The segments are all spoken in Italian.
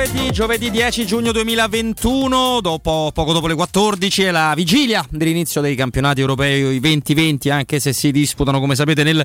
Giovedì 10 giugno 2021, poco dopo le 14, è la vigilia dell'inizio dei campionati europei 2020, anche se si disputano, come sapete, nel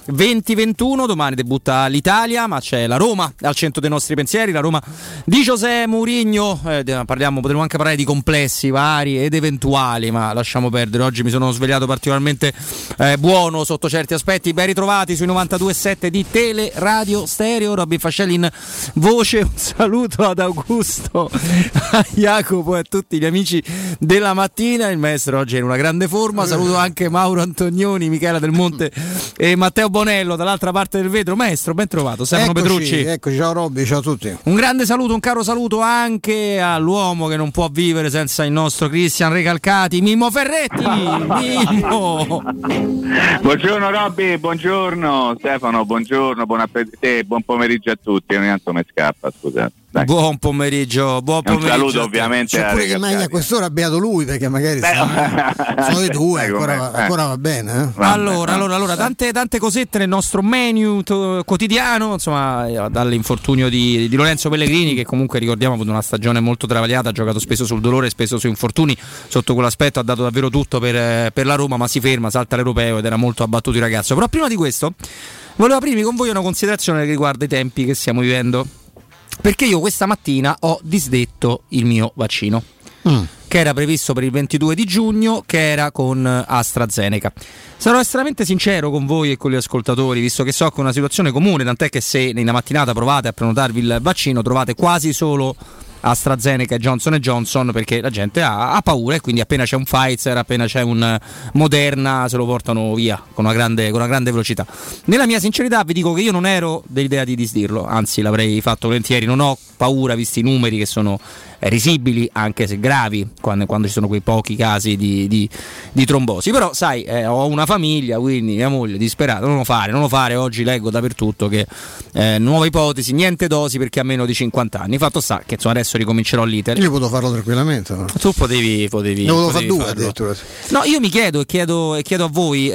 2021. Domani debutta l'Italia, ma c'è la Roma al centro dei nostri pensieri, la Roma di José Mourinho. Potremmo anche parlare di complessi vari ed eventuali, ma lasciamo perdere. Oggi mi sono svegliato particolarmente buono sotto certi aspetti. Ben ritrovati sui 92.7 di Tele Radio Stereo. Robin Fascelli in voce, un saluto ad Augusto, a Jacopo e a tutti gli amici della mattina. Il maestro oggi è in una grande forma. Saluto anche Mauro Antonioni, Michela Del Monte e Matteo Bonello dall'altra parte del vetro. Maestro, ben trovato. Stefano Petrucci. Eccoci, ciao Robby, ciao a tutti. Un grande saluto, un caro saluto anche all'uomo che non può vivere senza il nostro Cristian Recalcati, Mimmo Ferretti. Mimmo. Buongiorno Robby, buongiorno Stefano, buongiorno, buon appetito e buon pomeriggio a tutti. Ogni tanto mi scappa, scusate. Dai. Buon pomeriggio. Un saluto ovviamente. C'è pure che mangia a quest'ora, beato lui, perché magari sono le due, ancora va bene. Allora, tante cosette nel nostro menu quotidiano, insomma, dall'infortunio di Lorenzo Pellegrini, che comunque ricordiamo ha avuto una stagione molto travagliata, ha giocato spesso sul dolore, spesso su infortuni. Sotto quell'aspetto ha dato davvero tutto per la Roma, ma si ferma, salta l'europeo ed era molto abbattuto il ragazzo. Però prima di questo volevo aprirmi con voi una considerazione che riguarda i tempi che stiamo vivendo. Perché io questa mattina ho disdetto il mio vaccino, che era previsto per il 22 di giugno, che era con AstraZeneca. Sarò estremamente sincero con voi e con gli ascoltatori, visto che so che è una situazione comune, tant'è che se nella mattinata provate a prenotarvi il vaccino trovate quasi solo AstraZeneca e Johnson & Johnson, perché la gente ha paura e quindi appena c'è un Pfizer, appena c'è un Moderna se lo portano via con una grande velocità. Nella mia sincerità vi dico che io non ero dell'idea di disdirlo, anzi l'avrei fatto volentieri, non ho paura visti i numeri che sono risibili, anche se gravi, quando ci sono quei pochi casi di trombosi. Però sai, ho una famiglia, quindi mia moglie disperata, non lo fare. Oggi leggo dappertutto che nuova ipotesi, niente dosi perché ha meno di 50 anni. Fatto sta che insomma adesso ricomincerò l'iter. Io potevo farlo tranquillamente, no? Tu potevi ne volevo fare due addirittura. No, io mi chiedo a voi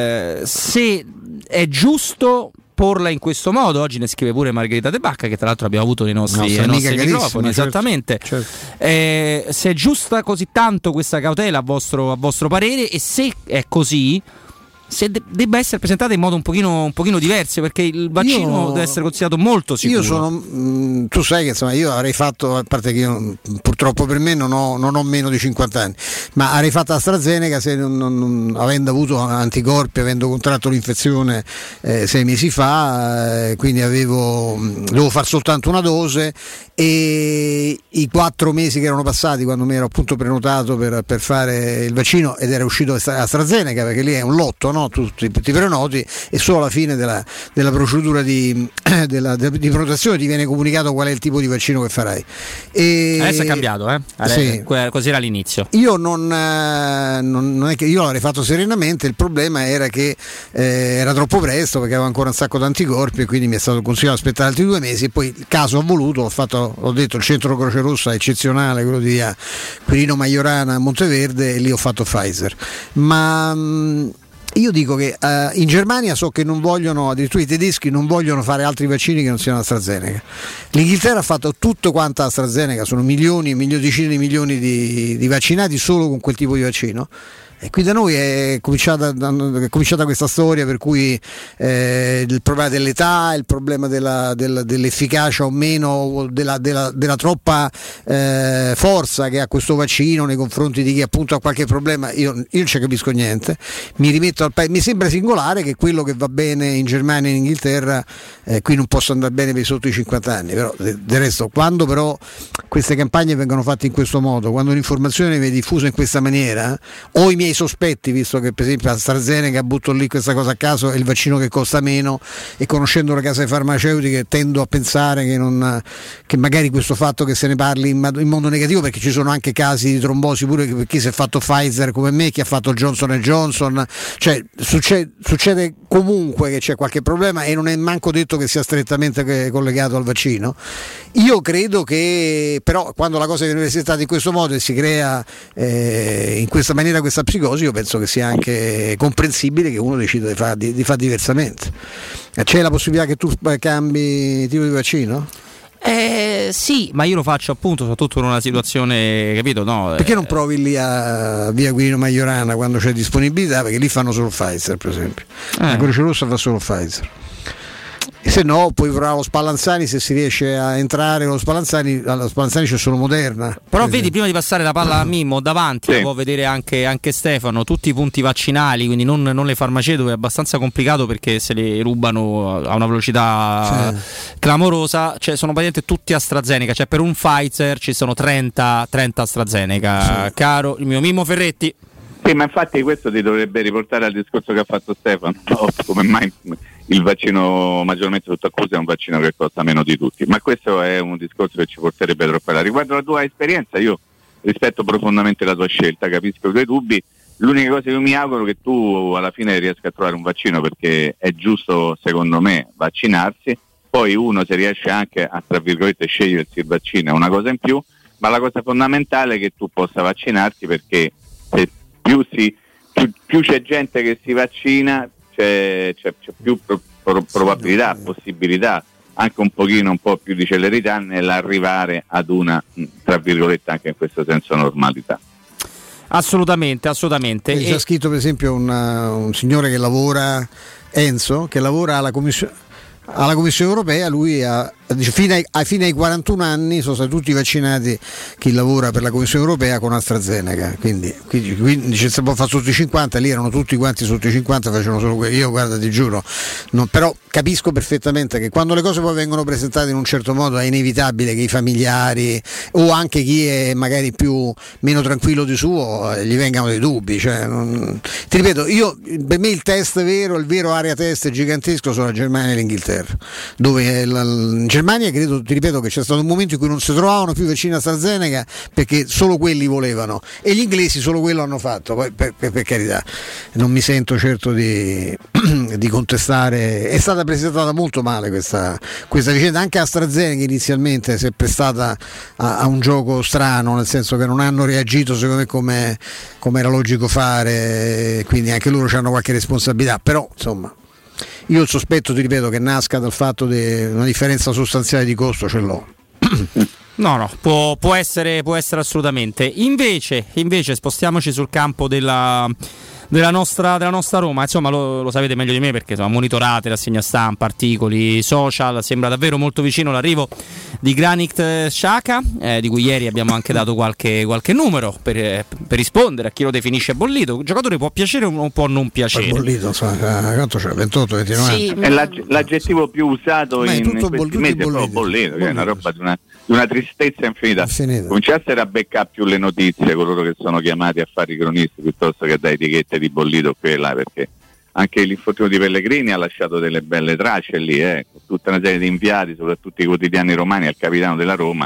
se è giusto porla in questo modo. Oggi ne scrive pure Margherita De Bacca, che tra l'altro abbiamo avuto nei nostri microfoni, esattamente. Certo. Se è giusta così tanto questa cautela a vostro parere, e se è così, se debba essere presentata in modo un pochino diverso, perché il vaccino deve essere considerato molto sicuro. Tu sai che insomma io avrei fatto, a parte che io purtroppo per me non ho meno di 50 anni, ma avrei fatto AstraZeneca se non avendo avuto anticorpi, avendo contratto l'infezione 6 mesi fa, quindi dovevo fare soltanto una dose, e i 4 mesi che erano passati quando mi ero appunto prenotato per fare il vaccino ed era uscito AstraZeneca, perché lì è un lotto, no? Tu ti prenoti e solo alla fine della procedura di prenotazione ti viene comunicato qual è il tipo di vaccino che farai. Adesso è cambiato, sì. Così era all'inizio. Io non è che io l'avrei fatto serenamente, il problema era che era troppo presto, perché avevo ancora un sacco di anticorpi e quindi mi è stato consigliato di aspettare altri 2 mesi, e poi il caso ha voluto, ho detto il centro Croce Rossa è eccezionale, quello di Quirino Majorana a Monteverde, e lì ho fatto Pfizer. Ma io dico che in Germania so che non vogliono, addirittura i tedeschi non vogliono fare altri vaccini che non siano AstraZeneca. L'Inghilterra ha fatto tutto quanto AstraZeneca, sono decine di milioni di vaccinati solo con quel tipo di vaccino. E qui da noi è cominciata questa storia per cui il problema dell'età, il problema dell'efficacia o meno, della troppa forza che ha questo vaccino nei confronti di chi appunto ha qualche problema. Io non ci capisco niente, mi rimetto al paese. Mi sembra singolare che quello che va bene in Germania e in Inghilterra qui non possa andare bene per sotto i 50 anni. Però del resto, quando però queste campagne vengono fatte in questo modo, quando l'informazione viene diffusa in questa maniera, o i miei sospetti, visto che per esempio AstraZeneca, butto lì questa cosa a caso, è il vaccino che costa meno, e conoscendo le case farmaceutiche tendo a pensare che magari questo fatto che se ne parli in modo negativo, perché ci sono anche casi di trombosi pure per chi si è fatto Pfizer come me, chi ha fatto Johnson & Johnson, cioè succede comunque che c'è qualche problema, e non è manco detto che sia strettamente collegato al vaccino. Io credo che però quando la cosa viene presentata in questo modo e si crea in questa maniera questa psicosi, io penso che sia anche comprensibile che uno decida di fare diversamente. C'è la possibilità che tu cambi tipo di vaccino? Sì, ma io lo faccio appunto soprattutto in una situazione, capito? No, perché non provi lì a via Quirino Maiorana quando c'è disponibilità? Perché lì fanno solo Pfizer, per esempio. La Croce Rossa fa solo Pfizer. E se no puoi provare lo Spallanzani, se si riesce a entrare allo Spallanzani c'è solo Moderna. Però vedi, prima di passare la palla a Mimmo, davanti può vedere anche Stefano, tutti i punti vaccinali, quindi non le farmacie, dove è abbastanza complicato perché se li rubano a una velocità clamorosa, cioè sono praticamente tutti AstraZeneca, cioè per un Pfizer ci sono 30 AstraZeneca, caro il mio Mimmo Ferretti. Sì, ma infatti questo ti dovrebbe riportare al discorso che ha fatto Stefano, come mai il vaccino maggiormente sotto accusa è un vaccino che costa meno di tutti, ma questo è un discorso che ci porterebbe troppo là. Riguardo la tua esperienza, io rispetto profondamente la tua scelta, capisco i tuoi dubbi, l'unica cosa che io mi auguro è che tu alla fine riesca a trovare un vaccino, perché è giusto secondo me vaccinarsi, poi uno se riesce anche a tra virgolette scegliersi il vaccino è una cosa in più, ma la cosa fondamentale è che tu possa vaccinarti, perché se più c'è gente che si vaccina c'è più probabilità, possibilità, anche un po' più di celerità nell'arrivare ad una, tra virgolette, anche in questo senso, normalità. Assolutamente. C'è scritto per esempio un signore che lavora, Enzo, che lavora alla Commissione Europea, lui fino ai 41 anni sono stati tutti vaccinati chi lavora per la Commissione Europea con AstraZeneca, quindi dice se può fare sotto i 50, lì erano tutti quanti sotto i 50, facevano solo quello. Io guarda ti giuro, però capisco perfettamente che quando le cose poi vengono presentate in un certo modo è inevitabile che i familiari o anche chi è magari meno tranquillo di suo gli vengano dei dubbi, ti ripeto, per me il vero area test gigantesco sono la Germania e l'Inghilterra, dove in Germania credo, ti ripeto, che c'è stato un momento in cui non si trovavano più vaccini AstraZeneca perché solo quelli volevano e gli inglesi solo quello hanno fatto. Poi per carità, non mi sento certo di contestare, è stata presentata molto male questa vicenda, anche AstraZeneca inizialmente si è prestata a un gioco strano, nel senso che non hanno reagito secondo me come era logico fare, quindi anche loro hanno qualche responsabilità, però insomma io il sospetto, ti ripeto, che nasca dal fatto di una differenza sostanziale di costo ce l'ho. No, può essere assolutamente. Invece spostiamoci sul campo della nostra Roma, insomma lo sapete meglio di me perché insomma, monitorate rassegna stampa, articoli, social, sembra davvero molto vicino l'arrivo di Granit Xhaka, di cui ieri abbiamo anche dato qualche numero per rispondere a chi lo definisce bollito. Un giocatore può piacere o può non piacere? Bollito, quanto c'è? 28, 29 sì, è l'aggettivo più usato in questi mesi, è proprio bollito, che è una roba di una tristezza infinita. Cominciassero a beccare più le notizie coloro che sono chiamati a fare i cronisti piuttosto che da etichette di bollito qui e là, perché anche l'infortunio di Pellegrini ha lasciato delle belle tracce lì, con tutta una serie di inviati, soprattutto i quotidiani romani, al capitano della Roma,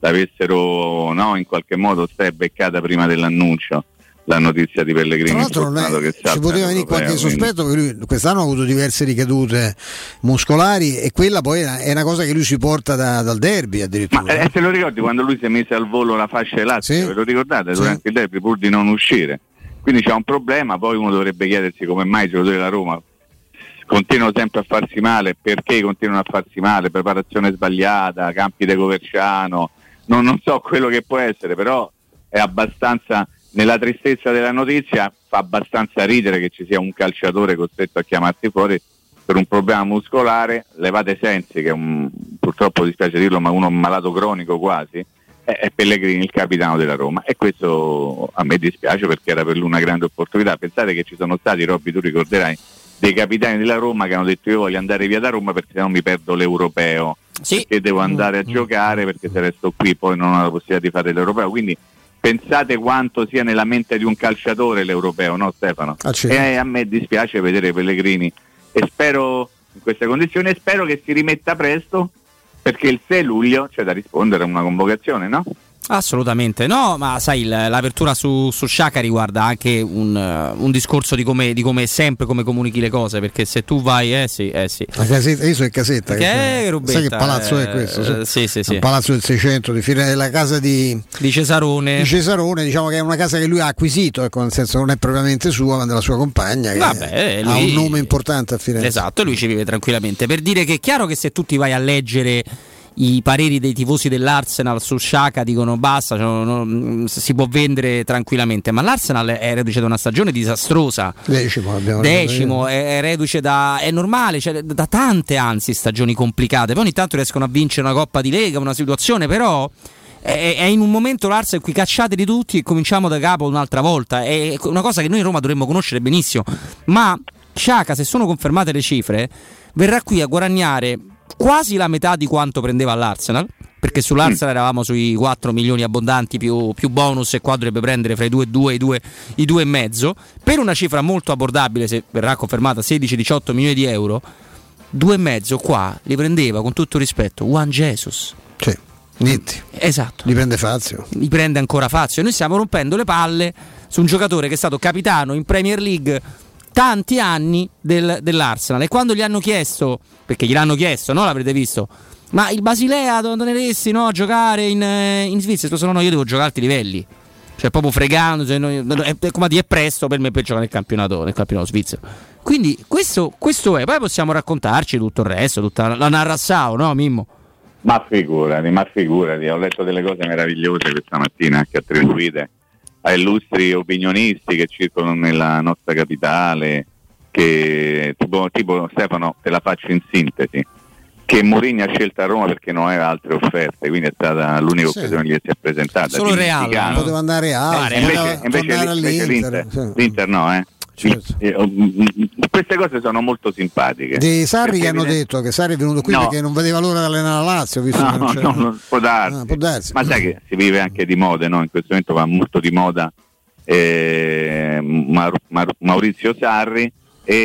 l'avessero in qualche modo beccata prima dell'annuncio la notizia di Pellegrini. Tra l'altro ci poteva venire qualche sospetto che lui quest'anno ha avuto diverse ricadute muscolari e quella poi è una cosa che lui si porta dal derby addirittura. Ma se lo ricordi quando lui si è messo al volo la fascia elastica, sì, ve lo ricordate? Durante il derby pur di non uscire, quindi c'è un problema. Poi uno dovrebbe chiedersi come mai i giocatori della Roma continuano sempre a farsi male, perché continuano a farsi male, preparazione sbagliata, campi de Coverciano, non so quello che può essere, però è abbastanza, nella tristezza della notizia fa abbastanza ridere che ci sia un calciatore costretto a chiamarsi fuori per un problema muscolare. Levate Sensi, che è purtroppo dispiace dirlo, ma uno malato cronico quasi, è Pellegrini il capitano della Roma, e questo a me dispiace perché era per lui una grande opportunità. Pensate che ci sono stati, Robby, tu ricorderai, dei capitani della Roma che hanno detto io voglio andare via da Roma perché sennò mi perdo l'europeo, perché devo andare a giocare, perché se resto qui poi non ho la possibilità di fare l'europeo. Quindi pensate quanto sia nella mente di un calciatore l'europeo, no Stefano? E a me dispiace vedere Pellegrini, e spero in queste condizioni, e spero che si rimetta presto, perché il 6 luglio c'è da rispondere a una convocazione, no? Assolutamente no, ma sai, l'apertura su Xhaka riguarda anche un discorso di come sempre come comunichi le cose, perché se tu vai sì. La casetta, io sono in casetta, che robetta, sai che palazzo è questo? Sì. Il palazzo del 600 la casa di Cesarone. Di Cesarone, diciamo che è una casa che lui ha acquisito, ecco, nel senso non è propriamente sua, ma della sua compagna, che lui ha un nome importante a Firenze. Esatto, lui ci vive tranquillamente. Per dire che è chiaro che se tu ti vai a leggere i pareri dei tifosi dell'Arsenal su Xhaka dicono basta, cioè, si può vendere tranquillamente, ma l'Arsenal è reduce da una stagione disastrosa, decimo è reduce è normale, cioè, da tante anzi stagioni complicate, poi ogni tanto riescono a vincere una Coppa di Lega, una situazione, però è in un momento l'Arsenal in cui cacciate di tutti e cominciamo da capo un'altra volta, è una cosa che noi in Roma dovremmo conoscere benissimo, ma Xhaka, se sono confermate le cifre, verrà qui a guadagnare quasi la metà di quanto prendeva all'Arsenal, perché sull'Arsenal eravamo sui 4 milioni abbondanti più bonus, e qua dovrebbe prendere fra i 2,2 i 2,5, per una cifra molto abbordabile, se verrà confermata 16-18 milioni di euro. 2,5 qua li prendeva, con tutto rispetto, Juan Jesus. Sì, netti. Esatto. Li prende Fazio. Li prende ancora Fazio, e noi stiamo rompendo le palle su un giocatore che è stato capitano in Premier League tanti anni dell'Arsenal, e quando gli hanno chiesto, perché gliel'hanno chiesto, no? L'avrete visto, ma il Basilea torneresti, no, a giocare in Svizzera? No, io devo giocare a alti livelli, cioè proprio fregando, cioè, è come dire, è presto per me per giocare nel campionato svizzero. Quindi questo è, poi possiamo raccontarci tutto il resto, tutta la narrazione, no Mimmo? Ma figurati, ho letto delle cose meravigliose questa mattina anche attribuite a illustri opinionisti che circolano nella nostra capitale, che tipo Stefano, te la faccio in sintesi, che Mourinho ha scelto a Roma perché non aveva altre offerte, quindi è stata l'unica occasione che si è presentata. Solo Real, poteva andare a invece l'Inter no, certo. Queste cose sono molto simpatiche. Di Sarri che hanno detto che Sarri è venuto qui perché non vedeva l'ora di allenare la Lazio, visto non può darsi. Ma sai che si vive anche di mode, no? In questo momento va molto di moda Maurizio Sarri,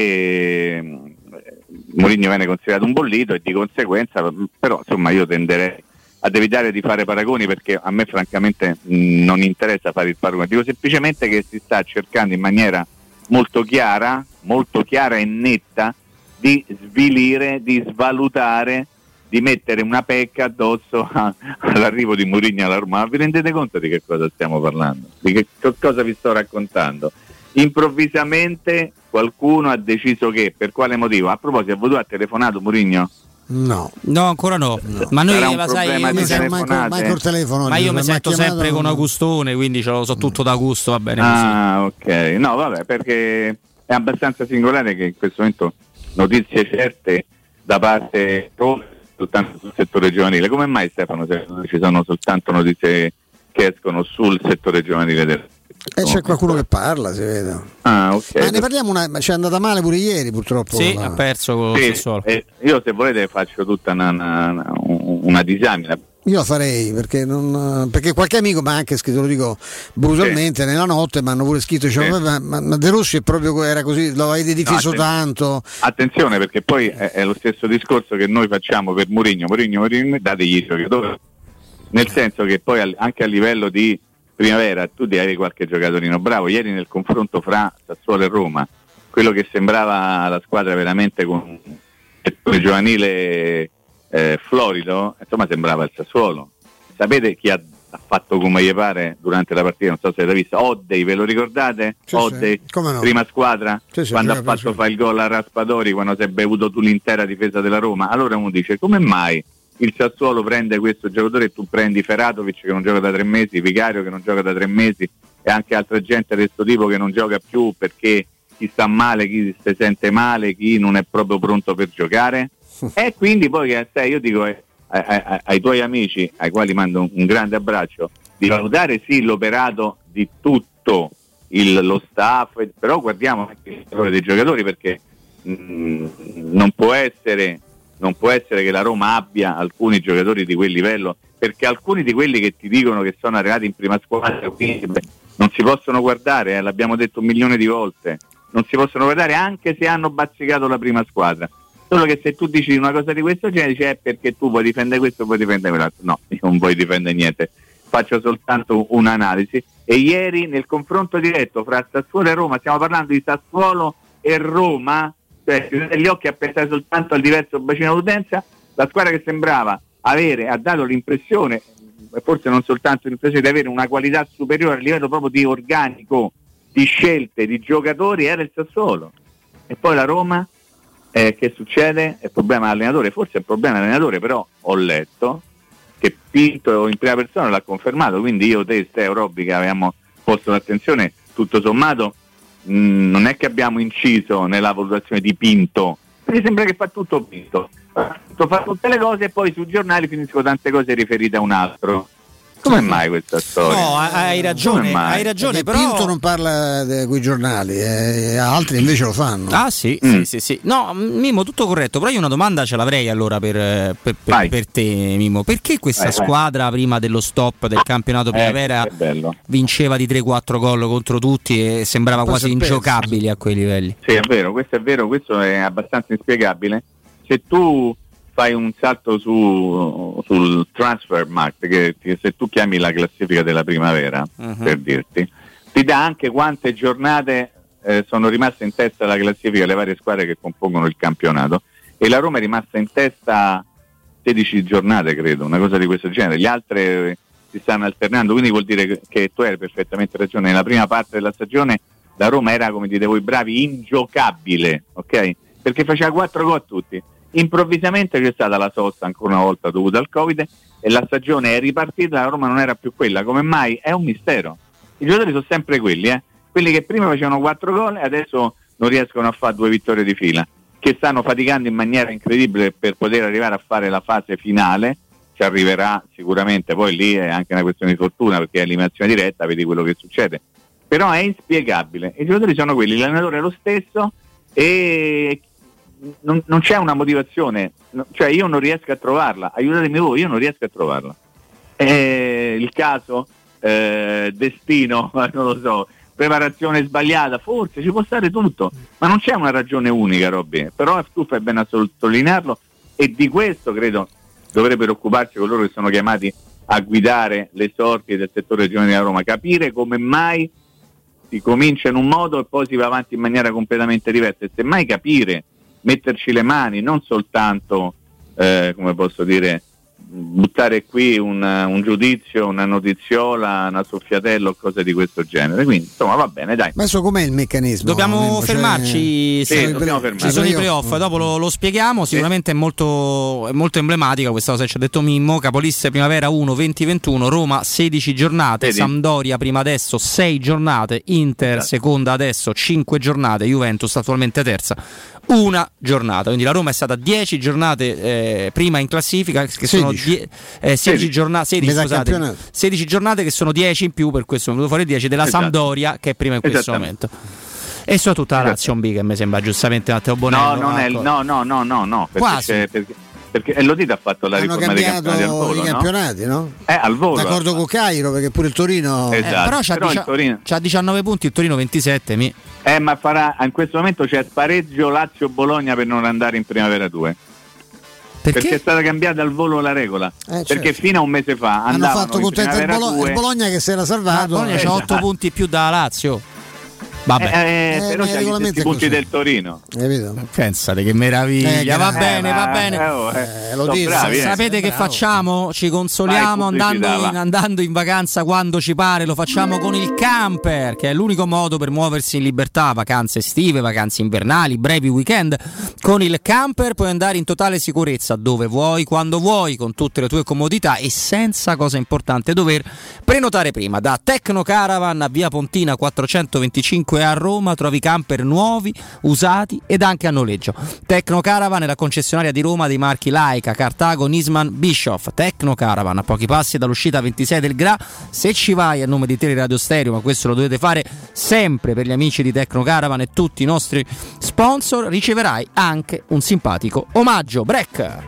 e Mourinho viene considerato un bollito, e di conseguenza però insomma io tenderei ad evitare di fare paragoni, perché a me francamente non interessa fare il paragone. Dico semplicemente che si sta cercando in maniera molto chiara e netta di svilire, di svalutare, di mettere una pecca addosso all'arrivo di Mourinho alla Roma. Ma vi rendete conto di che cosa stiamo parlando? Di che cosa vi sto raccontando? Improvvisamente qualcuno ha deciso che, per quale motivo? A proposito, ha telefonato Mourinho? No, ancora no. Ma noi mai col telefono. Ma io mi sento sempre con Augustone, quindi ce lo so tutto da Augusto, va bene così. Ok. No, vabbè, perché è abbastanza singolare che in questo momento notizie certe da parte soltanto sul settore giovanile. Come mai, Stefano, ci sono soltanto notizie che escono sul settore giovanile del c'è qualcuno che parla, si vede. Okay. Ma ne parliamo, c'è andata male pure ieri, purtroppo. Sì, ha perso con Sassuolo. Io, se volete, faccio tutta una disamina. Io la farei perché qualche amico mi ha anche scritto, lo dico brutalmente, nella notte mi hanno pure scritto, ma De Rossi era così, lo avete difeso tanto. Attenzione, perché poi è lo stesso discorso che noi facciamo per Mourinho, dategli i giocatori, nel senso che poi anche a livello di primavera tu devi avere qualche giocatorino bravo. Ieri nel confronto fra Sassuolo e Roma, quello che sembrava la squadra veramente con un settore giovanile florido, insomma sembrava il Sassuolo. Sapete chi ha fatto come gli pare durante la partita? Non so se l'avete vista. Oddei, ve lo ricordate? Oddei, no? Prima squadra, quando ha fatto fa il gol a Raspadori, quando si è bevuto tu l'intera difesa della Roma. Allora uno dice, come mai il Sassuolo prende questo giocatore e tu prendi Feratovic che non gioca da 3 mesi, Vicario che non gioca da 3 mesi, e anche altra gente di questo tipo che non gioca più perché chi sta male, chi si sente male, chi non è proprio pronto per giocare? E quindi poi io dico ai tuoi amici, ai quali mando un grande abbraccio, di valutare sì l'operato di tutto lo staff, però guardiamo anche il valore dei giocatori, perché non può essere che la Roma abbia alcuni giocatori di quel livello, perché alcuni di quelli che ti dicono che sono arrivati in prima squadra non si possono guardare, l'abbiamo detto 1 milione di volte, non si possono guardare anche se hanno bazzicato la prima squadra. Solo che se tu dici una cosa di questo genere, dici perché tu vuoi difendere questo, vuoi difendere quell'altro. No, io non voglio difendere niente, faccio soltanto un'analisi. E ieri nel confronto diretto fra Sassuolo e Roma, stiamo parlando di Sassuolo e Roma, cioè gli occhi a pensare soltanto al diverso bacino d'utenza, la squadra che sembrava ha dato l'impressione, forse non soltanto l'impressione, di avere una qualità superiore a livello proprio di organico, di scelte, di giocatori, era il Sassuolo. E poi la Roma che succede? È il problema dell'allenatore, forse è il problema dell'allenatore, però ho letto che Pinto in prima persona l'ha confermato, quindi io, te, Steo, Robby, che avevamo posto l'attenzione, tutto sommato non è che abbiamo inciso nella valutazione di Pinto, mi sembra che fa tutto Pinto, fa tutte le cose e poi sui giornali finiscono tante cose riferite a un altro. Come mai questa storia? No, hai ragione, però Pinto non parla coi giornali, altri invece lo fanno. Ah sì. No, Mimo, tutto corretto, però io una domanda ce l'avrei allora per te, Mimo. Perché questa squadra prima dello stop del campionato primavera vinceva di 3-4 gol contro tutti e sembrava quasi ingiocabili a quei livelli? Sì, è vero, questo è abbastanza inspiegabile. Se tu fai un salto sul Transfermarkt, che se tu chiami la classifica della primavera, per dirti, ti dà anche quante giornate sono rimaste in testa alla classifica le varie squadre che compongono il campionato, e la Roma è rimasta in testa 16 giornate, credo, una cosa di questo genere. Gli altri si stanno alternando, quindi vuol dire che tu hai perfettamente ragione. Nella prima parte della stagione la Roma era, come dite voi bravi, ingiocabile, ok? Perché faceva 4 gol tutti. Improvvisamente c'è stata la sosta ancora una volta dovuta al Covid e la stagione è ripartita, la Roma non era più quella. Come mai? È un mistero. I giocatori sono sempre quelli che prima facevano 4 gol e adesso non riescono a fare 2 vittorie di fila, che stanno faticando in maniera incredibile per poter arrivare a fare la fase finale. Ci arriverà sicuramente, poi lì è anche una questione di fortuna perché è eliminazione diretta, vedi quello che succede, però è inspiegabile. I giocatori sono quelli, l'allenatore è lo stesso e non c'è una motivazione, cioè io non riesco a trovarla, aiutatemi voi, io non riesco a trovarla. Il caso, destino, non lo so, preparazione sbagliata, forse ci può stare tutto, ma non c'è una ragione unica, Robby. Però tu fai bene a sottolinearlo, e di questo credo dovrebbero occuparsi coloro che sono chiamati a guidare le sorti del settore giovanile della Roma, capire come mai si comincia in un modo e poi si va avanti in maniera completamente diversa, e semmai capire, metterci le mani, non soltanto come posso dire, buttare qui un giudizio, una notiziola, una soffiatella o cose di questo genere. Quindi insomma va bene, dai. Ma adesso com'è il meccanismo? Dobbiamo fermarci, dobbiamo fermarci. Ci sono i playoff, dopo lo spieghiamo. Sicuramente è molto emblematica questa cosa che ci ha detto Mimmo. Capoliste primavera 1, 20-21, Roma 16 giornate, Sampdoria prima adesso 6 giornate, Inter seconda adesso 5 giornate, Juventus attualmente terza 1 giornata, quindi la Roma è stata 10 giornate prima in classifica, che sono 16 giornate che sono 10 in più, per questo mi è venuto fuori 10 della Sampdoria che è prima in questo momento, e sono tutta la Lazio B, che mi sembra giustamente Matteo Bonello. No, perché Lotito ha fatto la riforma dei campionati al volo, i campionati, no? Al volo. D'accordo con Cairo, perché pure il Torino però c'ha 19 punti, il Torino 27. Ma farà, in questo momento c'è spareggio Lazio-Bologna per non andare in primavera 2. Perché è stata cambiata al volo la regola, perché fino a un mese fa hanno fatto contento il Bologna che si era salvato. Bologna c'ha 8 punti più dalla Lazio. Però c'è i punti del Torino. Pensate che meraviglia. Va bene. Sapete che facciamo? Ci consoliamo andando in vacanza quando ci pare. Lo facciamo con il camper, che è l'unico modo per muoversi in libertà. Vacanze estive, vacanze invernali, brevi weekend. Con il camper puoi andare in totale sicurezza dove vuoi, quando vuoi, con tutte le tue comodità e senza, cosa importante, dover prenotare prima. Da Tecnocaravan a Via Pontina 425 a Roma trovi camper nuovi, usati ed anche a noleggio. Tecnocaravan è la concessionaria di Roma dei marchi Laika, Cartago, Nisman, Bischoff. Tecnocaravan a pochi passi dall'uscita 26 del Gra. Se ci vai a nome di Teleradio Stereo, ma questo lo dovete fare sempre per gli amici di Tecnocaravan e tutti i nostri sponsor, riceverai anche un simpatico omaggio. Break.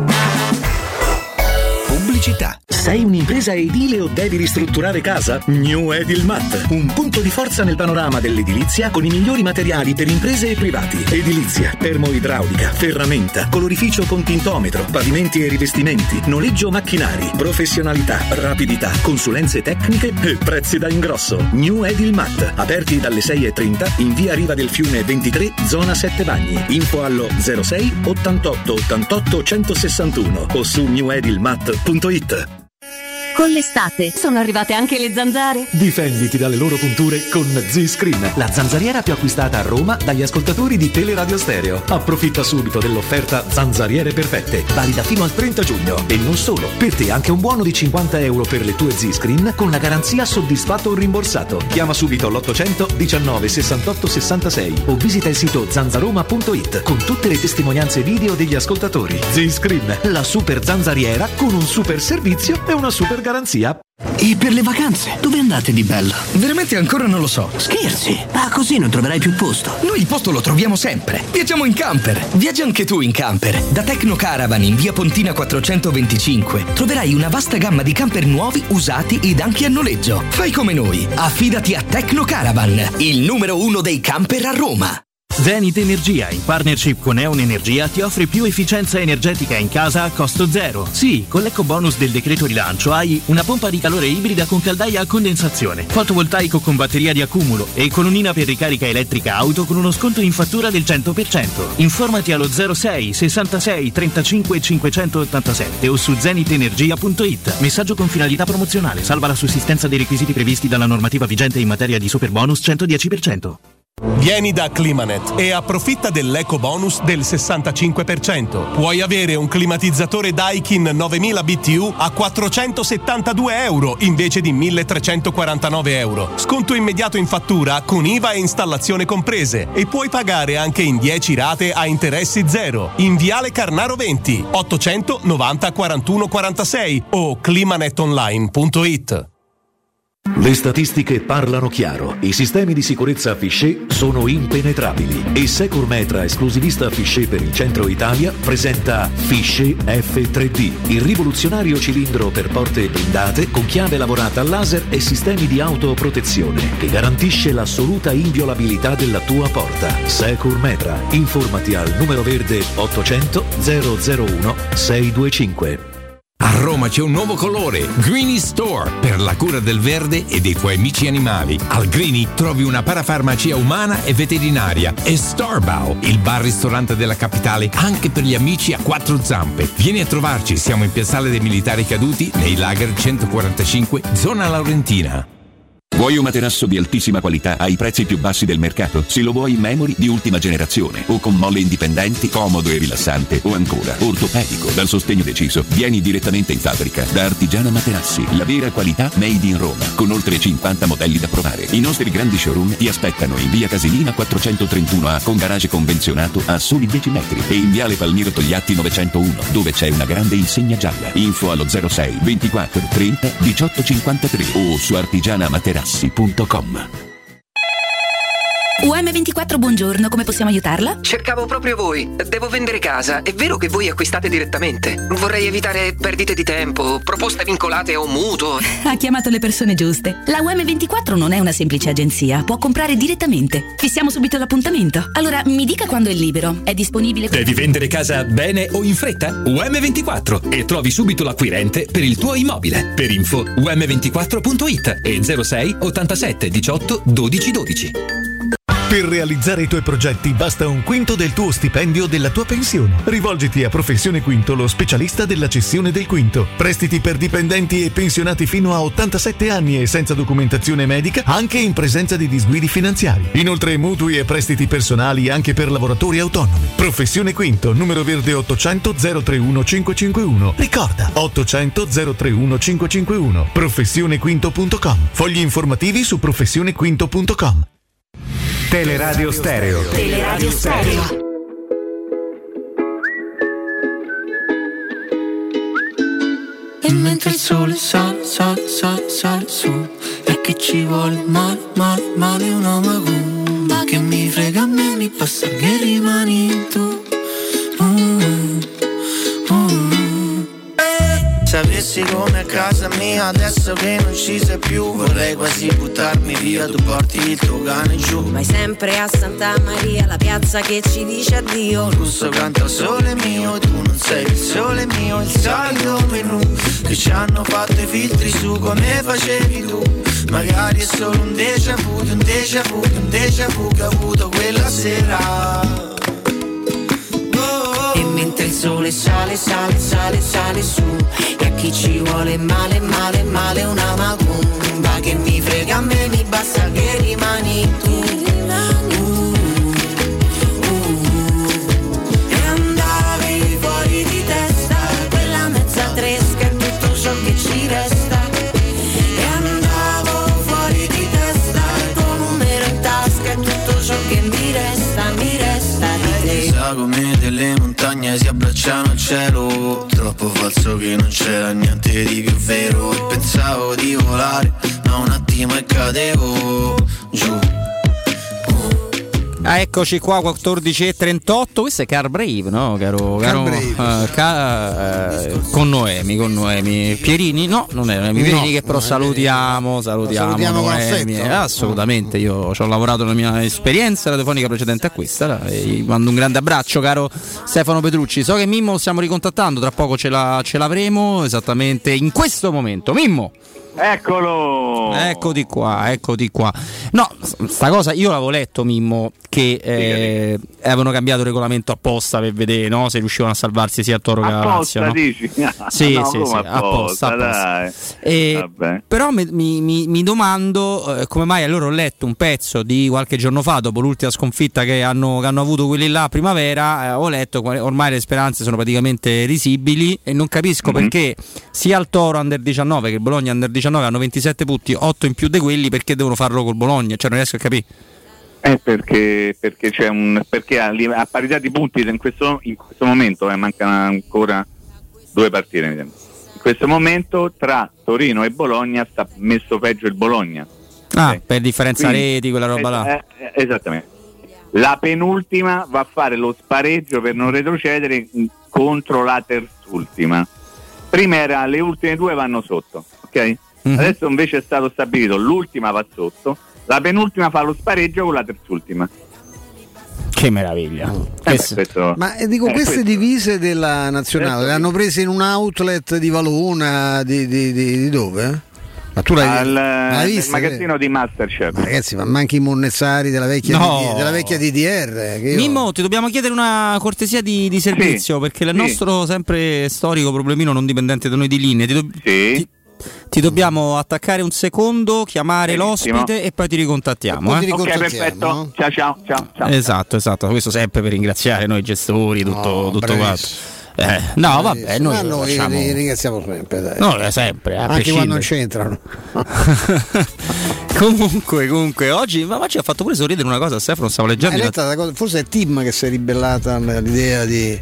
Pubblicità. Sei un'impresa edile o devi ristrutturare casa? New Edilmat, un punto di forza nel panorama dell'edilizia con i migliori materiali per imprese e privati. Edilizia, termoidraulica, ferramenta, colorificio con tintometro, pavimenti e rivestimenti, noleggio macchinari, professionalità, rapidità, consulenze tecniche e prezzi da ingrosso. New Edilmat, aperti dalle 6:30 in via Riva del Fiume 23, zona 7 Bagni. Info allo 06 88 88 161 o su newedilmat.it. Con l'estate sono arrivate anche le zanzare. Difenditi dalle loro punture con Z-Screen, la zanzariera più acquistata a Roma dagli ascoltatori di Teleradio Stereo. Approfitta subito dell'offerta Zanzariere Perfette, valida fino al 30 giugno. E non solo, per te anche un buono di 50 euro per le tue Z-Screen con la garanzia soddisfatto o rimborsato. Chiama subito l'800 19 68 66 o visita il sito zanzaroma.it con tutte le testimonianze video degli ascoltatori. Z-Screen, la super zanzariera con un super servizio e una super garanzia. E per le vacanze, dove andate di bello? Veramente ancora non lo so. Scherzi? Ma così non troverai più posto. Noi il posto lo troviamo sempre. Viaggiamo in camper. Viaggia anche tu in camper. Da Tecno Caravan in via Pontina 425 troverai una vasta gamma di camper nuovi, usati ed anche a noleggio. Fai come noi. Affidati a Tecno Caravan, il numero 1 dei camper a Roma. Zenith Energia, in partnership con Eon Energia, ti offre più efficienza energetica in casa a costo zero. Sì, con l'eco bonus del decreto rilancio hai una pompa di calore ibrida con caldaia a condensazione, fotovoltaico con batteria di accumulo e colonnina per ricarica elettrica auto con uno sconto in fattura del 100%. Informati allo 06 66 35 587 o su zenitenergia.it. Messaggio con finalità promozionale, salva la sussistenza dei requisiti previsti dalla normativa vigente in materia di super bonus 110%. Vieni da Climanet e approfitta dell'eco bonus del 65%. Puoi avere un climatizzatore Daikin 9000 BTU a 472 euro invece di 1349 euro. Sconto immediato in fattura con IVA e installazione comprese e puoi pagare anche in 10 rate a interessi zero. In Viale Carnaro 20 890 41 46 o climanetonline.it. Le statistiche parlano chiaro. I sistemi di sicurezza Fichet sono impenetrabili e Securmetra, esclusivista Fichet per il centro Italia, presenta Fichet F3D, il rivoluzionario cilindro per porte blindate con chiave lavorata a laser e sistemi di autoprotezione che garantisce l'assoluta inviolabilità della tua porta. Securmetra. Informati al numero verde 800 001 625. A Roma c'è un nuovo colore, Greeny Store, per la cura del verde e dei tuoi amici animali. Al Greeny trovi una parafarmacia umana e veterinaria e Starbow, il bar-ristorante della capitale anche per gli amici a quattro zampe. Vieni a trovarci, siamo in Piazzale dei Militari Caduti, nei Lager 145, zona Laurentina. Vuoi un materasso di altissima qualità ai prezzi più bassi del mercato? Se lo vuoi in memory di ultima generazione o con molle indipendenti, comodo e rilassante o ancora ortopedico dal sostegno deciso, vieni direttamente in fabbrica da Artigiana Materassi, la vera qualità made in Roma, con oltre 50 modelli da provare. I nostri grandi showroom ti aspettano in via Casilina 431A con garage convenzionato a soli 10 metri e in viale Palmiro Togliatti 901 dove c'è una grande insegna gialla. Info allo 06 24 30 18 53 o su artigianamaterassi.com. UM24, buongiorno, come possiamo aiutarla? Cercavo proprio voi. Devo vendere casa. È vero che voi acquistate direttamente? Vorrei evitare perdite di tempo, proposte vincolate o mutuo. Ha chiamato le persone giuste. La UM24 non è una semplice agenzia, può comprare direttamente. Fissiamo subito l'appuntamento. Allora, mi dica quando è libero. È disponibile? Devi vendere casa bene o in fretta? UM24 e trovi subito l'acquirente per il tuo immobile. Per info um24.it e 06 87 18 12 12. Per realizzare i tuoi progetti basta un quinto del tuo stipendio o della tua pensione. Rivolgiti a Professione Quinto, lo specialista della cessione del quinto. Prestiti per dipendenti e pensionati fino a 87 anni e senza documentazione medica, anche in presenza di disguidi finanziari. Inoltre mutui e prestiti personali anche per lavoratori autonomi. Professione Quinto, numero verde 800 031 551. Ricorda, 800 031 551. Professionequinto.com. Fogli informativi su professionequinto.com. Teleradio Stereo. Teleradio Stereo. E mentre il sole sale, sale, sale, sale su, e che ci vuole male, male, male una macumba. Che mi frega a me, mi passa che rimani tu. Sapessi come a casa mia adesso che non ci sei più, vorrei quasi buttarmi via, tu porti il tuo cane giù. Vai sempre a Santa Maria, la piazza che ci dice addio. Il russo canta sole mio, tu non sei il sole mio, il solito menù che ci hanno fatto i filtri su come facevi tu. Magari è solo un déjà vu, un déjà vu, un déjà vu che ho avuto quella sera. Oh, E mentre il sole sale, sale, sale, sale su, e a chi ci vuole male, male, male una macumba, che mi frega a me, mi basta che rimani tu. E andavi fuori di testa, quella mezza tresca è tutto ciò che ci resta. E andavo fuori di testa, il tuo numero in tasca è tutto ciò che mi resta di te. Sagome delle montagne si abbracciano al cielo, troppo falso che non c'era niente di più vero. E pensavo di volare, ma un attimo e cadevo giù. Eccoci qua, 14:38. Questo è Car Brave, no? Caro con Noemi. Pierini? No, non è Noemi Pierini, che però salutiamo Noemi. Assolutamente, io ci ho lavorato nella mia esperienza radiofonica precedente a questa. E gli mando un grande abbraccio, caro Stefano Petrucci. So che Mimmo lo stiamo ricontattando, tra poco ce l'avremo esattamente in questo momento. Mimmo! Eccolo! Eccoti qua. No, sta cosa io l'avevo letto, Mimmo, che avevano cambiato il regolamento apposta per vedere, no, se riuscivano a salvarsi sia il Toro che la Lazio, no? Dici? Sì, apposta. Dai. Però mi domando come mai. Allora ho letto un pezzo di qualche giorno fa, dopo l'ultima sconfitta che hanno avuto quelli là a primavera, ho letto ormai le speranze sono praticamente risibili e non capisco perché sia il Toro Under 19 che il Bologna Under 19 hanno 27 punti, 8 in più di quelli, perché devono farlo col Bologna? Cioè non riesco a capire. Perché perché a parità di punti in questo momento mancano ancora 2 partite. In questo momento tra Torino e Bologna sta messo peggio il Bologna. Per differenza reti, quella roba là. Esattamente. La penultima va a fare lo spareggio per non retrocedere contro la terzultima. Prima era le ultime 2 vanno sotto, ok? Adesso invece è stato stabilito l'ultima va sotto, la penultima fa lo spareggio con la terzultima. Che meraviglia. Ma dico, queste divise della nazionale le hanno prese in un outlet di Valona, di dove? Ma tu l'hai vista? Nel magazzino di Masterchef. Ma ragazzi, ma manchi i monnezzari della vecchia DDR. Mimmo, ti dobbiamo chiedere una cortesia di servizio, perché il nostro sempre storico problemino non dipendente da noi di linee. Ti dobbiamo attaccare un secondo, chiamare l'ospite e poi ti ricontattiamo. Ok, perfetto. Ciao. Esatto. Questo sempre per ringraziare noi gestori, tutto quanto. No, vabbè, noi ringraziamo sempre, dai. No, sempre, anche quando non c'entrano. Comunque oggi ci ha fatto pure sorridere una cosa, Stefano, stavo leggendo. Forse è Tim che si è ribellata all'idea di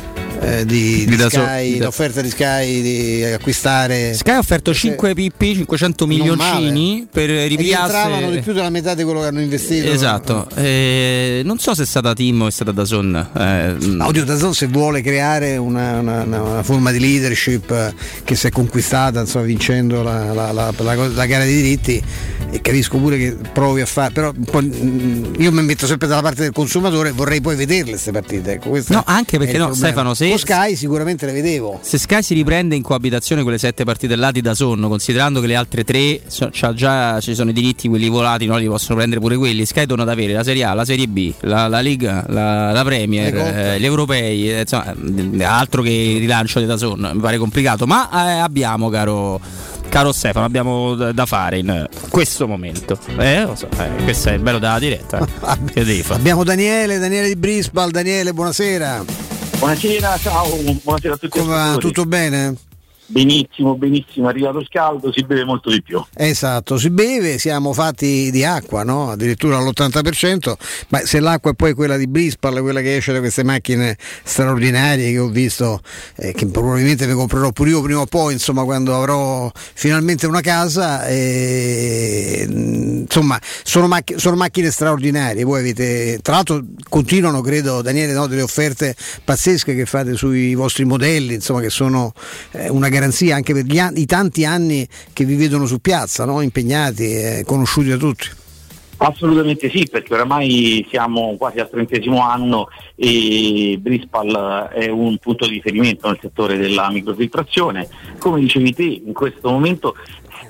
Sky, l'offerta di Sky di acquistare. Sky ha offerto 5 pippi, 500 milioncini per ripiazzare. Entravano di più della metà di quello che hanno investito. Esatto. Non so se è stata Tim o è stata DAZN. Oddio, DAZN se vuole creare una forma di leadership che si è conquistata, insomma, vincendo la gara dei diritti, e capisco pure che provi a fare, però io mi metto sempre dalla parte del consumatore, vorrei poi vederle queste partite. Ecco, anche perché Stefano, con Sky sicuramente le vedevo. Se Sky si riprende in coabitazione quelle 7 partite là di DAZN, considerando che le altre 3 già ci sono i diritti, quelli volati, no? Li possono prendere pure quelli. Sky torna ad avere la Serie A, la Serie B, la Liga, la Premier, gli europei, insomma, altro che il rilancio di DAZN, mi pare complicato, ma abbiamo, caro Stefano, abbiamo da fare in questo momento. Lo so, questo è il bello della diretta. Che devi fare? Abbiamo Daniele di Brisbane. Daniele, buonasera. Buonasera, ciao, buonasera a tutti. Come, tutto bene? Benissimo, è arrivato il caldo, si beve molto di più. Esatto, si beve, siamo fatti di acqua, no? Addirittura all'80%, ma se l'acqua è poi quella di Brisbane, quella che esce da queste macchine straordinarie che ho visto, che probabilmente mi comprerò pure io prima o poi, insomma, quando avrò finalmente una casa, insomma, sono macchine straordinarie. Voi avete, tra l'altro continuano, credo, Daniele, no, delle offerte pazzesche che fate sui vostri modelli, insomma, che sono una garanzia anche per i tanti anni che vi vedono su piazza, no? Impegnati, conosciuti da tutti. Assolutamente sì, perché oramai siamo quasi al 30° anno e Brispal è un punto di riferimento nel settore della microfiltrazione. Come dicevi te, in questo momento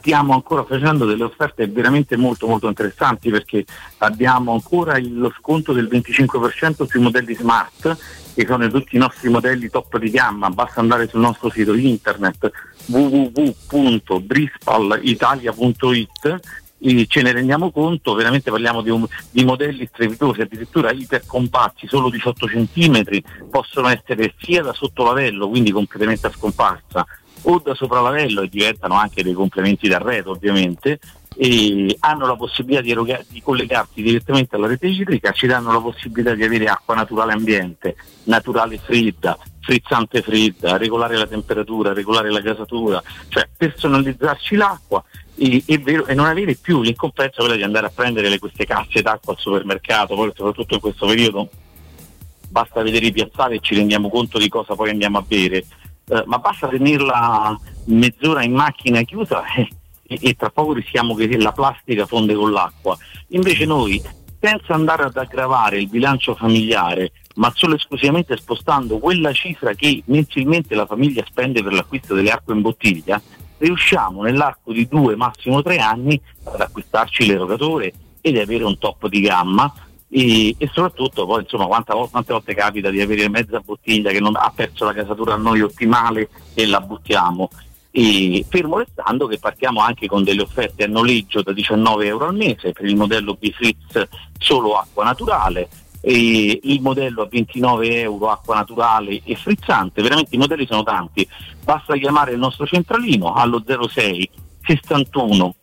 stiamo ancora facendo delle offerte veramente molto molto interessanti, perché abbiamo ancora lo sconto del 25% sui modelli smart, che sono tutti i nostri modelli top di gamma. Basta andare sul nostro sito internet www.brispalitalia.it e ce ne rendiamo conto. Veramente parliamo di modelli strepitosi, addirittura ipercompatti, solo 18 cm, possono essere sia da sottolavello, quindi completamente a scomparsa, o da sopralavello, e diventano anche dei complementi d'arredo ovviamente, e hanno la possibilità di collegarsi direttamente alla rete idrica, ci danno la possibilità di avere acqua naturale ambiente, naturale fredda, frizzante fredda, regolare la temperatura, regolare la gasatura, cioè personalizzarci l'acqua e non avere più l'incombenza quella di andare a prendere queste casse d'acqua al supermercato. Poi soprattutto in questo periodo basta vedere i piazzali e ci rendiamo conto di cosa poi andiamo a bere, ma basta tenerla mezz'ora in macchina chiusa e tra poco rischiamo che la plastica fonde con l'acqua. Invece noi, senza andare ad aggravare il bilancio familiare, ma solo esclusivamente spostando quella cifra che mensilmente la famiglia spende per l'acquisto delle acque in bottiglia, riusciamo nell'arco di 2, massimo 3 anni ad acquistarci l'erogatore ed avere un top di gamma, e soprattutto poi insomma quante volte capita di avere mezza bottiglia che non ha perso la gasatura a noi ottimale e la buttiamo. E fermo restando che partiamo anche con delle offerte a noleggio da 19 euro al mese per il modello B-Fritz solo acqua naturale, e il modello a 29 euro acqua naturale e frizzante. Veramente i modelli sono tanti, basta chiamare il nostro centralino allo 06 61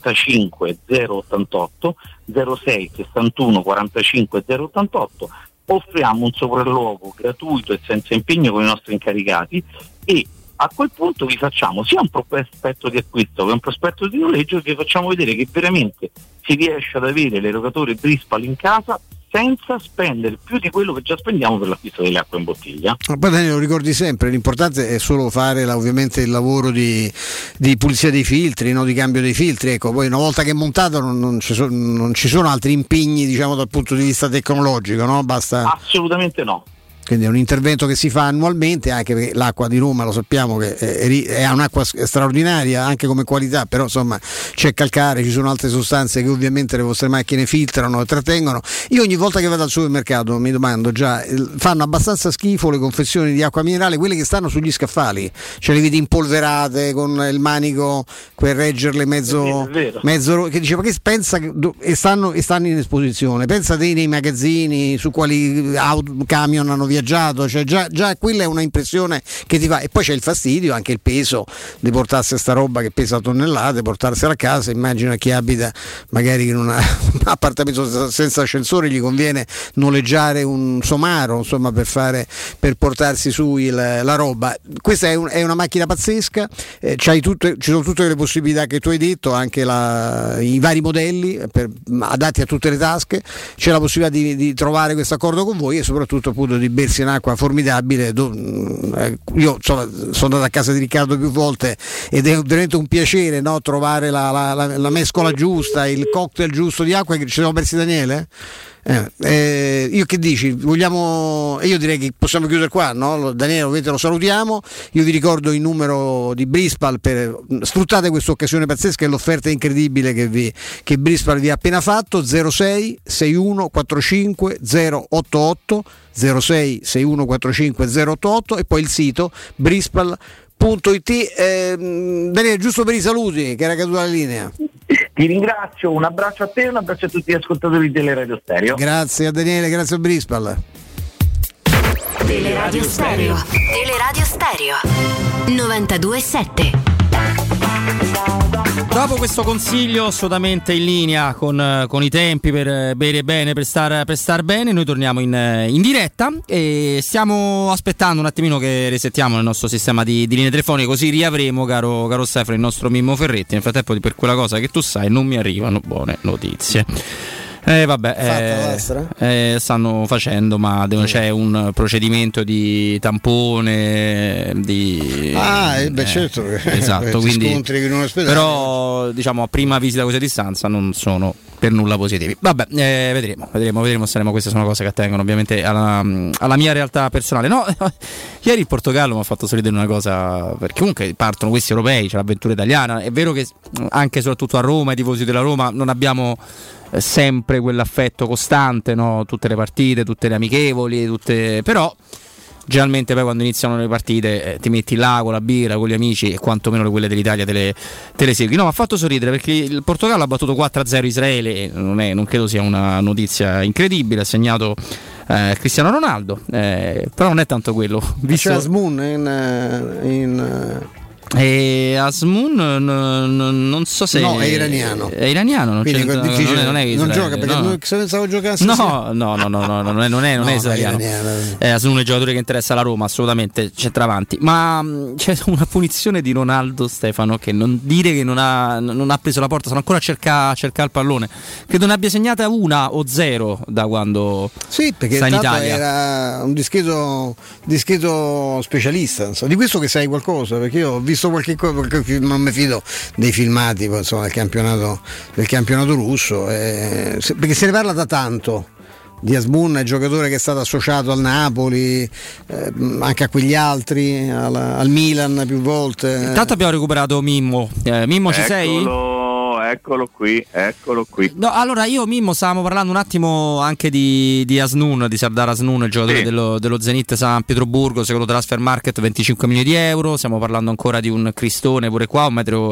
45 088 06 61 45 088. Offriamo un sopralluogo gratuito e senza impegno con i nostri incaricati, e a quel punto vi facciamo sia un prospetto di acquisto che un prospetto di noleggio, che facciamo vedere che veramente si riesce ad avere l'erogatore Brispal in casa senza spendere più di quello che già spendiamo per l'acquisto delle acque in bottiglia. Ma poi Daniele, lo ricordi sempre, l'importante è solo fare ovviamente il lavoro di pulizia dei filtri, no? Di cambio dei filtri, ecco. Poi una volta che è montato non ci sono altri impegni, diciamo, dal punto di vista tecnologico, no? Basta. Assolutamente no. Quindi è un intervento che si fa annualmente, anche perché l'acqua di Roma lo sappiamo che è un'acqua straordinaria anche come qualità, però insomma c'è calcare, ci sono altre sostanze che ovviamente le vostre macchine filtrano e trattengono. Io ogni volta che vado al supermercato mi domando già, fanno abbastanza schifo le confezioni di acqua minerale, quelle che stanno sugli scaffali, cioè le vedi impolverate con il manico per reggerle mezzo che diceva che pensa che stanno in esposizione, pensa te nei magazzini su quali camion hanno viaggiato, cioè già quella è una impressione che ti fa. E poi c'è il fastidio, anche il peso di portarsi sta roba che pesa tonnellate, portarsela a casa. Immagino a chi abita magari in un appartamento senza ascensore gli conviene noleggiare un somaro, insomma, per portarsi su la roba. Questa è una macchina pazzesca, ci sono tutte le possibilità che tu hai detto, anche i vari modelli adatti a tutte le tasche. C'è la possibilità di trovare questo accordo con voi e soprattutto appunto di bersi un'acqua formidabile. Io sono andato a casa di Riccardo più volte ed è veramente un piacere, no? Trovare la mescola giusta, il cocktail giusto di acqua. Che ci siamo persi, Daniele? Io che dici? Io direi che possiamo chiudere qua, no? Daniele, ovviamente lo salutiamo. Io vi ricordo il numero di Brispal, sfruttate questa occasione pazzesca e l'offerta incredibile che Brispal vi ha appena fatto. 06 61 45 088 06 61 45 088 e poi il sito brispal.it. Daniele, giusto per i saluti, che era caduta la linea. Ti ringrazio, un abbraccio a te e un abbraccio a tutti gli ascoltatori di Teleradio Stereo. Grazie a Daniele, grazie a Brispal. Teleradio Stereo. Teleradio Stereo 92.7. Dopo questo consiglio assolutamente in linea con i tempi per bere bene, per star bene, noi torniamo in diretta e stiamo aspettando un attimino che resettiamo il nostro sistema di linee telefoniche, così riavremo, caro Stefano, il nostro Mimmo Ferretti. Nel frattempo, per quella cosa che tu sai, non mi arrivano buone notizie. Stanno facendo, ma c'è un procedimento di tampone certo, esatto, quindi scontri in un ospedale. Però diciamo a prima visita così a distanza non sono per nulla positivi. Vabbè, vedremo. Queste sono cose che attengono ovviamente alla mia realtà personale. No, ieri il Portogallo mi ha fatto sorridere una cosa, perché comunque partono questi europei, c'è l'avventura italiana. È vero che anche e soprattutto a Roma, i tifosi della Roma, non abbiamo sempre quell'affetto costante, no? Tutte le partite, tutte le amichevoli, però generalmente poi quando iniziano le partite ti metti là con la birra, con gli amici, e quantomeno quelle dell'Italia te le segui. No, mi ha fatto sorridere perché il Portogallo ha battuto 4-0 Israele, non credo sia una notizia incredibile, ha segnato Cristiano Ronaldo, però non è tanto quello. C'è Asmoun in Asmoun non so se no, è iraniano. È iraniano, non gioca perché non pensavo giocasse. No, non è israeliano. È Asmoun, il giocatore che interessa alla Roma, assolutamente centravanti. Ma c'è una punizione di Ronaldo, Stefano, che non dire che non ha preso la porta, sono ancora a cercare il pallone. Credo ne abbia segnata 1 o 0 da quando perché sta in Italia. Era un discreto specialista, insomma. Di questo che sai qualcosa, perché io ho visto qualche cosa, non mi fido dei filmati, insomma, del campionato russo, perché se ne parla da tanto di Asmoun, il giocatore che è stato associato al Napoli, anche a quegli altri, al Milan più volte. Intanto abbiamo recuperato Mimmo. Mimmo, ci sei? Eccolo qui. No, allora io Mimmo stavamo parlando un attimo anche di Asnoun, di Sardar Asnoun, il giocatore dello Zenit San Pietroburgo, secondo Transfer Market 25 milioni di euro. Stiamo parlando ancora di un cristone pure qua,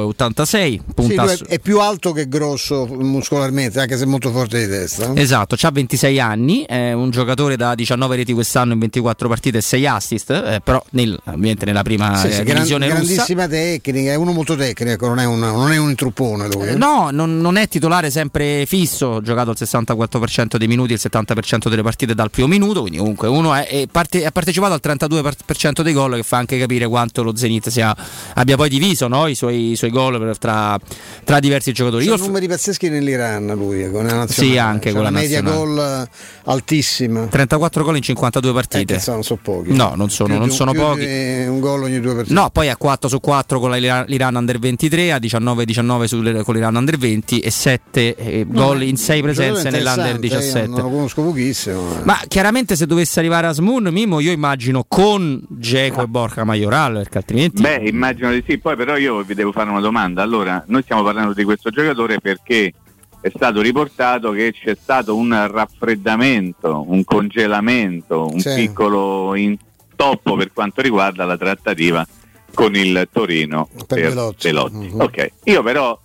1,86 m. È più alto che grosso muscolarmente, anche se è molto forte di testa. Esatto, c'ha 26 anni, è un giocatore da 19 reti quest'anno in 24 partite e 6 assist, però ovviamente nella prima divisione russa. Grandissima tecnica, è uno molto tecnico, non è un intruppone lui. No, non è titolare sempre fisso, ha giocato il 64% dei minuti, il 70% delle partite dal primo minuto, quindi comunque uno ha partecipato al 32% dei gol, che fa anche capire quanto lo Zenit abbia poi diviso, no? i suoi gol tra diversi giocatori. Sono numeri pazzeschi nell'Iran lui, con la nazionale. Sì, anche con la media gol altissima. 34 gol in 52 partite. Non sono pochi. No, non sono pochi. Un gol ogni 2 partite. No, poi a 4 su 4 con l'Iran Under 23, a 19-19 con l'Iran Under 20 e 7 gol in 6 presenze nell'Under 17. Non lo conosco pochissimo. Ma chiaramente se dovesse arrivare Asmoun, Mimmo, io immagino con Dzeko e Borja Majoral, perché altrimenti... immagino di sì. Poi però io vi devo fare una domanda. Allora, noi stiamo parlando di questo giocatore perché è stato riportato che c'è stato un raffreddamento, un congelamento, un piccolo intoppo per quanto riguarda la trattativa con il Torino per Belotti. Ok, io però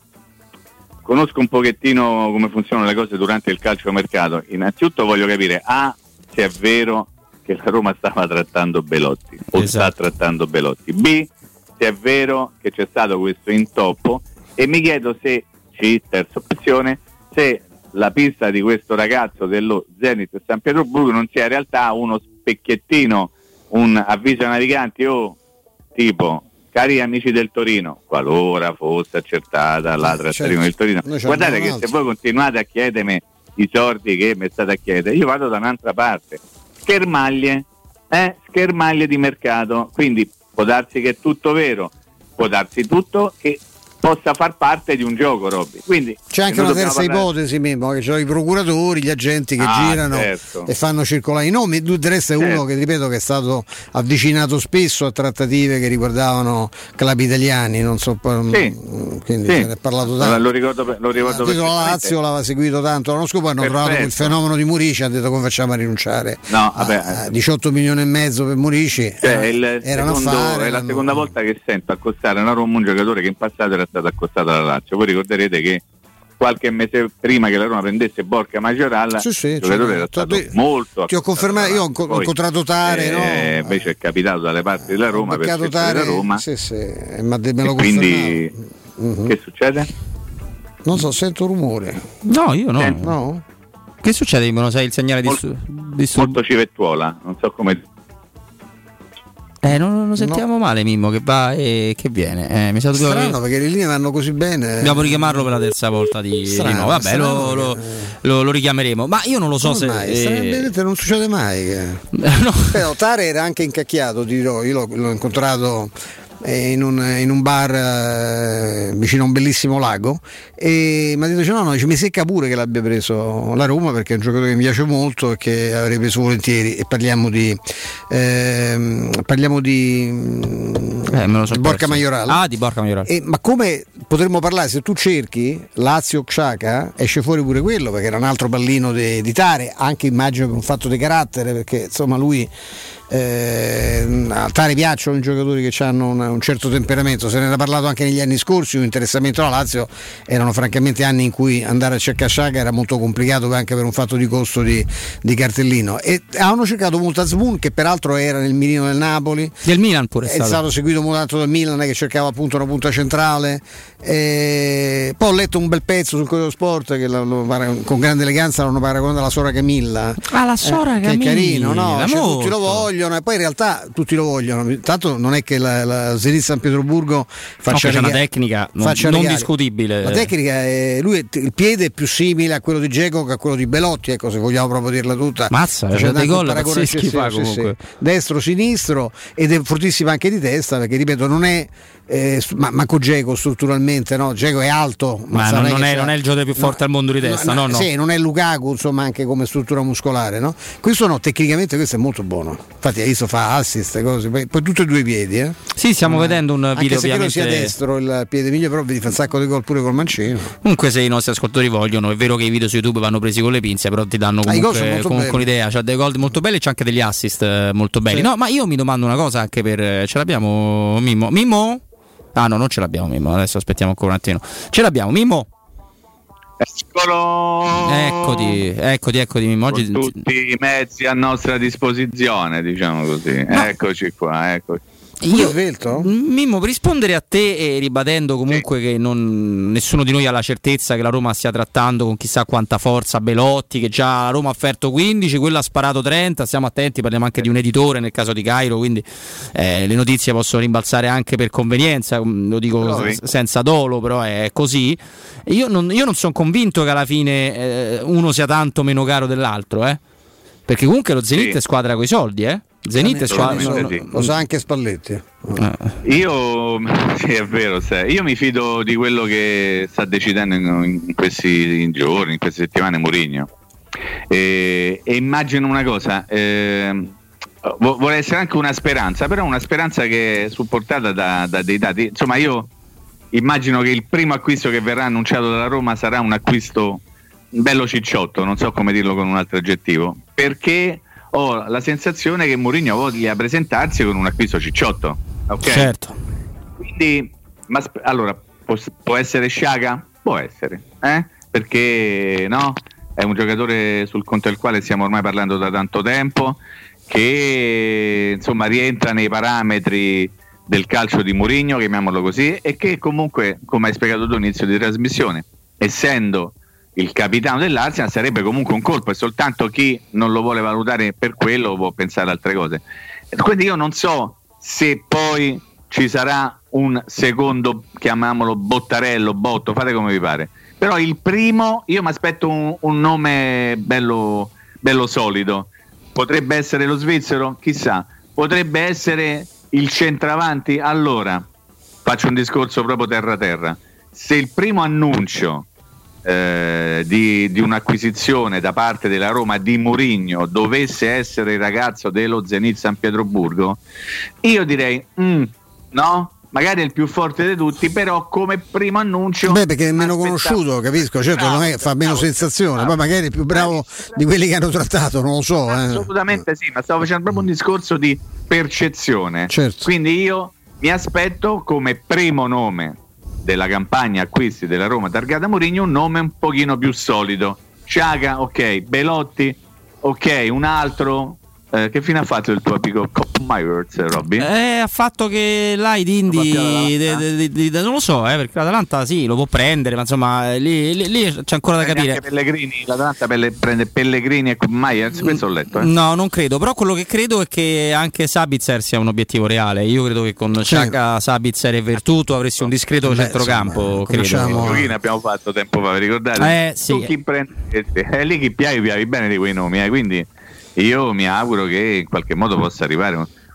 conosco un pochettino come funzionano le cose durante il calciomercato. Innanzitutto voglio capire se è vero che la Roma stava trattando Belotti o sta trattando Belotti, B, se è vero che c'è stato questo intoppo, e mi chiedo se, terza opzione, se la pista di questo ragazzo dello Zenit San Pietroburgo non sia in realtà uno specchiettino, un avviso ai naviganti tipo: cari amici del Torino, qualora fosse accertata la trattativa del Torino, guardate che se voi continuate a chiedermi i soldi che mi state a chiedere, io vado da un'altra parte. Schermaglie di mercato, quindi può darsi che è tutto vero, può darsi tutto che possa far parte di un gioco, Robby. Quindi c'è anche una terza ipotesi, Mimmo, che sono i procuratori, gli agenti che girano e fanno circolare i nomi. Del resto è uno che, ripeto, che è stato avvicinato spesso a trattative che riguardavano club italiani, non so, quindi se ne è parlato tanto. Lo ricordo la Lazio l'aveva seguito tanto l'anno scorso, poi hanno trovato quel fenomeno di Murici, ha detto come facciamo a rinunciare a 18 milioni e mezzo per Murici. È la seconda volta che sento accostare una Roma un giocatore che in passato era stato accostato alla Lazio. Voi ricorderete che qualche mese prima che la Roma prendesse Borja Majoral, il giocatore era stato molto. Ti ho confermato, io ho incontrato Tare, invece è capitato dalle parti della Roma per Tare, Roma. Me lo quindi che succede? Non so, sento rumore. No, io no. No? Che succede? Non sai il segnale di molto civettuola, non so come. Non sentiamo male Mimmo che va e che viene. Mi sa strano perché le linee vanno così bene. Dobbiamo richiamarlo per la terza volta di nuovo. Vabbè, lo richiameremo. Ma io non lo so non succede mai. Però Tare era anche incacchiato, dirò. Io l'ho incontrato in un bar vicino a un bellissimo lago, e mi ha detto no, mi secca pure che l'abbia preso la Roma, perché è un giocatore che mi piace molto e che avrei preso volentieri, e parliamo di Borca Majoral. Di Borca Majoral. Ma come potremmo parlare, se tu cerchi Lazio Xhaka, esce fuori pure quello, perché era un altro pallino di Tare, anche immagino per un fatto di carattere, perché insomma lui a Tare piacciono i giocatori che hanno un certo temperamento. Se ne era parlato anche negli anni scorsi, un interessamento alla Lazio, erano francamente anni in cui andare a cercare Xhaka era molto complicato anche per un fatto di costo di cartellino, e hanno cercato molto Azmoun, che peraltro era nel mirino del Napoli, del Milan pure è stato seguito molto tanto dal Milan, che cercava appunto una punta centrale. Poi ho letto un bel pezzo sul Corriere Sport che con grande eleganza l'hanno paragonato alla Sora Camilla, la Sora Camilla, che è carino, no? Cioè, tutti lo vogliono, e poi in realtà tutti lo vogliono, tanto non è che la Zenit San Pietroburgo faccia una tecnica non discutibile, la tecnica è, lui il piede è più simile a quello di Dzeko che a quello di Belotti, ecco, se vogliamo proprio dirla tutta. Mazza, c'è dei gol pazzeschi fa comunque, destro sinistro, ed è fortissimo anche di testa, perché ripeto non è manco Dzeko strutturalmente, no? Dzeko è alto, ma non è il giocatore più forte al mondo di testa, no. Sì, non è Lukaku, insomma, anche come struttura muscolare, no? Tecnicamente questo è molto buono, infatti hai visto fa assist, cose, poi tutti e due i piedi, Sì, stiamo vedendo un video, anche se ovviamente sia destro il piede migliore, però vedi fa un sacco di gol pure col mancino. Comunque, se i nostri ascoltatori vogliono, è vero che i video su YouTube vanno presi con le pinze, però ti danno comunque un'idea, c'ha dei gol molto belli, c'è anche degli assist molto belli. Sì. No, ma io mi domando una cosa, anche ce l'abbiamo Mimmo? Ah no, non ce l'abbiamo Mimmo, adesso aspettiamo ancora un attimo. Ce l'abbiamo Mimmo? Eccolo! Eccoti Mimmo. Oggi con tutti i mezzi a nostra disposizione, diciamo così. No. Eccoci qua, eccoci. Mimmo, per rispondere a te, e ribadendo comunque che nessuno di noi ha la certezza che la Roma stia trattando con chissà quanta forza Belotti, che già la Roma ha offerto 15, quello ha sparato 30, stiamo attenti, parliamo anche di un editore nel caso di Cairo, quindi le notizie possono rimbalzare anche per convenienza, lo dico senza dolo, però è così. Io non sono convinto che alla fine uno sia tanto meno caro dell'altro, perché comunque lo Zenit è squadra coi soldi, Zenit è squadra, lo sa anche Spalletti. Io sì, è vero, io mi fido di quello che sta decidendo in questi giorni, in queste settimane Mourinho, e immagino una cosa, vuole essere anche una speranza, però una speranza che è supportata da dei dati. Insomma, io immagino che il primo acquisto che verrà annunciato dalla Roma sarà un acquisto bello cicciotto, non so come dirlo con un altro aggettivo, perché ho la sensazione che Mourinho voglia presentarsi con un acquisto cicciotto, ok? Certo. Quindi, allora può essere Xhaka? Può essere, perché no? È un giocatore sul conto del quale stiamo ormai parlando da tanto tempo, che insomma rientra nei parametri del calcio di Mourinho, chiamiamolo così, e che comunque, come hai spiegato tu all'inizio di trasmissione, essendo il capitano dell'Arsenal, sarebbe comunque un colpo, e soltanto chi non lo vuole valutare per quello può pensare altre cose. Quindi io non so se poi ci sarà un secondo, chiamiamolo Bottarello, Botto, fate come vi pare, però il primo io mi aspetto un nome bello solido. Potrebbe essere lo svizzero, chissà, potrebbe essere il centravanti. Allora faccio un discorso proprio terra, se il primo annuncio di un'acquisizione da parte della Roma di Mourinho dovesse essere il ragazzo dello Zenit San Pietroburgo, io direi no, magari è il più forte di tutti, però come primo annuncio perché è meno conosciuto, capisco, certo, non è, fa meno sensazione, poi magari è più bravo di quelli che hanno trattato, non lo so. Assolutamente sì, ma stavo facendo proprio un discorso di percezione, certo. Quindi io mi aspetto come primo nome della campagna acquisti della Roma targata Mourinho un nome un pochino più solido. Xhaka, ok, Belotti, ok, un altro. Che fine ha fatto il tuo amico Cop Myers, Robby? Ha fatto che l'Indy non lo so, perché l'Atalanta sì, lo può prendere, ma insomma lì c'è ancora da capire. Anche Pellegrini, l'Atalanta prende Pellegrini e Cop Myers, questo ho letto. No, non credo, però quello che credo è che anche Sabitzer sia un obiettivo reale. Io credo che con Xhaka, Sabitzer e Vertuto avresti un discreto centrocampo, credo. Che ne abbiamo fatto tempo fa, vi ricordate? Sì. Tu chi prende? È lì chi piavi bene di quei nomi, quindi io mi auguro che in qualche modo possa arrivare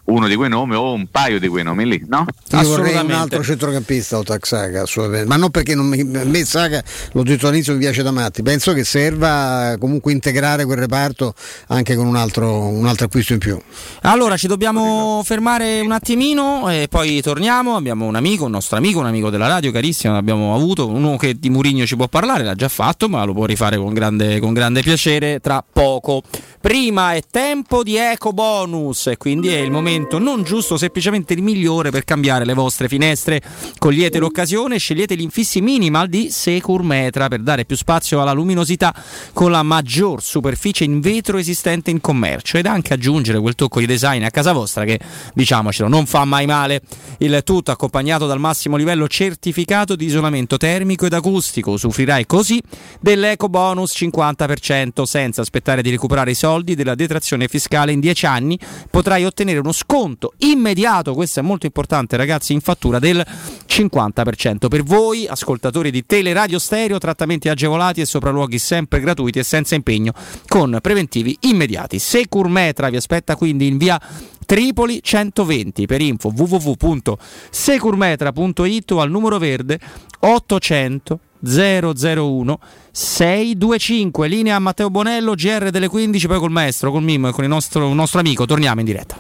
uno di quei nomi o un paio di quei nomi lì, no? Io vorrei un altro centrocampista Otaksaka, assolutamente, ma non perché a me Saka, l'ho detto all'inizio, mi piace da matti, penso che serva comunque integrare quel reparto anche con un altro acquisto in più. Allora ci dobbiamo fermare un attimino e poi torniamo. Abbiamo un nostro amico, un amico della radio carissimo, abbiamo avuto uno che di Mourinho ci può parlare, l'ha già fatto, ma lo può rifare con grande piacere tra poco. Prima è tempo di ecobonus e quindi è il momento non giusto, semplicemente il migliore per cambiare le vostre finestre. Cogliete l'occasione, scegliete gli infissi minimal di Securmetra per dare più spazio alla luminosità con la maggior superficie in vetro esistente in commercio ed anche aggiungere quel tocco di design a casa vostra che, diciamocelo, non fa mai male. Il tutto accompagnato dal massimo livello certificato di isolamento termico ed acustico. Usufruirai così dell'ecobonus 50% senza aspettare di recuperare i soldi della detrazione fiscale in 10 anni. Potrai ottenere uno sconto immediato, questo è molto importante ragazzi, in fattura del 50%. Per voi ascoltatori di Teleradio Stereo, trattamenti agevolati e sopralluoghi sempre gratuiti e senza impegno con preventivi immediati. Securmetra vi aspetta quindi in via Tripoli 120. Per info www.securmetra.it o al numero verde 800 001 625. Linea a Matteo Bonello, GR delle 15, poi col maestro, col Mimmo e con il nostro amico torniamo in diretta.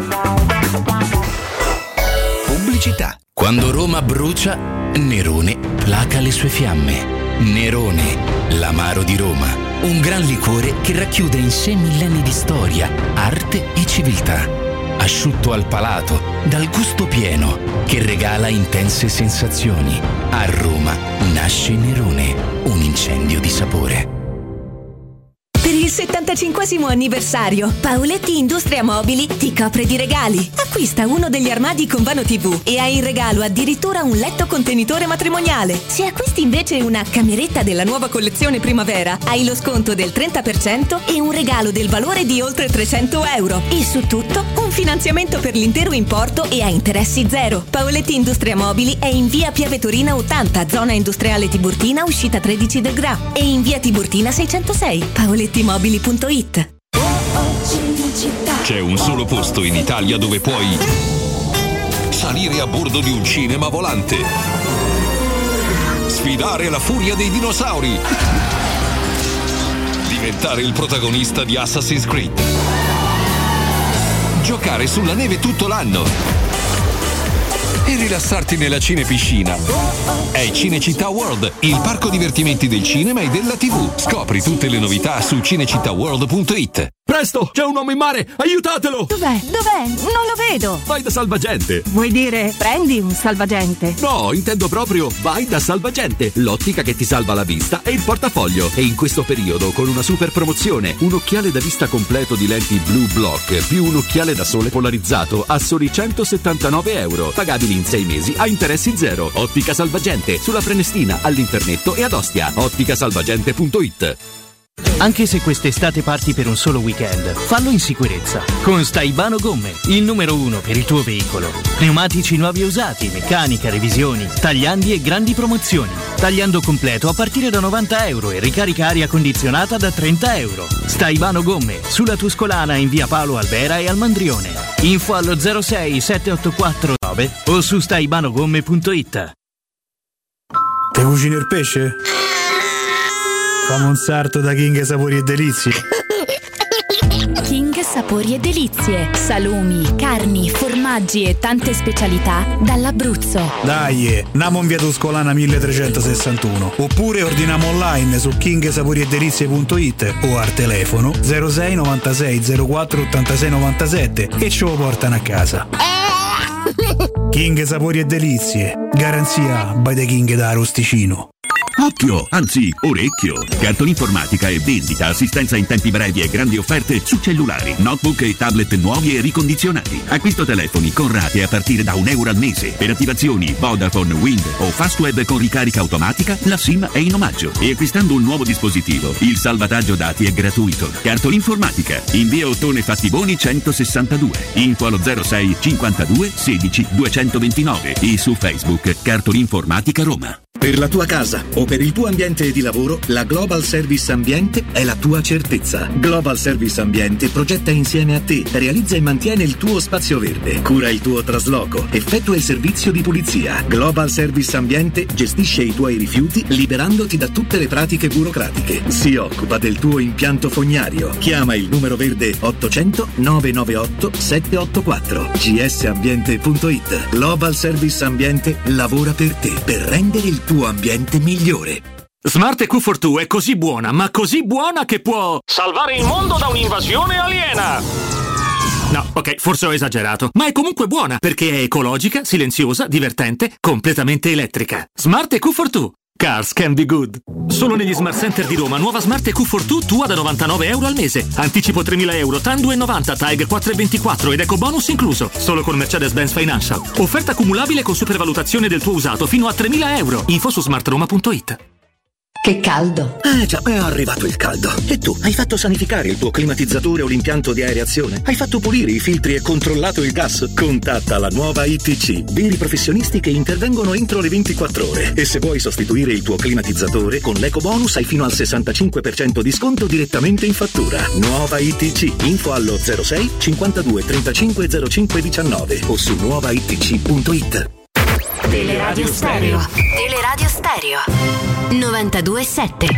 Pubblicità. Quando Roma brucia, Nerone placa le sue fiamme. Nerone, l'amaro di Roma, un gran liquore che racchiude in sé millenni di storia, arte e civiltà. Asciutto al palato, dal gusto pieno, che regala intense sensazioni. A Roma nasce Nerone, un incendio di sapore. Per il 75° anniversario, Paoletti Industria Mobili ti copre di regali. Acquista uno degli armadi con vano TV e hai in regalo addirittura un letto contenitore matrimoniale. Se acquisti invece una cameretta della nuova collezione primavera, hai lo sconto del 30% e un regalo del valore di oltre 300 euro. E su tutto, un finanziamento per l'intero importo e a interessi zero. Paoletti Industria Mobili è in via Piave Torina 80, zona industriale Tiburtina, uscita 13 del Gra. E in via Tiburtina 606. PaolettiMobili.it. C'è un solo posto in Italia dove puoi salire a bordo di un cinema volante, sfidare la furia dei dinosauri, diventare il protagonista di Assassin's Creed, giocare sulla neve tutto l'anno e rilassarti nella cinepiscina. È Cinecittà World, il parco divertimenti del cinema e della TV. Scopri tutte le novità su cinecittàworld.it. Presto, c'è un uomo in mare, aiutatelo! Dov'è? Non lo vedo! Vai da Salvagente! Vuoi dire prendi un salvagente? No, intendo proprio vai da Salvagente, l'ottica che ti salva la vista e il portafoglio. E in questo periodo con una super promozione, un occhiale da vista completo di lenti Blue Block più un occhiale da sole polarizzato a soli 179 euro, pagabili in 6 mesi a interessi zero. Ottica Salvagente, sulla Prenestina, all'Internetto e ad Ostia. otticasalvagente.it. Anche se quest'estate parti per un solo weekend, fallo in sicurezza. Con Staibano Gomme, il numero 1 per il tuo veicolo. Pneumatici nuovi e usati, meccanica, revisioni, tagliandi e grandi promozioni. Tagliando completo a partire da 90 euro e ricarica aria condizionata da 30 euro. Staibano Gomme, sulla Tuscolana in via Paolo Albera e al Mandrione. Info allo 06 784 9 o su staibanogomme.it. Te cucini il pesce? Famo un sarto da King Sapori e Delizie. King Sapori e Delizie. Salumi, carni, formaggi e tante specialità dall'Abruzzo. Dai, namo in via Tuscolana 1361. Oppure ordiniamo online su kingsaporiedelizie.it o al telefono 06 96 04 86 97 e ce lo portano a casa. King Sapori e Delizie. Garanzia by the King da Arosticino. Occhio, anzi orecchio! Cartolinformatica e vendita, assistenza in tempi brevi e grandi offerte su cellulari, notebook e tablet nuovi e ricondizionati. Acquisto telefoni con rate a partire da €1 al mese. Per attivazioni Vodafone, Wind o Fastweb con ricarica automatica, la SIM è in omaggio. E acquistando un nuovo dispositivo, il salvataggio dati è gratuito. Cartolinformatica, in via Ottone Fattiboni 162. Info allo 06 52 16 229 e su Facebook Cartolinformatica Roma. Per la tua casa o per il tuo ambiente di lavoro, la Global Service Ambiente è la tua certezza. Global Service Ambiente progetta insieme a te, realizza e mantiene il tuo spazio verde, cura il tuo trasloco, effettua il servizio di pulizia. Global Service Ambiente gestisce i tuoi rifiuti liberandoti da tutte le pratiche burocratiche. Si occupa del tuo impianto fognario. Chiama il numero verde 800 998 784. gsambiente.it. Global Service Ambiente lavora per te, per rendere il tuo ambiente migliore. Smart EQ42 è così buona, ma così buona che può salvare il mondo da un'invasione aliena. No, ok, forse ho esagerato, ma è comunque buona perché è ecologica, silenziosa, divertente, completamente elettrica. Smart EQ42. Cars can be good. Solo negli Smart Center di Roma, nuova Smart EQ42 tua da €99 al mese. Anticipo €3.000, TAN 2,90, TAG 4,24 ed eco bonus incluso. Solo con Mercedes-Benz Financial. Offerta cumulabile con supervalutazione del tuo usato fino a €3.000. Info su smartroma.it. Che caldo! Già, è arrivato il caldo. E tu, hai fatto sanificare il tuo climatizzatore o l'impianto di areazione? Hai fatto pulire i filtri e controllato il gas? Contatta la nuova ITC, veri professionisti che intervengono entro le 24 ore. E se vuoi sostituire il tuo climatizzatore, con l'eco bonus hai fino al 65% di sconto direttamente in fattura. Nuova ITC, info allo 06 52 35 05 19 o su nuovaitc.it. Teleradio Stereo. Teleradio Stereo 92.7.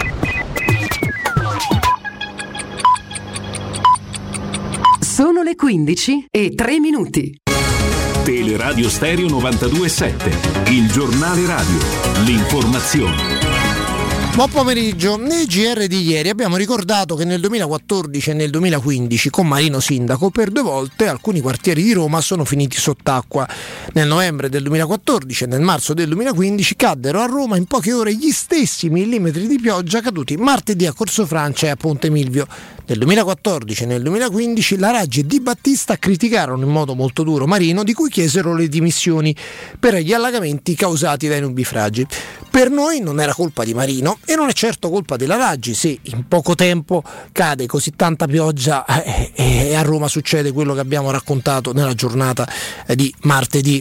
Sono le 15:03. Teleradio Stereo 92.7, il giornale radio, l'informazione. Buon pomeriggio. Nel GR di ieri abbiamo ricordato che nel 2014 e nel 2015 con Marino sindaco per 2 volte alcuni quartieri di Roma sono finiti sott'acqua. Nel novembre del 2014 e nel marzo del 2015 caddero a Roma in poche ore gli stessi millimetri di pioggia caduti martedì a Corso Francia e a Ponte Milvio. Nel 2014 e nel 2015 la Raggi e Di Battista criticarono in modo molto duro Marino, di cui chiesero le dimissioni per gli allagamenti causati dai nubifragi. Per noi non era colpa di Marino e non è certo colpa della Raggi se in poco tempo cade così tanta pioggia e a Roma succede quello che abbiamo raccontato nella giornata di martedì.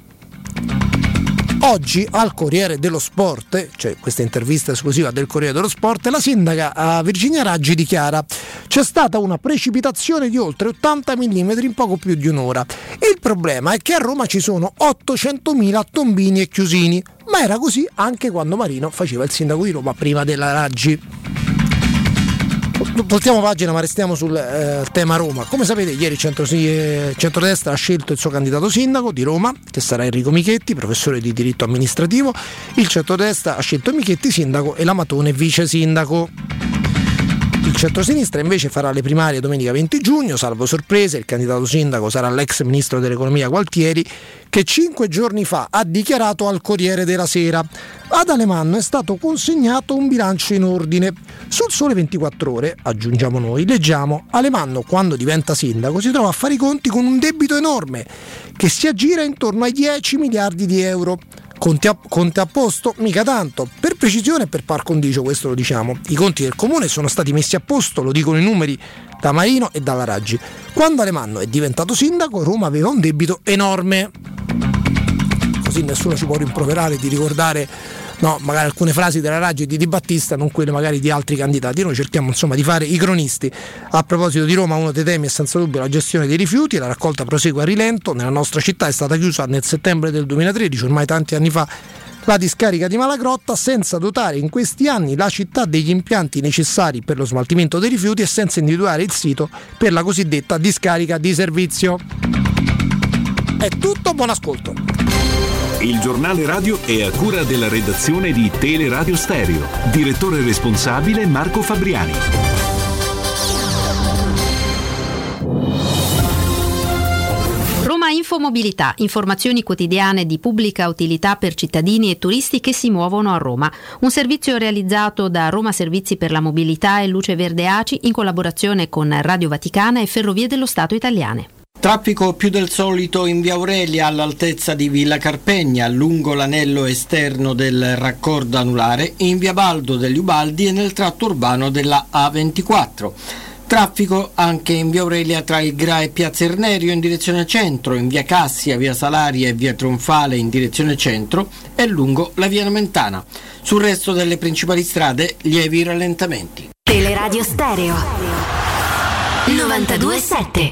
Oggi al Corriere dello Sport, cioè questa intervista esclusiva del Corriere dello Sport, la sindaca Virginia Raggi dichiara: c'è stata una precipitazione di oltre 80 mm in poco più di un'ora e il problema è che a Roma ci sono 800.000 tombini e chiusini, ma era così anche quando Marino faceva il sindaco di Roma prima della Raggi. Voltiamo pagina, ma restiamo sul tema Roma. Come sapete, ieri il centrodestra ha scelto il suo candidato sindaco di Roma, che sarà Enrico Michetti, professore di diritto amministrativo. Il centrodestra ha scelto Michetti sindaco e L'Amatone vice sindaco. Il centrosinistra invece farà le primarie domenica 20 giugno, salvo sorprese. Il candidato sindaco sarà l'ex ministro dell'economia Gualtieri, che 5 giorni fa ha dichiarato al Corriere della Sera: ad Alemanno è stato consegnato un bilancio in ordine. Sul Sole 24 Ore, aggiungiamo noi, leggiamo: Alemanno quando diventa sindaco si trova a fare i conti con un debito enorme che si aggira intorno ai 10 miliardi di euro. Conte a posto? Mica tanto. Per precisione e per par condicio, questo lo diciamo, i conti del comune sono stati messi a posto, lo dicono i numeri da Marino e dalla Raggi. Quando Alemanno è diventato sindaco, Roma aveva un debito enorme. Così nessuno ci può rimproverare di ricordare magari alcune frasi della Raggi e di Di Battista, non quelle magari di altri candidati. Noi cerchiamo insomma di fare i cronisti. A proposito di Roma, uno dei temi è senza dubbio la gestione dei rifiuti. La raccolta prosegue a rilento. Nella nostra città è stata chiusa nel settembre del 2013, ormai tanti anni fa, la discarica di Malagrotta, senza dotare in questi anni la città degli impianti necessari per lo smaltimento dei rifiuti e senza individuare il sito per la cosiddetta discarica di servizio. È tutto, buon ascolto. Il giornale radio è a cura della redazione di Teleradio Stereo. Direttore responsabile Marco Fabriani. Roma Infomobilità, informazioni quotidiane di pubblica utilità per cittadini e turisti che si muovono a Roma. Un servizio realizzato da Roma Servizi per la Mobilità e Luce Verde ACI in collaborazione con Radio Vaticana e Ferrovie dello Stato italiane. Traffico più del solito in via Aurelia all'altezza di Villa Carpegna, lungo l'anello esterno del raccordo anulare, in via Baldo degli Ubaldi e nel tratto urbano della A24. Traffico anche in via Aurelia tra il Gra e piazza Irnerio in direzione centro, in via Cassia, via Salaria e via Tronfale in direzione centro e lungo la via Nomentana. Sul resto delle principali strade lievi rallentamenti. Teleradio Stereo 92.7.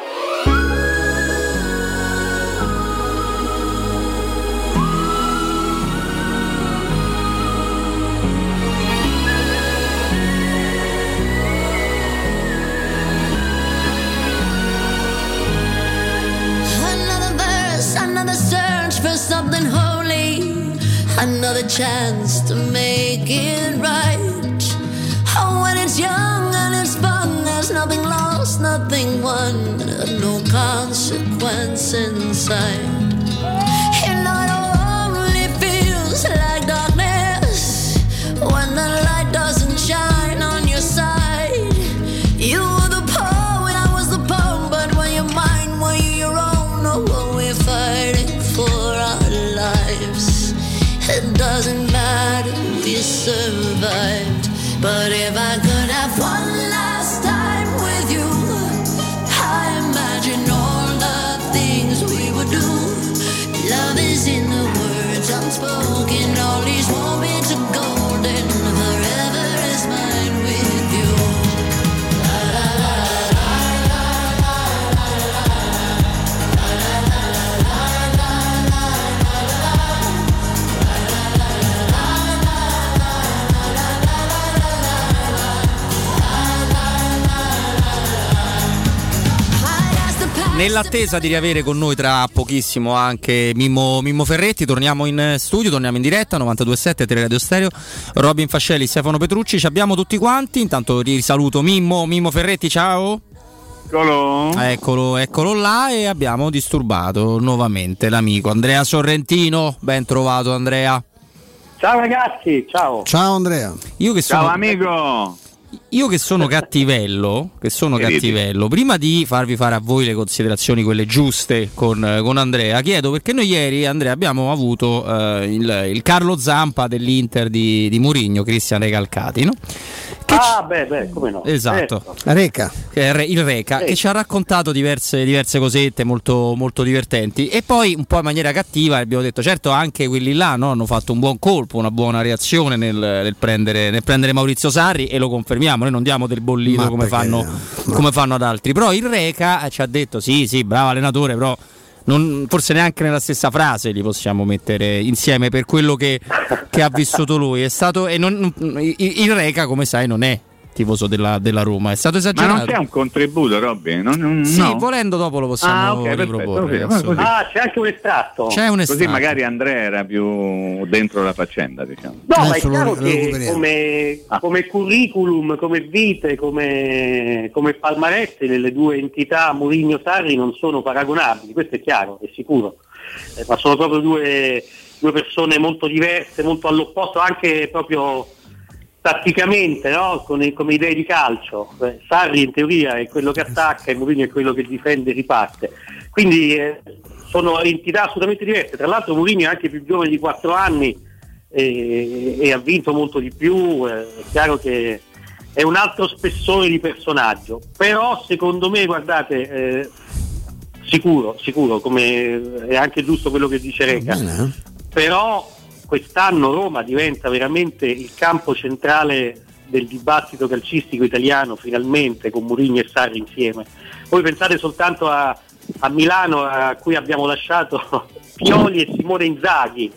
Something holy, another chance to make it right. Oh, when it's young and it's fun, there's nothing lost, nothing won, no consequence inside. You know it only feels like darkness when the light doesn't shine on your side. You were the poet, I was the poem, but when you're mine, when you're your own, oh, when we're fighting for our lives, it doesn't matter, we survived. But if I could have one last time with you, I imagine all the things we would do. Love is in the words unspoken, all these moments are golden, forever is mine with you. Nell'attesa di riavere con noi tra pochissimo anche Mimmo Ferretti, torniamo in studio, torniamo in diretta 92.7 Teleradio Stereo. Robin Fascelli, Stefano Petrucci, ci abbiamo tutti quanti. Intanto risaluto Mimmo Ferretti, ciao. Eccolo là, e abbiamo disturbato nuovamente l'amico Andrea Sorrentino. Ben trovato, Andrea. Ciao ragazzi, ciao. Ciao Andrea. Ciao amico. Io che sono cattivello, prima di farvi fare a voi le considerazioni quelle giuste con Andrea, chiedo, perché noi ieri, Andrea, abbiamo avuto il Carlo Zampa dell'Inter di Mourinho, Cristian Recalcati, no? Come no? Esatto. Certo. Il Reca, che ci ha raccontato diverse cosette molto, molto divertenti, e poi un po' in maniera cattiva abbiamo detto, certo anche quelli là, no, hanno fatto un buon colpo, una buona reazione nel prendere Maurizio Sarri, e lo confermiamo, noi non diamo del bollito come fanno ad altri, però il Reca ci ha detto sì, bravo allenatore, però forse neanche nella stessa frase li possiamo mettere insieme per quello che ha vissuto lui. È stato, il Reca, come sai, non è tifoso della Roma, è stato esagerato. Ma non c'è un contributo, Robby? Sì, no. volendo dopo lo possiamo riproporre. C'è anche un estratto. Così magari Andrea era più dentro la faccenda, diciamo. No, ma è chiaro che come curriculum, come vite, come palmarès, le due entità Mourinho-Sarri non sono paragonabili, questo è chiaro, è sicuro. Ma sono proprio due persone molto diverse, molto all'opposto, anche proprio tatticamente, no? Come idee di calcio. Sarri in teoria è quello che attacca e Mourinho è quello che difende e riparte, quindi sono entità assolutamente diverse. Tra l'altro Mourinho è anche più giovane di 4 anni e ha vinto molto di più, è chiaro che è un altro spessore di personaggio, però secondo me, guardate, sicuro, come è anche giusto quello che dice Reca, però quest'anno Roma diventa veramente il campo centrale del dibattito calcistico italiano, finalmente, con Mourinho e Sarri insieme. Voi pensate soltanto a Milano, a cui abbiamo lasciato Pioli e Simone Inzaghi.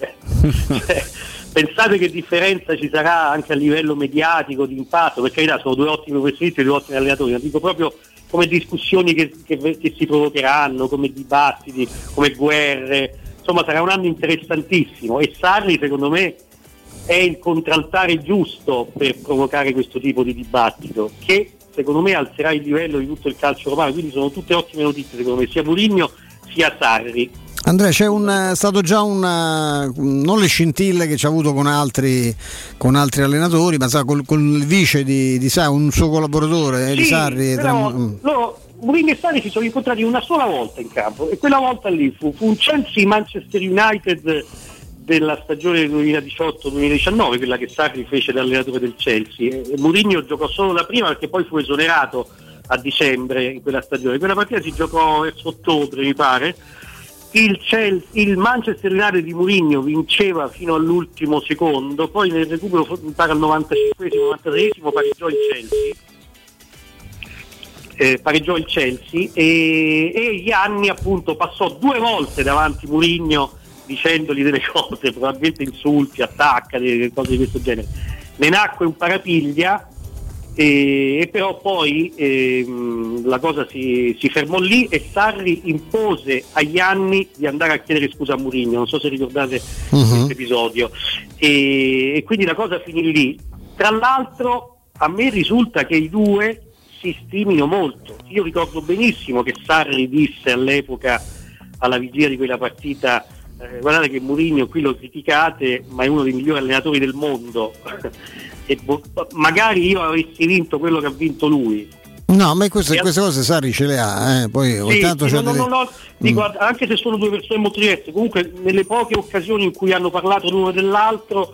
Pensate che differenza ci sarà anche a livello mediatico, di impatto, perché sono due ottimi professionisti e due ottimi allenatori, ma dico proprio come discussioni che si provocheranno, come dibattiti, come guerre. Insomma, sarà un anno interessantissimo, e Sarri secondo me è il contraltare giusto per provocare questo tipo di dibattito, che secondo me alzerà il livello di tutto il calcio romano. Quindi sono tutte ottime notizie, secondo me, sia Mourinho sia Sarri. Andrea, c'è stato già non le scintille che ci ha avuto con altri allenatori, ma col vice di un suo collaboratore, di Sarri. Mourinho e Sarri si sono incontrati una sola volta in campo, e quella volta lì fu un Chelsea-Manchester United della stagione 2018-2019, quella che Sarri fece da allenatore del Chelsea. Mourinho giocò solo la prima perché poi fu esonerato a dicembre in quella stagione. Quella partita si giocò verso ottobre, mi pare. Il Manchester United di Mourinho vinceva fino all'ultimo secondo, poi nel recupero, mi pare al 95esimo, 96esimo, pareggiò il Chelsea e Ianni appunto passò 2 volte davanti Mourinho dicendogli delle cose, probabilmente insulti, attacca, delle cose di questo genere. Ne nacque un parapiglia e però poi la cosa si fermò lì e Sarri impose agli anni di andare a chiedere scusa a Mourinho, non so se ricordate questo episodio, e quindi la cosa finì lì. Tra l'altro a me risulta che i due si stimino molto. Io ricordo benissimo che Sarri disse all'epoca, alla vigilia di quella partita, guardate che Mourinho qui lo criticate ma è uno dei migliori allenatori del mondo e magari io avessi vinto quello che ha vinto lui. No, ma queste cose Sarri ce le ha, poi ogni tanto dico, anche se sono due persone molto diverse, comunque nelle poche occasioni in cui hanno parlato l'uno dell'altro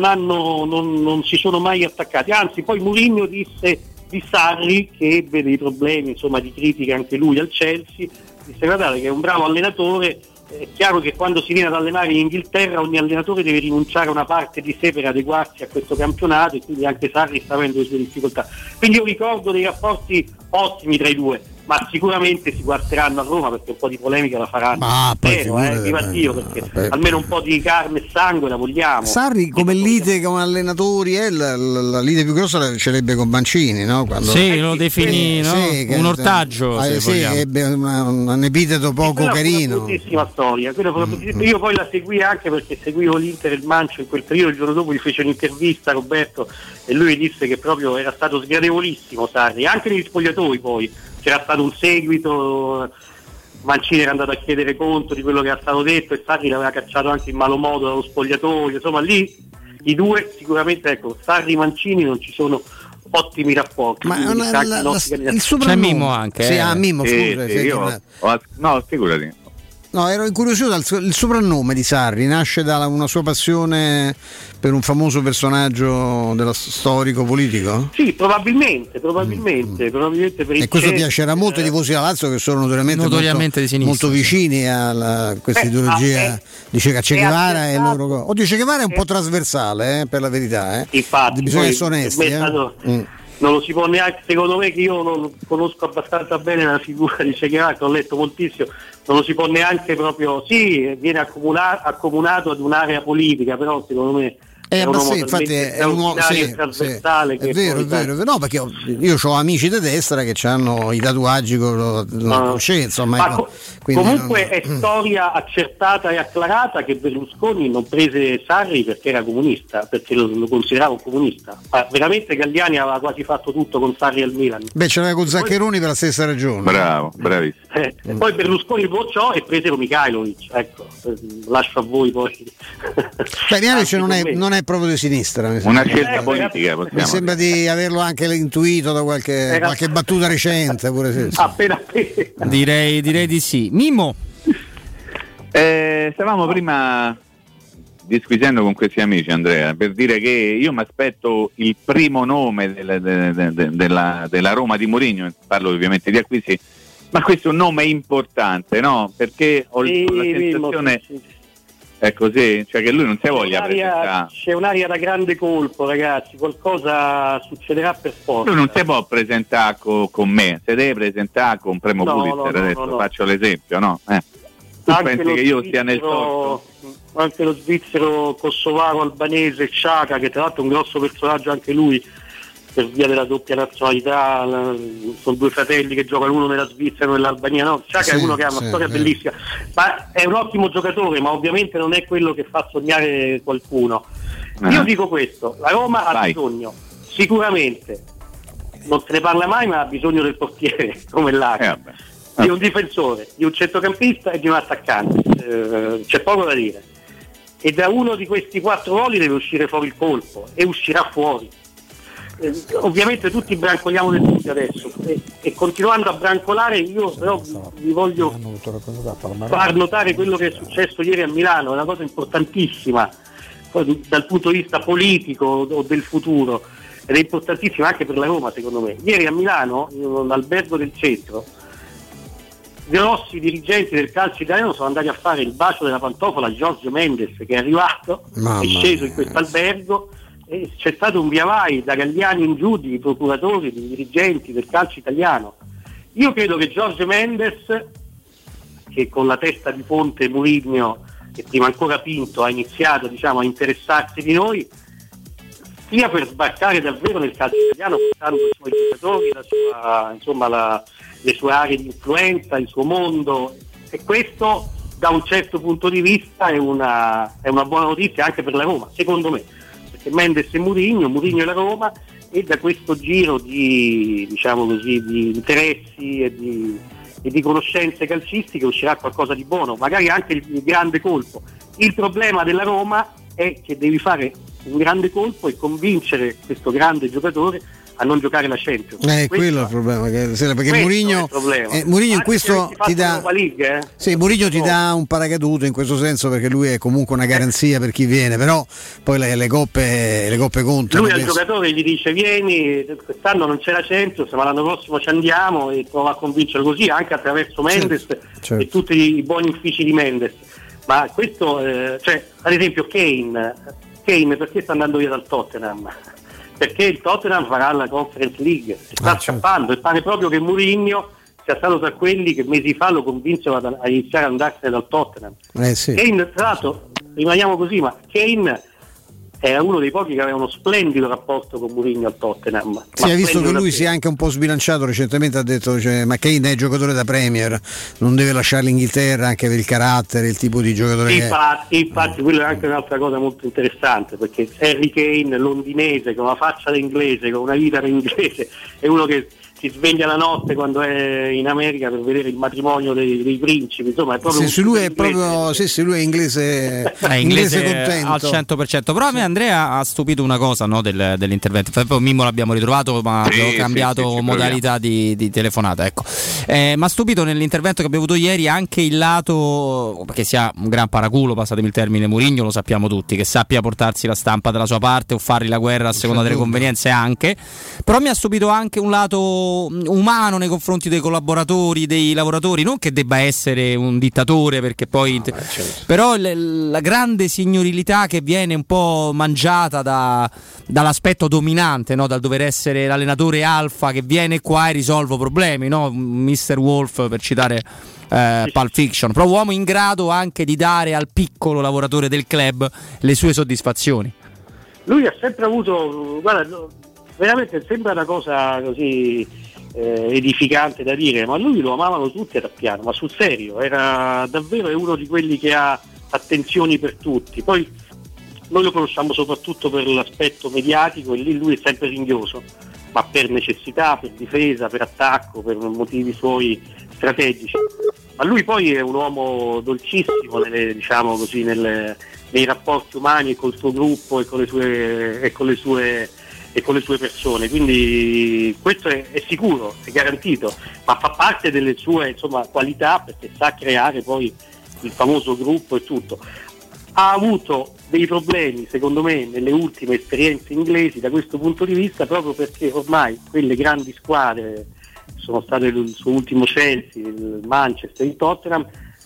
non si sono mai attaccati, anzi poi Mourinho disse di Sarri, che ebbe dei problemi insomma di critica anche lui al Chelsea, disse guardate che è un bravo allenatore. È chiaro che quando si viene ad allenare in Inghilterra ogni allenatore deve rinunciare a una parte di sé per adeguarsi a questo campionato e quindi anche Sarri sta avendo le sue difficoltà. Quindi io ricordo dei rapporti ottimi tra i due, ma sicuramente si guarderanno a Roma perché un po' di polemica la faranno. Viva Dio, perché almeno un po' di carne e sangue la vogliamo. Sarri come lite con allenatori la lite più grossa ce l'ebbe con Mancini, no? Quando lo definì un ortaggio, ebbe un epiteto poco carino. Una bellissima storia. Io poi la seguì anche perché seguivo l'Inter e il Mancio in quel periodo. Il giorno dopo gli fece un'intervista a Roberto e lui disse che proprio era stato sgradevolissimo Sarri, anche negli spogliatoi. Poi c'era stato un seguito, Mancini era andato a chiedere conto di quello che era stato detto e Sarri l'aveva cacciato anche in malo modo dallo spogliatoio, insomma lì i due sicuramente, ecco, Sarri e Mancini non ci sono ottimi rapporti. Ma il soprannome c'è Mimmo anche. Mimmo, scusa. No, figurati. No, ero incuriosito il soprannome di Sarri nasce da una sua passione per un famoso personaggio storico politico? Sì, probabilmente per e questo piacerà molto ai tifosi della Lazio che sono notoriamente di sinistra, molto vicini a questa ideologia di Che Guevara e loro. O Che Guevara è un po' trasversale, per la verità, Infatti, bisogna essere onesti. Non lo si può neanche, secondo me, che io non conosco abbastanza bene la figura di Che Guevara, che ho letto moltissimo, non lo si può neanche proprio, viene accomunato ad un'area politica, però secondo me infatti è un uomo trasversale. È vero. No, perché io ho amici di destra che hanno i tatuaggi con la coscienza. Comunque è storia accertata e acclarata che Berlusconi non prese Sarri perché era comunista, perché lo considerava un comunista. Veramente Galliani aveva quasi fatto tutto con Sarri al Milan. Ce l'aveva con Zaccheroni per la stessa ragione. Bravo, bravissimo. Poi Berlusconi bocciò e presero Mihajlovic, ecco, lascio a voi poi. Mihajlovic non è proprio di sinistra, una scelta politica, mi sembra di averlo anche intuito da qualche battuta recente pure appena. Direi di sì. Mimmo, stavamo prima disquisendo con questi amici, Andrea, per dire che io mi aspetto il primo nome della Roma di Mourinho, parlo ovviamente di acquisti, ma questo è un nome importante, no? Perché ho la sensazione è così, cioè che lui non si voglia presentare. C'è un'aria da grande colpo, ragazzi, qualcosa succederà per forza. Lui non si può presentare con me, se deve presentare con Primo Pulitzer, adesso faccio l'esempio, no? Tu pensi che io stia nel torto? Anche lo svizzero kosovaro albanese Xhaka, che tra l'altro è un grosso personaggio anche lui per via della doppia nazionalità, sono due fratelli che giocano uno nella Svizzera e uno nell'Albania, no? Xhaka è uno che ha una storia bellissima, ma è un ottimo giocatore, ma ovviamente non è quello che fa sognare qualcuno. Io dico questo, la Roma ha bisogno, sicuramente, non se ne parla mai, ma ha bisogno del portiere come l'Aria, di un difensore, di un centrocampista e di un attaccante, c'è poco da dire, e da uno di questi 4 ruoli deve uscire fuori il colpo, e uscirà fuori. ovviamente tutti brancoliamo del tutti adesso e continuando a brancolare, io però vi voglio far notare quello che è successo ieri a Milano, è una cosa importantissima dal punto di vista politico o del futuro, ed è importantissima anche per la Roma secondo me. Ieri a Milano, in un albergo del centro, grossi dirigenti del calcio italiano sono andati a fare il bacio della pantofola a Giorgio Mendes, che è arrivato, è sceso in questo albergo, e c'è stato un via vai da Galliani in giù di procuratori, di dirigenti del calcio italiano. Io credo che Giorgio Mendes, che con la testa di ponte Mourinho e prima ancora Pinto ha iniziato a interessarsi di noi, sia per sbarcare davvero nel calcio italiano, portando i suoi giocatori, le sue aree di influenza, il suo mondo, e questo da un certo punto di vista è una buona notizia anche per la Roma, secondo me, perché Mendes e Mourinho e la Roma, e da questo giro di di interessi e di conoscenze calcistiche uscirà qualcosa di buono, magari anche il grande colpo. Il problema della Roma è che devi fare un grande colpo e convincere questo grande giocatore a non giocare la Champions. Quello è il problema, perché Mourinho in questo ti dà Mourinho ti dà un paracadute in questo senso, perché lui è comunque una garanzia per chi viene, però poi le coppe contano. Lui al giocatore gli dice vieni, quest'anno non c'è la Champions ma l'anno prossimo ci andiamo, e prova a convincerlo così anche attraverso Mendes e tutti i buoni uffici di Mendes. Ma questo ad esempio Kane perché sta andando via dal Tottenham? Perché il Tottenham farà la Conference League, sta scappando, e pare proprio che Mourinho sia stato tra quelli che mesi fa lo convinsero a iniziare ad andarsene dal Tottenham. Kane, tra l'altro, rimaniamo così, ma Kane era uno dei pochi che aveva uno splendido rapporto con Mourinho al Tottenham. Sì, hai visto che lui si è anche un po' sbilanciato recentemente, ha detto ma Kane è giocatore da Premier, non deve lasciare l'Inghilterra anche per il carattere, il tipo di giocatore infatti quello è anche un'altra cosa molto interessante, perché Harry Kane, londinese, con una faccia da inglese, con una vita da inglese, è uno che si sveglia la notte quando è in America per vedere il matrimonio dei principi, insomma è proprio lui è inglese contento al 100%. Però a me Andrea ha stupito una cosa, no, dell'intervento. Poi Mimmo l'abbiamo ritrovato, ma abbiamo cambiato modalità di telefonata, ecco. Ma ha stupito nell'intervento che abbiamo avuto ieri anche il lato, perché sia un gran paraculo, passatemi il termine, Mourinho, lo sappiamo tutti, che sappia portarsi la stampa dalla sua parte o fargli la guerra a seconda delle convenienze anche. Però mi ha stupito anche un lato umano nei confronti dei collaboratori, dei lavoratori, non che debba essere un dittatore, perché poi però la grande signorilità che viene un po' mangiata dall'aspetto dominante, no? Dal dover essere l'allenatore alfa che viene qua e risolve problemi, no? Mr. Wolf, per citare Pulp Fiction, però uomo in grado anche di dare al piccolo lavoratore del club le sue soddisfazioni. Lui ha sempre avuto, guarda, veramente sembra una cosa così edificante da dire, ma lui lo amavano tutti a Rappiano, ma sul serio, era davvero uno di quelli che ha attenzioni per tutti. Poi noi lo conosciamo soprattutto per l'aspetto mediatico, e lì lui è sempre ringhioso, ma per necessità, per difesa, per attacco, per motivi suoi strategici. Ma lui poi è un uomo dolcissimo nei rapporti umani, e col suo gruppo e con le sue persone, quindi questo è sicuro, è garantito, ma fa parte delle sue qualità, perché sa creare poi il famoso gruppo e tutto. Ha avuto dei problemi secondo me nelle ultime esperienze inglesi da questo punto di vista, proprio perché ormai quelle grandi squadre sono state il suo ultimo Chelsea, il Manchester, il Tottenham,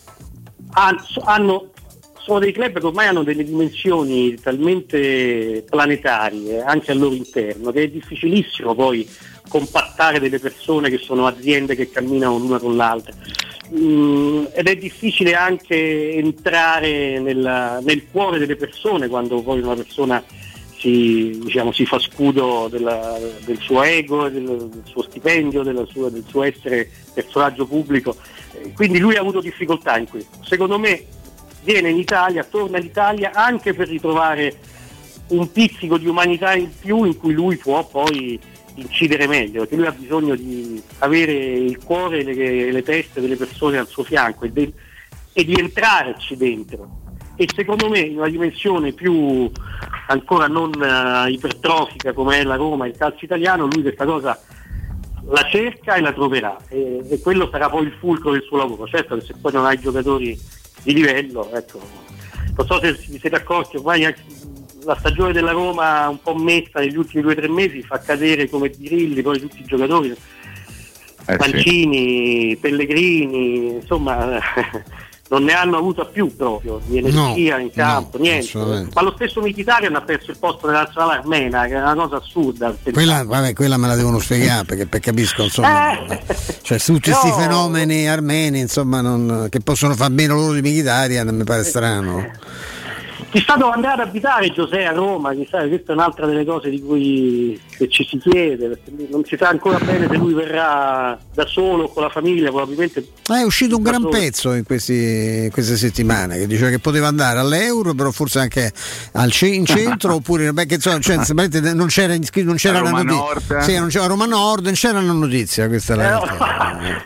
sono dei club che ormai hanno delle dimensioni talmente planetarie anche al loro interno, che è difficilissimo poi compattare delle persone che sono aziende che camminano l'una con l'altra, ed è difficile anche entrare nel cuore delle persone quando poi una persona si fa scudo del suo ego, del suo stipendio, del suo essere personaggio pubblico, quindi lui ha avuto difficoltà in questo. Secondo me viene in Italia, torna in Italia anche per ritrovare un pizzico di umanità in più, in cui lui può poi incidere meglio, perché lui ha bisogno di avere il cuore e le teste delle persone al suo fianco e di entrarci dentro. e secondo me in una dimensione più ancora non ipertrofica come è la Roma, il calcio italiano, lui questa cosa la cerca e la troverà, e quello sarà poi il fulcro del suo lavoro. Certo che se poi non hai giocatori di livello, ecco, non so se vi siete accorti, ormai anche la stagione della Roma un po' messa negli ultimi 2 o 3 mesi fa cadere come birilli poi tutti i giocatori, Mancini, Pellegrini, insomma non ne hanno avuta più proprio di energia in campo, niente. Ma lo stesso Mkhitaryan ha perso il posto nella nazionale armena, che è una cosa assurda. Quella me la devono spiegare perché capisco, insomma, cioè tutti questi fenomeni armeni, insomma, che possono far meno loro di Mkhitaryan, mi pare strano. Chissà dove andrà ad abitare José a Roma, chissà, questa è un'altra delle cose di cui ci si chiede, perché non si sa ancora bene se lui verrà da solo o con la famiglia, probabilmente. È uscito un gran pezzo in queste settimane che diceva che poteva andare all'Euro, però forse anche in centro oppure non c'era una notizia. Sì, non c'era Roma Nord, non c'era una notizia, questa è la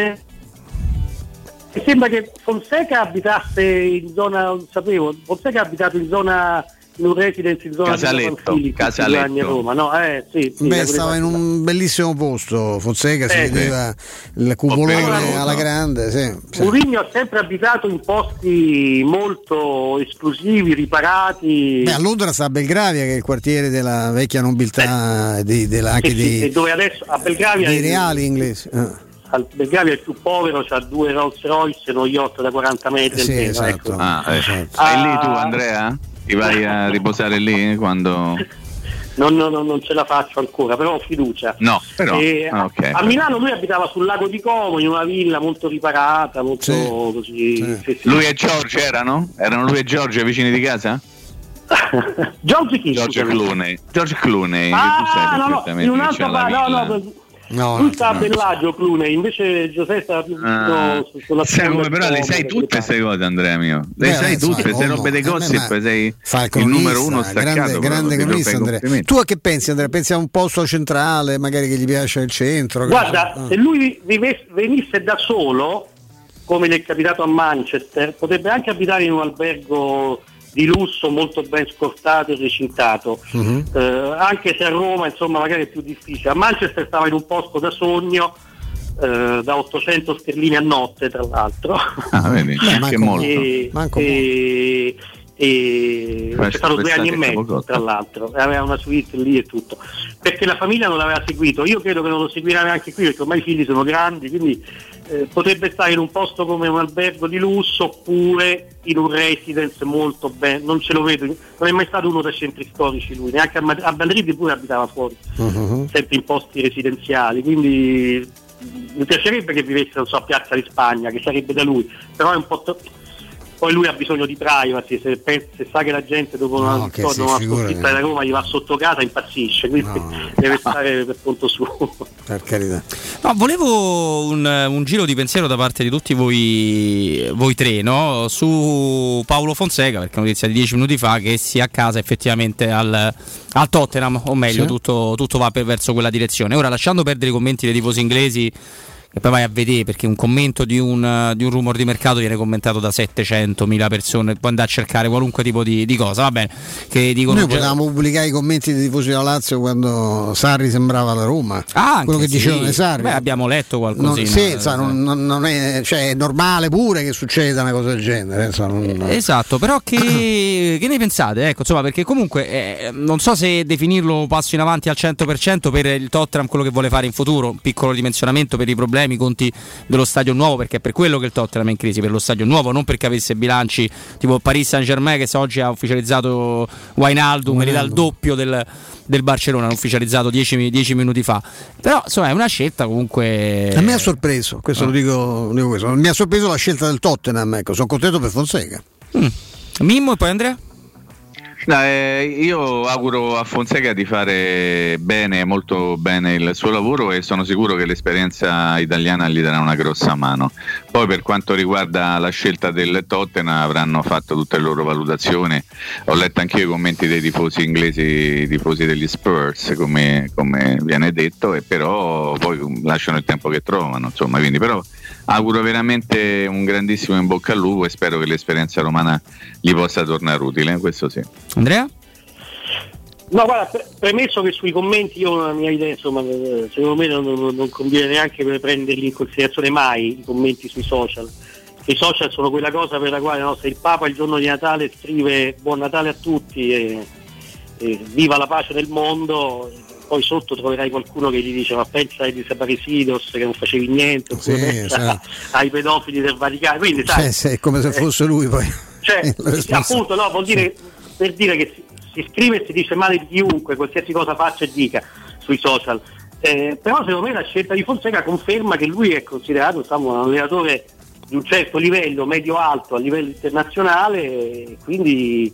Mi sembra che Fonseca abitasse in zona, non sapevo, Fonseca ha abitato in un residence in zona Casaletto anni a Roma, no? Sì, stava in un bellissimo posto, Fonseca, si vedeva il cupolone alla grande, sì. Mourinho ha sempre abitato in posti molto esclusivi, riparati. A Londra sta a Belgravia, che è il quartiere della vecchia nobiltà, dove adesso a Belgravia dei reali inglesi. Belgravia è il più povero, c'ha 2 Rolls Royce e uno yacht da 40 metri. Sì, esatto. Sei lì tu, Andrea? Ti vai a riposare lì quando... Non ce la faccio ancora, però ho fiducia. No, però a Milano lui abitava sul lago di Como, in una villa molto riparata, molto così. Sì. Lui e George erano? Erano lui e George vicini di casa? George chi? George Clooney. In un'altra lui sta a Bellagio, Clooney, invece Giuseppe stava più vicino sulla strada. Però le sai tutte queste cose, Andrea mio. Le sai tutte queste robe dei gossip, sei il numero uno staccato. Grande cronista, Andrea. Tu a che pensi, Andrea? Pensi a un posto centrale, magari che gli piace il centro? Guarda, se lui venisse da solo, come gli è capitato a Manchester, potrebbe anche abitare in un albergo di lusso molto ben scortato e recintato, anche se a Roma insomma magari è più difficile. A Manchester stava in un posto da sogno, da 800 sterline a notte, tra l'altro. Vedi, che molto. E c'è stato 2 anni e mezzo, tra l'altro, aveva una suite lì e tutto, perché la famiglia non l'aveva seguito. Io credo che non lo seguirà neanche qui, perché ormai i figli sono grandi, quindi potrebbe stare in un posto come un albergo di lusso oppure in un residence molto bene. Non ce lo vedo, non è mai stato uno dei centri storici lui, neanche a Madrid pure abitava fuori, sempre in posti residenziali, quindi mi piacerebbe che vivesse, non so, a Piazza di Spagna, che sarebbe da lui, però è un po'. Poi lui ha bisogno di privacy, se sa che la gente dopo una sconfitta della Roma gli va sotto casa impazzisce, quindi deve stare per conto suo. Per carità. No, volevo un giro di pensiero da parte di tutti voi tre, no? Su Paolo Fonseca, perché è notizia di 10 minuti fa che sia a casa effettivamente al Tottenham, o meglio tutto va verso quella direzione. Ora, lasciando perdere i commenti dei tifosi inglesi, e poi vai a vedere, perché un commento di un rumor di mercato viene commentato da 700.000 persone, puoi andare a cercare qualunque tipo di cosa, va bene, che dicono. Noi potevamo pubblicare i commenti dei tifosi della Lazio quando Sarri sembrava alla Roma, quello che dicevano di Sarri. Abbiamo letto qualcosina. Non è, cioè, è normale pure che succeda una cosa del genere, esatto, però che ne pensate? Ecco, insomma, perché comunque non so se definirlo passo in avanti al 100% per il Tottenham, quello che vuole fare in futuro, un piccolo ridimensionamento per i problemi, i conti dello stadio nuovo, perché è per quello che il Tottenham è in crisi, per lo stadio nuovo, non perché avesse bilanci tipo Paris Saint-Germain, che oggi ha ufficializzato Wijnaldum, che gli dà il doppio del Barcellona, l'ha ufficializzato 10 minuti fa. Però insomma è una scelta comunque. A me ha sorpreso, questo lo dico questo. Mi ha sorpreso la scelta del Tottenham, ecco, sono contento per Fonseca. Mimmo, e poi Andrea? Io auguro a Fonseca di fare bene, molto bene il suo lavoro, e sono sicuro che l'esperienza italiana gli darà una grossa mano. Poi per quanto riguarda la scelta del Tottenham, avranno fatto tutte le loro valutazioni. Ho letto anche i commenti dei tifosi inglesi, i tifosi degli Spurs, come viene detto, e però poi lasciano il tempo che trovano, insomma, quindi però auguro veramente un grandissimo in bocca al lupo e spero che l'esperienza romana gli possa tornare utile, questo sì. Andrea? No, guarda, premesso che sui commenti io ho una mia idea, insomma, secondo me non conviene neanche per prenderli in considerazione mai i commenti sui social. I social sono quella cosa per la quale, no, se il Papa il giorno di Natale scrive Buon Natale a tutti e viva la pace nel mondo, poi sotto troverai qualcuno che gli dice ma pensa ai desaparecidos che non facevi niente, oppure pensa ai pedofili del Vaticano, quindi sai, è come se fosse lui poi. Cioè, appunto, no, vuol dire, per dire che si scrive e si dice male di chiunque, qualsiasi cosa faccia e dica sui social, però secondo me la scelta di Fonseca conferma che lui è considerato, insomma, un allenatore di un certo livello, medio-alto a livello internazionale, e quindi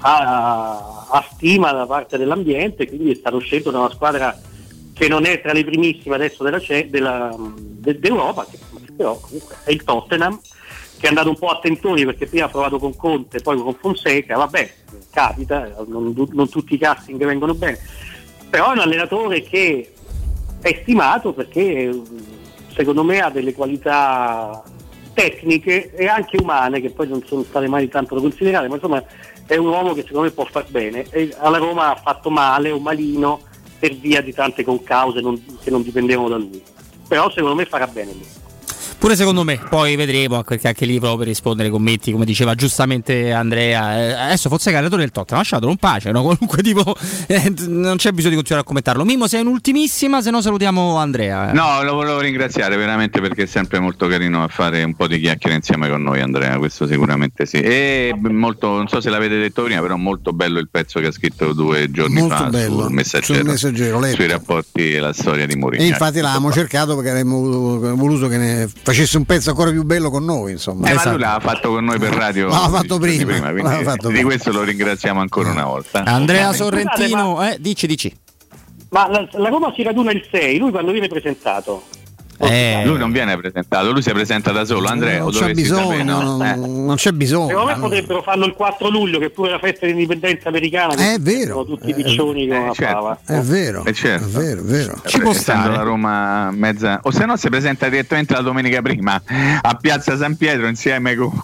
ha stima da parte dell'ambiente, quindi è stato scelto da una squadra che non è tra le primissime adesso d'Europa, che però comunque è il Tottenham, che è andato un po' a tentoni perché prima ha provato con Conte, poi con Fonseca, vabbè, capita, non tutti i casting vengono bene, però è un allenatore che è stimato perché secondo me ha delle qualità tecniche e anche umane che poi non sono state mai tanto da considerare, ma insomma è un uomo che secondo me può far bene, e alla Roma ha fatto male o malino per via di tante concause che non dipendevano da lui, però secondo me farà bene lui. Pure secondo me, poi vedremo, perché anche lì proprio per rispondere ai commenti, come diceva giustamente Andrea, adesso forse allenatore del Tottenham, lasciatelo in pace, no? Qualunque tipo, non c'è bisogno di continuare a commentarlo. Mimmo, sei un'ultimissima, se no salutiamo Andrea. No, lo volevo ringraziare veramente perché è sempre molto carino a fare un po' di chiacchiere insieme con noi, Andrea, questo sicuramente sì. E molto, non so se l'avete detto prima, però molto bello il pezzo che ha scritto 2 giorni molto fa bello, sul Messaggero sui rapporti e la storia di Mourinho. E infatti l'avevamo cercato perché avremmo voluto che ne facesse un pezzo ancora più bello con noi, insomma. Ma lui l'ha fatto con noi per radio. L'ha fatto prima di questo lo ringraziamo ancora una volta. Andrea Sorrentino, dici. Ma la Roma si raduna il 6, lui quando viene presentato? Lui non viene presentato, lui si presenta da solo. Andrea, non c'è bisogno, non c'è bisogno. Secondo me potrebbero farlo il 4 luglio, che è pure la festa dell'indipendenza americana. È vero. Sono tutti piccioni con la pava. È vero. Certo. È vero. Ci può stare. La Roma mezza, o se no si presenta direttamente la domenica prima a Piazza San Pietro insieme con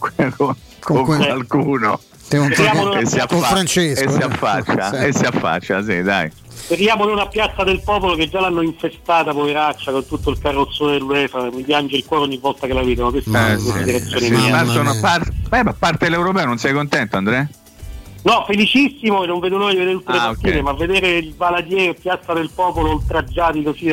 qualcuno. Con Francesco. E si affaccia, sì, dai. Speriamo non a Piazza del Popolo, che già l'hanno infestata, poveraccia, con tutto il carrozzone dell'UEFA, mi piange il cuore ogni volta che la vedo, ma questa è una considerazione mia. Parte l'Europeo, non sei contento, Andrea? No, felicissimo, e non vedo l'ora di vedere tutte le partite, ma vedere il Valadier e Piazza del Popolo oltraggiati così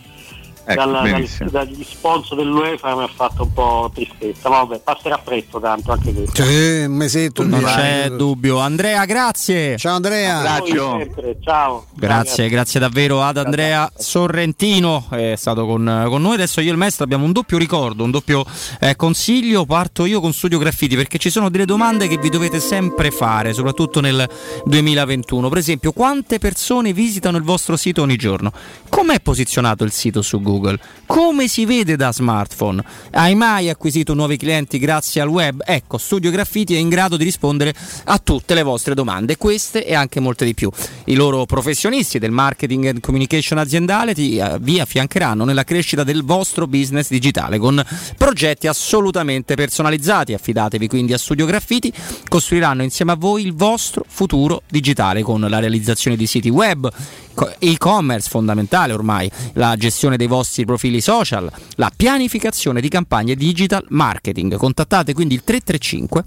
dagli sponsor dell'UEFA mi ha fatto un po' tristezza, ma vabbè, passerà presto tanto anche questo. Un mesetto, non c'è dubbio. Andrea, grazie. Ciao Andrea. Ciao. Grazie davvero ad Andrea Sorrentino, è stato con noi. Adesso io e il maestro abbiamo un doppio ricordo, un doppio consiglio. Parto io con Studio Graffiti, perché ci sono delle domande che vi dovete sempre fare, soprattutto nel 2021. Per esempio, quante persone visitano il vostro sito ogni giorno? Com'è posizionato il sito su Google? Come si vede da smartphone? Hai mai acquisito nuovi clienti grazie al web? Ecco, Studio Graffiti è in grado di rispondere a tutte le vostre domande, queste e anche molte di più. I loro professionisti del marketing and communication aziendale vi affiancheranno nella crescita del vostro business digitale con progetti assolutamente personalizzati. Affidatevi quindi a Studio Graffiti, costruiranno insieme a voi il vostro futuro digitale con la realizzazione di siti web, e-commerce fondamentale ormai, la gestione dei vostri profili social, la pianificazione di campagne digital marketing. Contattate quindi il 335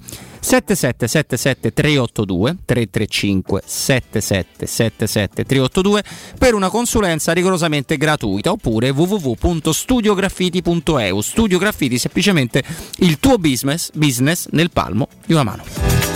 7777 382 335 7777 382 per una consulenza rigorosamente gratuita, oppure www.studiograffiti.eu. Studio Graffiti, semplicemente il tuo business nel palmo di una mano.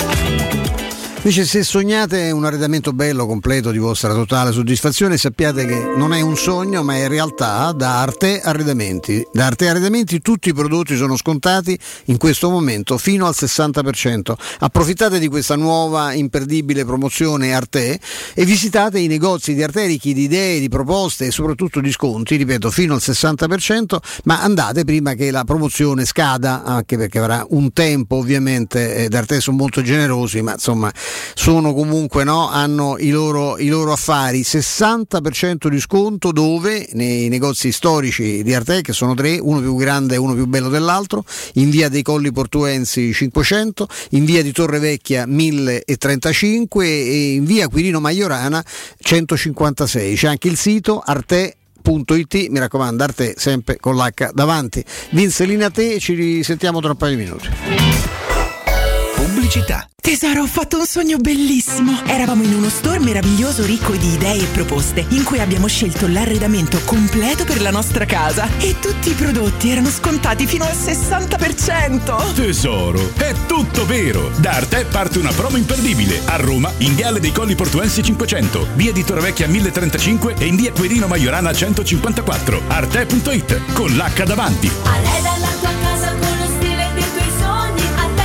Invece, se sognate un arredamento bello, completo, di vostra totale soddisfazione, sappiate che non è un sogno ma è realtà da Arte Arredamenti. Da Arte Arredamenti tutti i prodotti sono scontati in questo momento fino al 60%. Approfittate di questa nuova imperdibile promozione Arte e visitate i negozi di Arte ricchi di idee, di proposte e soprattutto di sconti, ripeto, fino al 60%, ma andate prima che la promozione scada, anche perché avrà un tempo, ovviamente. Da Arte sono molto generosi, ma insomma sono comunque, no, hanno i loro affari. 60% di sconto dove? Nei negozi storici di Arte, che sono 3, uno più grande e uno più bello dell'altro, in via dei Colli Portuensi 500, in via di Torrevecchia 1035 e in via Quirino Maiorana 156. C'è anche il sito arte.it, mi raccomando, Arte sempre con l'H davanti. Vince, linea a te, ci risentiamo tra un paio di minuti. Pubblicità. Tesoro, ho fatto un sogno bellissimo. Eravamo in uno store meraviglioso ricco di idee e proposte, in cui abbiamo scelto l'arredamento completo per la nostra casa e tutti i prodotti erano scontati fino al 60%. Tesoro, è tutto vero. Da Arte parte una promo imperdibile. A Roma, in viale dei Colli Portuensi 500, via di Torrevecchia 1035 e in via Quirino Maiorana 154. Arte.it, con l'H davanti. Arreda la tua casa con lo stile dei tuoi sogni.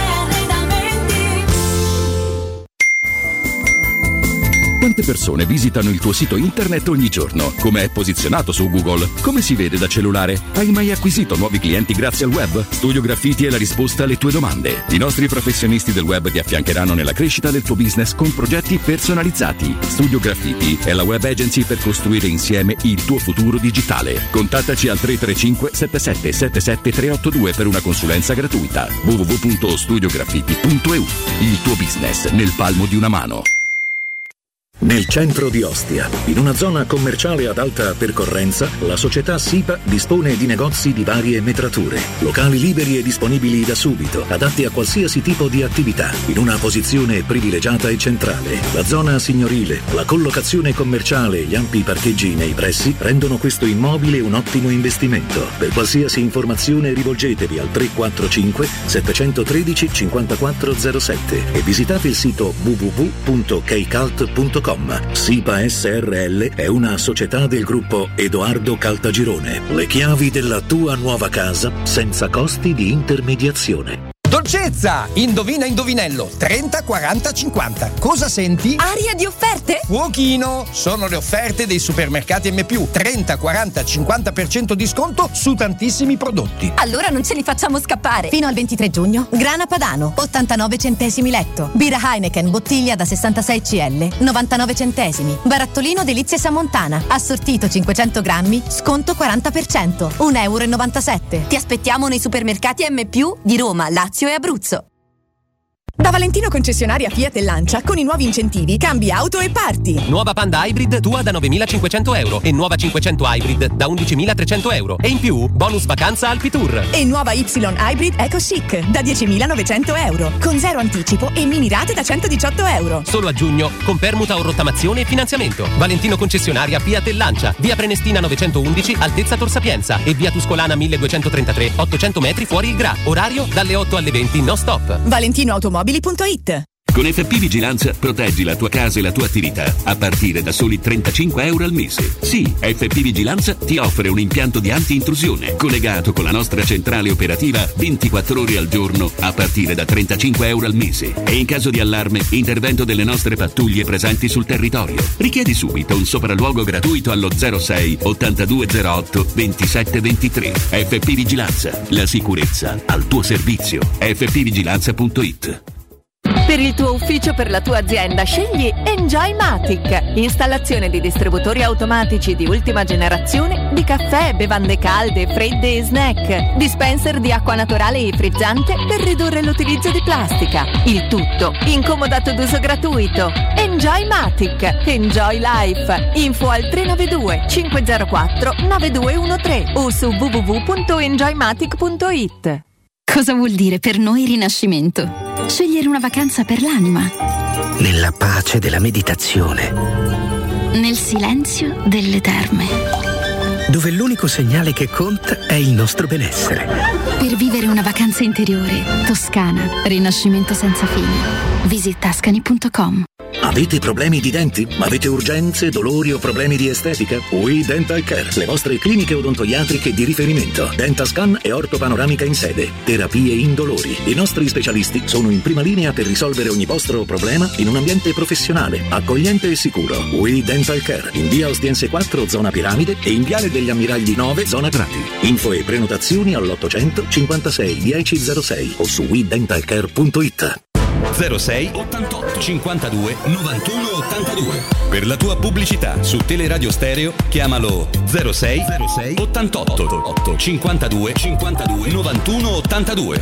Quante persone visitano il tuo sito internet ogni giorno? Come è posizionato su Google? Come si vede da cellulare? Hai mai acquisito nuovi clienti grazie al web? Studio Graffiti è la risposta alle tue domande. I nostri professionisti del web ti affiancheranno nella crescita del tuo business con progetti personalizzati. Studio Graffiti è la web agency per costruire insieme il tuo futuro digitale. Contattaci al 335 77 77 382 per una consulenza gratuita. www.studiograffiti.eu. Il tuo business nel palmo di una mano. Nel centro di Ostia, in una zona commerciale ad alta percorrenza, la società SIPA dispone di negozi di varie metrature, locali liberi e disponibili da subito, adatti a qualsiasi tipo di attività, in una posizione privilegiata e centrale. La zona signorile, la collocazione commerciale e gli ampi parcheggi nei pressi rendono questo immobile un ottimo investimento. Per qualsiasi informazione rivolgetevi al 345 713 5407 e visitate il sito www.keicalt.com. SIPA SRL è una società del gruppo Edoardo Caltagirone. Le chiavi della tua nuova casa senza costi di intermediazione. Dolcezza! Indovina indovinello 30 40 50. Cosa senti? Aria di offerte? Fuochino! Sono le offerte dei supermercati M+. 30 40 50% di sconto su tantissimi prodotti. Allora non ce li facciamo scappare. Fino al 23 giugno Grana Padano 89 centesimi letto. Birra Heineken bottiglia da 66 CL 99 centesimi. Barattolino Delizie Samontana assortito 500 grammi sconto 40%, 1,97 €. Ti aspettiamo nei supermercati M+ di Roma, Lazio e Abruzzo. Da Valentino concessionaria Fiat e Lancia, con i nuovi incentivi cambi auto e parti. Nuova Panda Hybrid tua da 9.500 € e nuova 500 Hybrid da 11.300 € e in più bonus vacanza Alpi Tour. E nuova Y Hybrid Eco Chic da 10.900 € con zero anticipo e mini rate da 118 €. Solo a giugno con permuta o rottamazione e finanziamento. Valentino concessionaria Fiat e Lancia, via Prenestina 911 altezza Tor Sapienza e via Tuscolana 1233 800 metri fuori il Gra. Orario dalle 8 alle 20 no stop. Valentino Automobili.it. Con FP Vigilanza proteggi la tua casa e la tua attività a partire da soli 35 € al mese. Sì, FP Vigilanza ti offre un impianto di anti-intrusione collegato con la nostra centrale operativa 24 ore al giorno a partire da 35 € al mese. E in caso di allarme, intervento delle nostre pattuglie presenti sul territorio. Richiedi subito un sopralluogo gratuito allo 06 8208 27 23. FP Vigilanza, la sicurezza al tuo servizio. fpvigilanza.it. Per il tuo ufficio, per la tua azienda, scegli Enjoymatic. Installazione di distributori automatici di ultima generazione di caffè, bevande calde, fredde e snack. Dispenser di acqua naturale e frizzante per ridurre l'utilizzo di plastica. Il tutto in comodato d'uso gratuito. Enjoymatic. Enjoy Life. Info al 392 504 9213 o su www.enjoymatic.it. Cosa vuol dire per noi rinascimento? Scegliere una vacanza per l'anima. Nella pace della meditazione. Nel silenzio delle terme. Dove l'unico segnale che conta è il nostro benessere. Per vivere una vacanza interiore. Toscana. Rinascimento senza fine. Visita Tascani.com. Avete problemi di denti? Avete urgenze, dolori o problemi di estetica? We Dental Care, le vostre cliniche odontoiatriche di riferimento. Dentascan e ortopanoramica in sede. Terapie indolori. I nostri specialisti sono in prima linea per risolvere ogni vostro problema in un ambiente professionale, accogliente e sicuro. We Dental Care, in via Ostiense 4, zona Piramide e in viale degli Ammiragli 9, zona Prati. Info e prenotazioni all'800 56 1006 o su WeDentalCare.it. 06 88 52 91 82. Per la tua pubblicità su Teleradio Stereo chiamalo 06 88 52 91 82.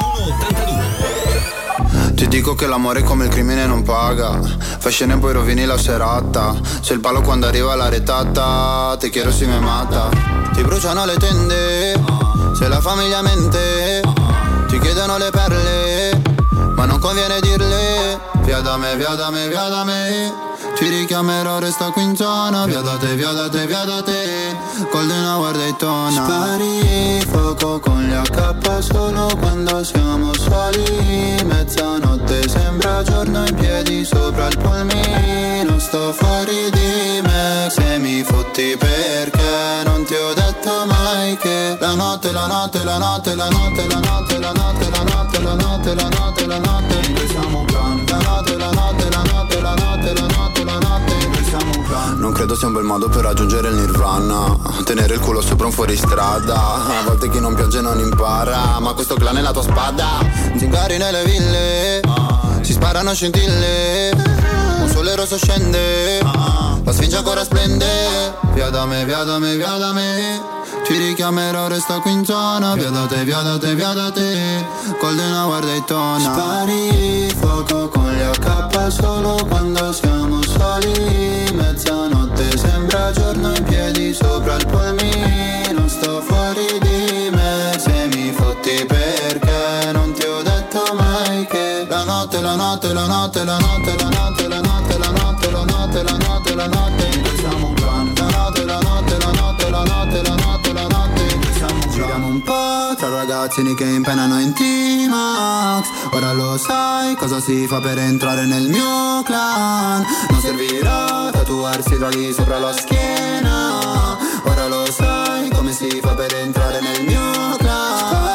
Ti dico che l'amore come il crimine non paga. Fai scene e poi rovini la serata. C'è il palo quando arriva la retata. Te quiero si me mata. Ti bruciano le tende. Se la famiglia mente. Ti chiedono le perle, ma non conviene dirle. Via da me, via da me, via da me. Ti richiamerò, resta qui in zona. Via da te, via da te, via da te. Golden Hour Daytona. Spari fuoco con gli AK solo quando siamo soli. Mezzanotte sembra giorno in piedi sopra il polmino. Sto fuori di me. Se mi fotti perché non ti ho detto mai che la notte, la notte, la notte, la notte, la notte, la notte, la notte, la notte, la notte, la notte, in cui siamo un clan. La notte, la notte, la notte, la notte, la notte, la notte, in cui siamo un clan. Non credo sia un bel modo per raggiungere il nirvana. Tenere il culo sopra un fuoristrada. A volte chi non piange non impara. Ma questo clan è la tua spada. Zingari nelle ville. Si sparano scintille. Un sole rosso scende. La sfinge ancora splende. Via da me, via da me, via da me. Ti richiamerò, resta qui in zona. Via da te, via da te, via da te. Golden Hour Daytona. Spari fuoco con gli AK solo quando siamo soli. Mezzanotte sembra giorno in piedi sopra il polmino. Sto fuori di me. Se mi fotti perché non ti ho detto mai che la notte, la notte, la notte, la notte, la notte, la notte, la notte, la notte, la notte, la notte, in cui siamo un clan. La notte, la notte, la notte, la notte, la notte, la notte, in cui siamo un clan. Giriamo un po' tra ragazzini che impenano in T-Max. Ora lo sai cosa si fa per entrare nel mio clan. Non servirà tatuarsi draghi sopra la schiena. Ora lo sai come si fa per entrare nel mio clan.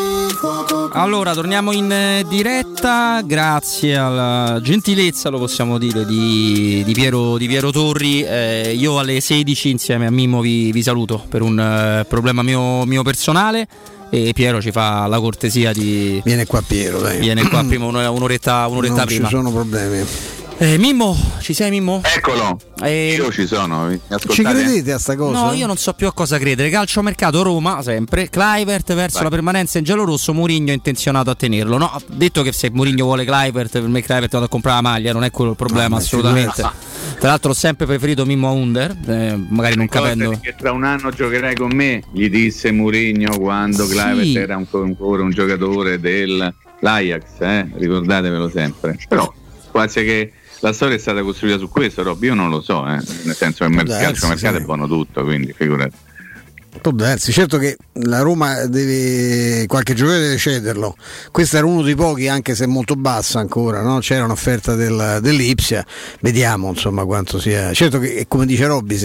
Allora, torniamo in diretta grazie alla gentilezza, lo possiamo dire, di Piero Torri. Io alle 16 insieme a Mimmo vi saluto per un problema mio personale. E Piero ci fa la cortesia di... Viene qua Piero, dai. Viene qua prima un'oretta non prima. Non ci sono problemi. Mimmo, ci sei Mimmo? Eccolo, io ci sono. Ci credete a sta cosa? No, io non so più a cosa credere. Calciomercato Roma, sempre. Kluivert verso la permanenza in giallorosso, Mourinho è intenzionato a tenerlo. No, ha detto che se Mourinho vuole Kluivert, per me Kluivert vado a comprare la maglia, non è quello il problema, assolutamente. Tra l'altro ho sempre preferito Mimmo a Under, magari non capendo. Che tra un anno giocherai con me, gli disse Mourinho quando Kluivert era ancora un giocatore dell'Ajax, ricordatevelo sempre. Però quasi che la storia è stata costruita su questo, Rob, io non lo so, nel senso che il calciomercato è buono tutto, quindi figurati. Può darsi, certo che la Roma qualche giocatore deve cederlo. Questo era uno dei pochi, anche se molto basso ancora, no? C'era un'offerta dell'Ipsia, vediamo insomma quanto sia. Certo che come dice Robby,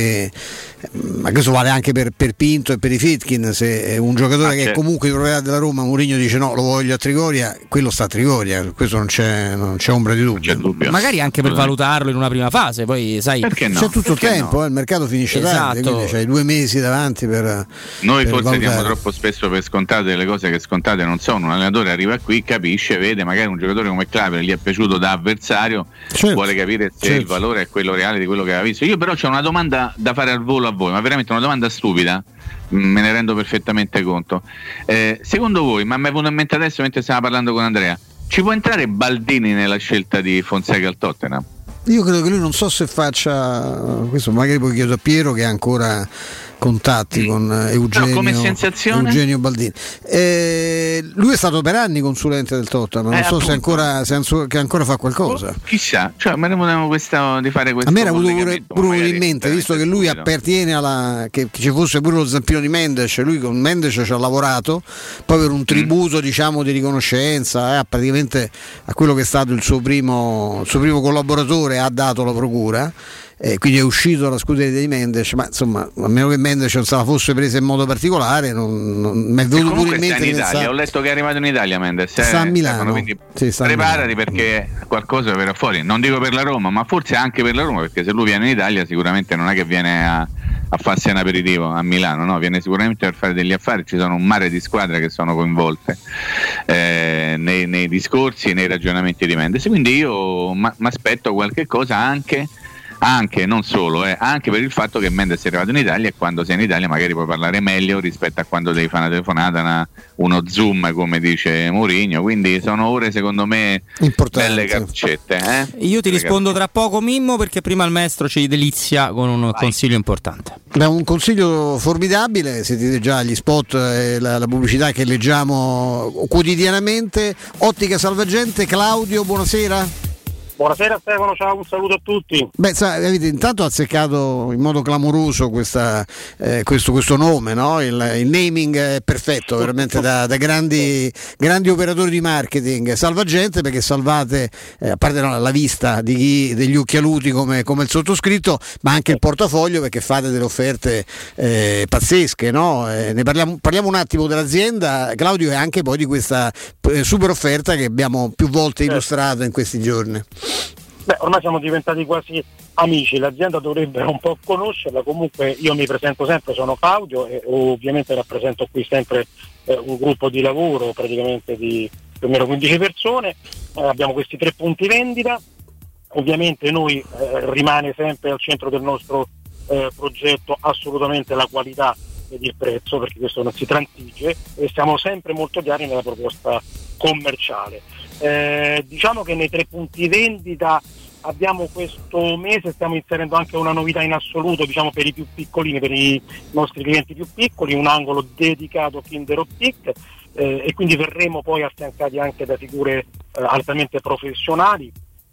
ma questo vale anche per Pinto e per i Fitkin, se è un giocatore che è comunque di proprietà della Roma, Mourinho dice no, lo voglio a Trigoria, quello sta a Trigoria, questo non c'è ombra di dubbio. Magari anche per valutarlo in una prima fase, poi sai, no? C'è tutto il tempo, il mercato finisce tardi, quindi c'hai 2 mesi davanti per noi forse diamo troppo spesso per scontate delle cose che scontate non sono. Un allenatore arriva qui, capisce, vede magari un giocatore come Kluivert gli è piaciuto da avversario, vuole capire se il valore è quello reale di quello che aveva visto. Io però c'ho una domanda da fare al volo a voi, ma veramente una domanda stupida, me ne rendo perfettamente conto. Secondo voi, ma mi è venuto in mente adesso mentre stiamo parlando con Andrea, ci può entrare Baldini nella scelta di Fonseca al Tottenham? Io credo che lui non so se faccia questo, magari poi chiedo a Piero che ha ancora contatti con Eugenio Baldini. Lui è stato per anni consulente del Tottenham, non so se ancora fa qualcosa. Chissà, cioè me ne volevo di fare questo. A me era avuto pure in mente, visto che lui appartiene che ci fosse pure lo zampino di Mendes, lui con Mendes ci ha lavorato, poi per un tributo diciamo di riconoscenza praticamente a quello che è stato il suo primo collaboratore ha dato la procura. Quindi è uscito dalla scuderia di Mendes, ma insomma a meno che Mendes non se la fosse presa in modo particolare non mi è venuto pure in mente in Italia. Ho letto che è arrivato in Italia Mendes, sta a Milano, quindi preparati perché qualcosa verrà fuori, non dico per la Roma ma forse anche per la Roma, perché se lui viene in Italia sicuramente non è che viene a farsi un aperitivo a Milano, no? Viene sicuramente per fare degli affari, ci sono un mare di squadre che sono coinvolte nei discorsi e nei ragionamenti di Mendes, quindi io mi aspetto qualche cosa anche non solo, anche per il fatto che Mendes è arrivato in Italia, e quando sei in Italia magari puoi parlare meglio rispetto a quando devi fare una telefonata, uno zoom come dice Mourinho, quindi sono ore secondo me importanti, belle carcette. Io ti rispondo tra poco, Mimmo, perché prima il maestro ci delizia con un consiglio importante. Un consiglio formidabile, sentite già gli spot e la pubblicità che leggiamo quotidianamente. Ottica Salvagente, Claudio, buonasera. Buonasera Stefano, ciao, un saluto a tutti. Avete intanto azzeccato in modo clamoroso questo nome, no? Il naming è perfetto, veramente da grandi operatori di marketing. Salvagente perché salvate, a parte la vista degli occhialuti come il sottoscritto, ma anche il portafoglio, perché fate delle offerte pazzesche, no? Ne parliamo un attimo dell'azienda, Claudio, e anche poi di questa super offerta che abbiamo più volte illustrato in questi giorni. Ormai siamo diventati quasi amici, l'azienda dovrebbe un po' conoscerla, comunque io mi presento sempre, sono Claudio e ovviamente rappresento qui sempre un gruppo di lavoro praticamente di più o meno 15 persone, abbiamo questi 3 punti vendita, ovviamente noi rimane sempre al centro del nostro progetto assolutamente la qualità ed il prezzo, perché questo non si transige, e siamo sempre molto chiari nella proposta commerciale. Diciamo che nei 3 punti vendita abbiamo questo mese, stiamo inserendo anche una novità in assoluto, diciamo per i più piccolini, per i nostri clienti più piccoli, un angolo dedicato Kinder Optic, e quindi verremo poi affiancati anche da figure altamente professionali,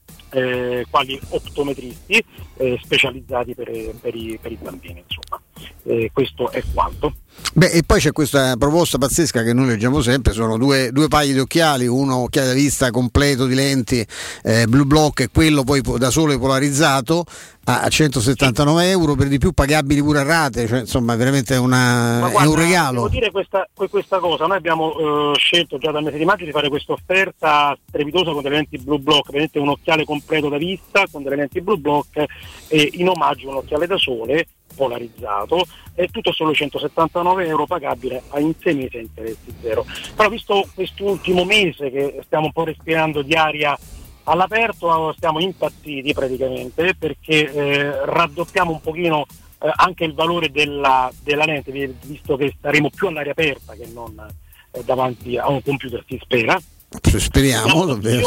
quali optometristi specializzati per i bambini, insomma. Questo è quanto. E poi c'è questa proposta pazzesca che noi leggiamo sempre, sono due paia di occhiali, uno occhiale da vista completo di lenti Blue Block e quello poi da sole polarizzato a 179 euro, per di più pagabili pure a rate, cioè insomma veramente è un regalo. Devo dire questa cosa, noi abbiamo scelto già dal mese di maggio di fare questa offerta strepitosa con delle lenti Blue Block, vedete un occhiale completo da vista con delle lenti Blue Block e in omaggio un occhiale da sole polarizzato, è tutto solo 179 euro pagabile in 6 mesi a interessi zero. Però visto quest'ultimo mese che stiamo un po' respirando di aria all'aperto, stiamo impazziti praticamente, perché raddoppiamo un pochino anche il valore della lente, visto che staremo più all'aria aperta che non davanti a un computer, si spera. Speriamo.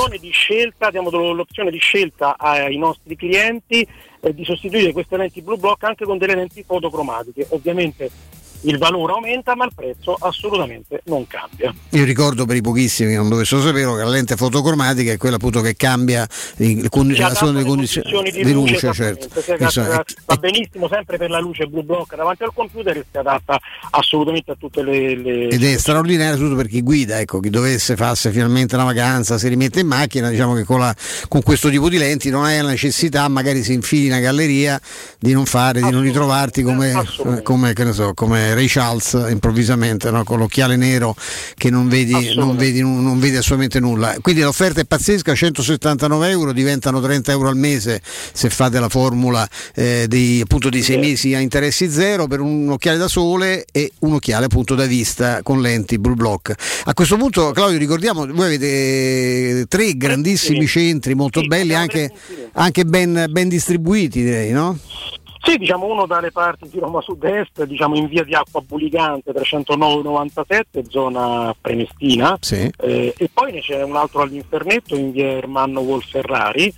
Diamo l'opzione di scelta ai nostri clienti di sostituire queste lenti Blue Block anche con delle lenti fotocromatiche. Ovviamente il valore aumenta, ma il prezzo assolutamente non cambia. Io ricordo, per i pochissimi che non dovessero saperlo, che la lente fotocromatica è quella appunto che cambia le condizioni di luce, certo. Va benissimo sempre per la luce Blue Block davanti al computer, e si adatta assolutamente a tutte le ed è straordinario tutto per chi guida, ecco, chi dovesse farsi finalmente una vacanza, si rimette in macchina, diciamo che con questo tipo di lenti non hai la necessità, magari si infili in una galleria, di non ritrovarti come che ne so, come Ray Charles improvvisamente, no? Con l'occhiale nero che non vedi assolutamente nulla. Quindi l'offerta è pazzesca, 179 euro, diventano 30 euro al mese se fate la formula dei 6 mesi a interessi zero per un occhiale da sole e un occhiale appunto da vista con lenti Blue Block. A questo punto, Claudio, ricordiamo, voi avete 3 grandissimi centri molto belli, anche ben distribuiti, direi, no? Sì, diciamo uno dalle parti di Roma Sud-Est, diciamo in via di Acqua Bulicante 309-97, zona Prenestina, sì. E poi ne c'è un altro all'Infernetto in via Ermanno Wolferrari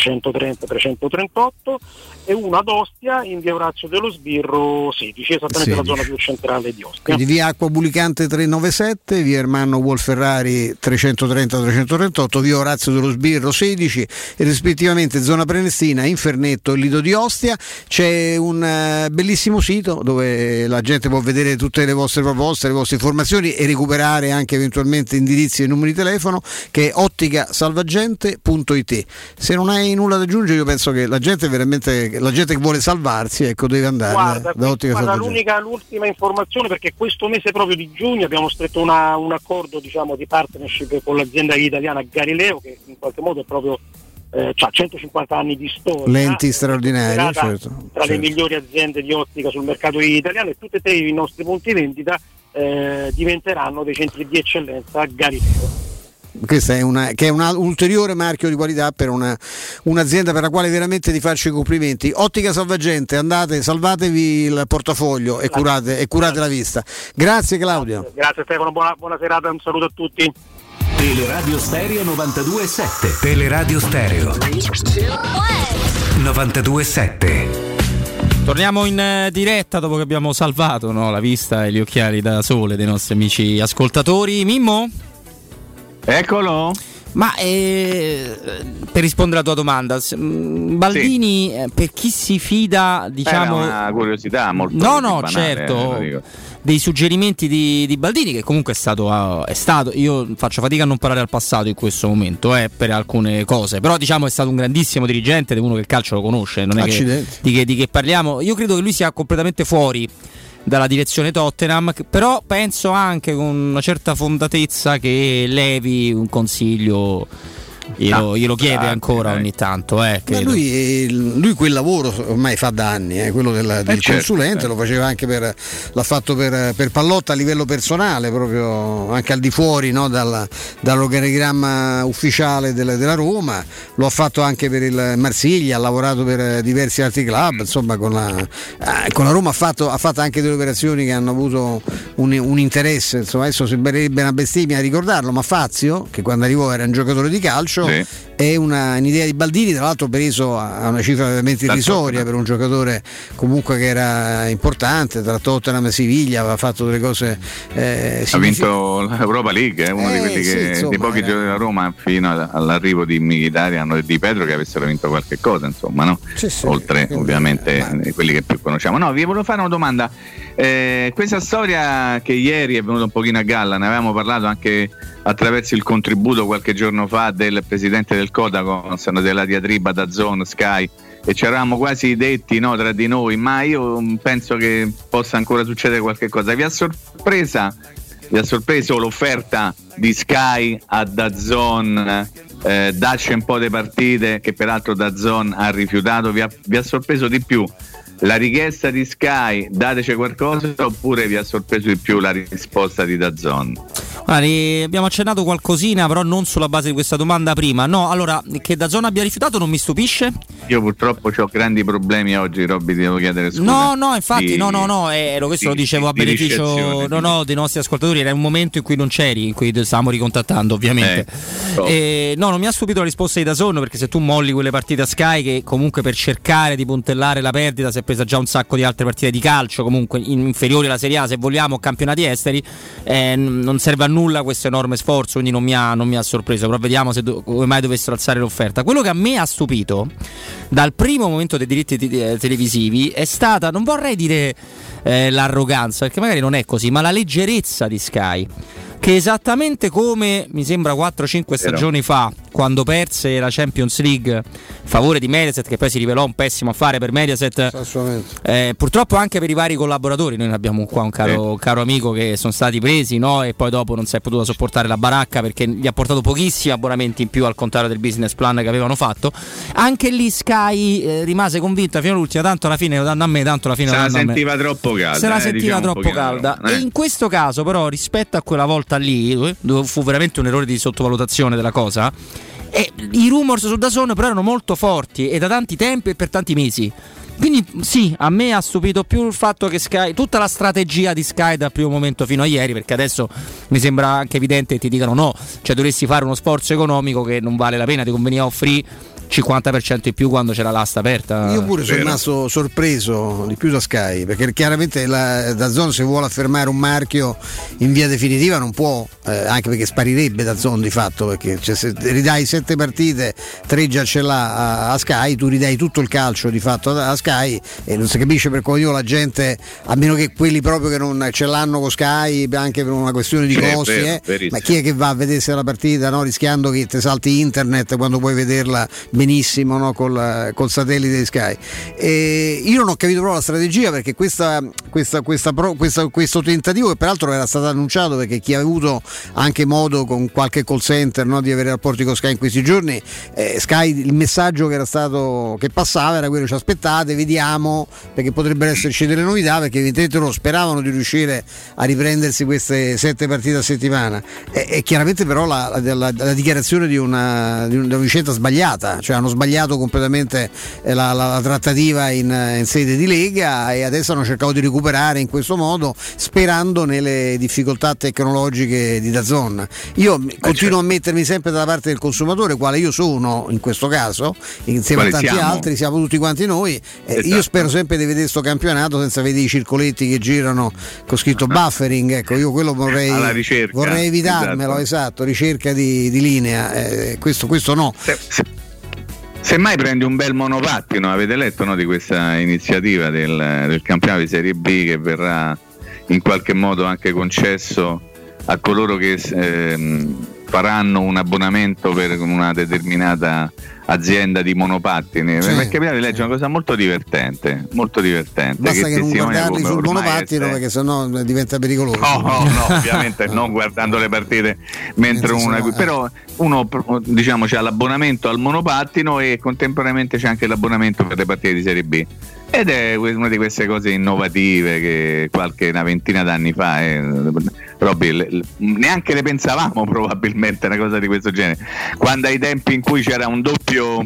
330-338 e uno ad Ostia in via Orazio dello Sbirro 16, esattamente la zona più centrale di Ostia. Quindi via Acqua Bulicante 397, via Ermanno Wolferrari 330-338, via Orazio dello Sbirro 16 e rispettivamente zona Prenestina, Infernetto e Lido di Ostia. C'è un bellissimo sito dove la gente può vedere tutte le vostre proposte, le vostre informazioni e recuperare anche eventualmente indirizzi e numeri di telefono, che è otticasalvagente.it. Se non hai nulla da aggiungere, io penso che la gente che vuole salvarsi, ecco, deve andare da Ottica Salvagente. L'ultima informazione, perché questo mese proprio di giugno abbiamo stretto un accordo, diciamo, di partnership con l'azienda italiana Galileo, che in qualche modo è proprio ha 150 anni di storia, lenti straordinarie, tra le migliori aziende di ottica sul mercato italiano, e tutti e 3 i nostri punti vendita diventeranno dei centri di eccellenza a Galileo. Questa è un ulteriore marchio di qualità per un'azienda per la quale veramente ti faccio i complimenti. Ottica Salvagente, andate, salvatevi il portafoglio e curate la vista. Grazie Claudio. Grazie Stefano, buona serata, un saluto a tutti. Teleradio Stereo 92.7. Teleradio Stereo 92.7. Torniamo in diretta dopo che abbiamo salvato la vista e gli occhiali da sole dei nostri amici ascoltatori. Mimmo? Eccolo. Ma per rispondere alla tua domanda, Baldini, per chi si fida, diciamo, è una curiosità molto banale, certo, dei suggerimenti di Baldini, che comunque è stato, io faccio fatica a non parlare al passato in questo momento per alcune cose, però diciamo è stato un grandissimo dirigente ed è uno che il calcio lo conosce, non è di che parliamo. Io credo che lui sia completamente fuori dalla direzione Tottenham, però penso anche con una certa fondatezza che levi un consiglio, glielo chiede ancora ogni tanto. Ma lui quel lavoro ormai fa da anni, quello del consulente, lo faceva anche l'ha fatto per Pallotta a livello personale, proprio anche al di fuori dall'organigramma ufficiale della Roma, lo ha fatto anche per il Marsiglia, ha lavorato per diversi altri club, insomma con la Roma ha fatto anche delle operazioni che hanno avuto un interesse, insomma adesso sembrerebbe una bestemmia ricordarlo, ma Fazio, che quando arrivò era un giocatore di calcio, è un'idea di Baldini, tra l'altro preso a una cifra veramente irrisoria per un giocatore comunque che era importante, tra Tottenham e Siviglia, aveva fatto delle cose ha vinto l'Europa League, è uno di quelli dei pochi giocatori della Roma fino all'arrivo di Mkhitaryan e di Pedro che avessero vinto qualche cosa, insomma, no? Oltre ovviamente quelli che più conosciamo. No, vi volevo fare una domanda. Questa storia che ieri è venuta un pochino a galla, ne avevamo parlato anche attraverso il contributo qualche giorno fa del presidente del Codacons, della diatriba da Zone Sky, e ci eravamo quasi detti tra di noi, ma io penso che possa ancora succedere qualche cosa. Vi ha sorpreso l'offerta di Sky a DAZN, dacci un po' di partite, che peraltro DAZN ha rifiutato? Vi ha sorpreso di più la richiesta di Sky, dateci qualcosa, oppure vi ha sorpreso di più la risposta di DAZN? Abbiamo accennato qualcosina, però non sulla base di questa domanda prima. No, allora, che DAZN abbia rifiutato non mi stupisce. Io purtroppo ho grandi problemi oggi, Robby, ti devo chiedere scusa. No, infatti, questo lo dicevo a beneficio dei nostri ascoltatori. Era un momento in cui non c'eri, in cui stavamo ricontattando, ovviamente. Non mi ha stupito la risposta di DAZN, perché se tu molli quelle partite a Sky, che comunque per cercare di puntellare la perdita si è presa già un sacco di altre partite di calcio, comunque inferiori alla Serie A, se vogliamo, campionati esteri, non serve a nulla questo enorme sforzo, quindi non mi ha sorpreso, però vediamo come mai dovessero alzare l'offerta. Quello che a me ha stupito dal primo momento dei diritti televisivi è stata, non vorrei dire l'arroganza, perché magari non è così, ma la leggerezza di Sky, che esattamente come mi sembra 4-5 stagioni fa, quando perse la Champions League a favore di Mediaset, che poi si rivelò un pessimo affare per Mediaset, purtroppo anche per i vari collaboratori. Noi abbiamo qua un caro amico che sono stati presi, e poi dopo non si è potuta sopportare la baracca perché gli ha portato pochissimi abbonamenti in più, al contrario del business plan che avevano fatto. Anche lì Sky rimase convinta fino all'ultima, tanto alla fine lo danno a me, tanto alla fine lo danno a me. Se la sentiva troppo calda. E in questo caso però, rispetto a quella volta lì, dove fu veramente un errore di sottovalutazione della cosa, i rumors su DAZN però erano molto forti e da tanti tempi e per tanti mesi. Quindi sì, a me ha stupito più il fatto che Sky, tutta la strategia di Sky dal primo momento fino a ieri, perché adesso mi sembra anche evidente che ti dicano no, cioè dovresti fare uno sforzo economico che non vale la pena, ti conveniva offrire 50% in più quando c'era l'asta aperta. Io pure sono rimasto sorpreso di più da Sky, perché chiaramente DAZN, se vuole affermare un marchio in via definitiva, non può, anche perché sparirebbe DAZN di fatto, perché se ridai 7 partite, 3 già ce l'ha a Sky, tu ridai tutto il calcio di fatto a Sky, e non si capisce per quale motivo la gente, a meno che quelli proprio che non ce l'hanno con Sky, anche per una questione di costi, ma chi è che va a vedersi la partita, rischiando che ti salti internet quando puoi vederla benissimo, no? Col satellite di Sky. Io non ho capito proprio la strategia, perché questo tentativo, che peraltro era stato annunciato, perché chi ha avuto anche modo con qualche call center, no, di avere rapporti con Sky in questi giorni, Sky, il messaggio che passava era quello: ci aspettate, vediamo, perché potrebbero esserci delle novità, perché evidentemente loro speravano di riuscire a riprendersi queste 7 partite a settimana, e chiaramente però la dichiarazione di una vicenda sbagliata, cioè hanno sbagliato completamente la trattativa in sede di Lega, e adesso hanno cercato di recuperare in questo modo, sperando nelle difficoltà tecnologiche di DAZN. Io continuo a mettermi sempre dalla parte del consumatore, quale io sono in questo caso, insieme a tanti altri, siamo tutti quanti noi. Esatto. Io spero sempre di vedere sto campionato senza vedere i circoletti che girano con scritto buffering, ecco, io quello vorrei evitarmelo, esatto, ricerca di linea, questo no. Semmai prendi un bel monopattino, avete letto, no, di questa iniziativa del campionato di Serie B, che verrà in qualche modo anche concesso a coloro che faranno un abbonamento per una determinata azienda di monopattini. Mi è capitato di leggere una cosa molto divertente. Basta che non guardarli sul monopattino, perché sennò diventa pericoloso. No, ovviamente non guardando le partite mentre però uno, diciamo, c'ha l'abbonamento al monopattino e contemporaneamente c'è anche l'abbonamento per le partite di Serie B. Ed è una di queste cose innovative che una ventina d'anni fa neanche le pensavamo, probabilmente, una cosa di questo genere, quando ai tempi in cui c'era un doppio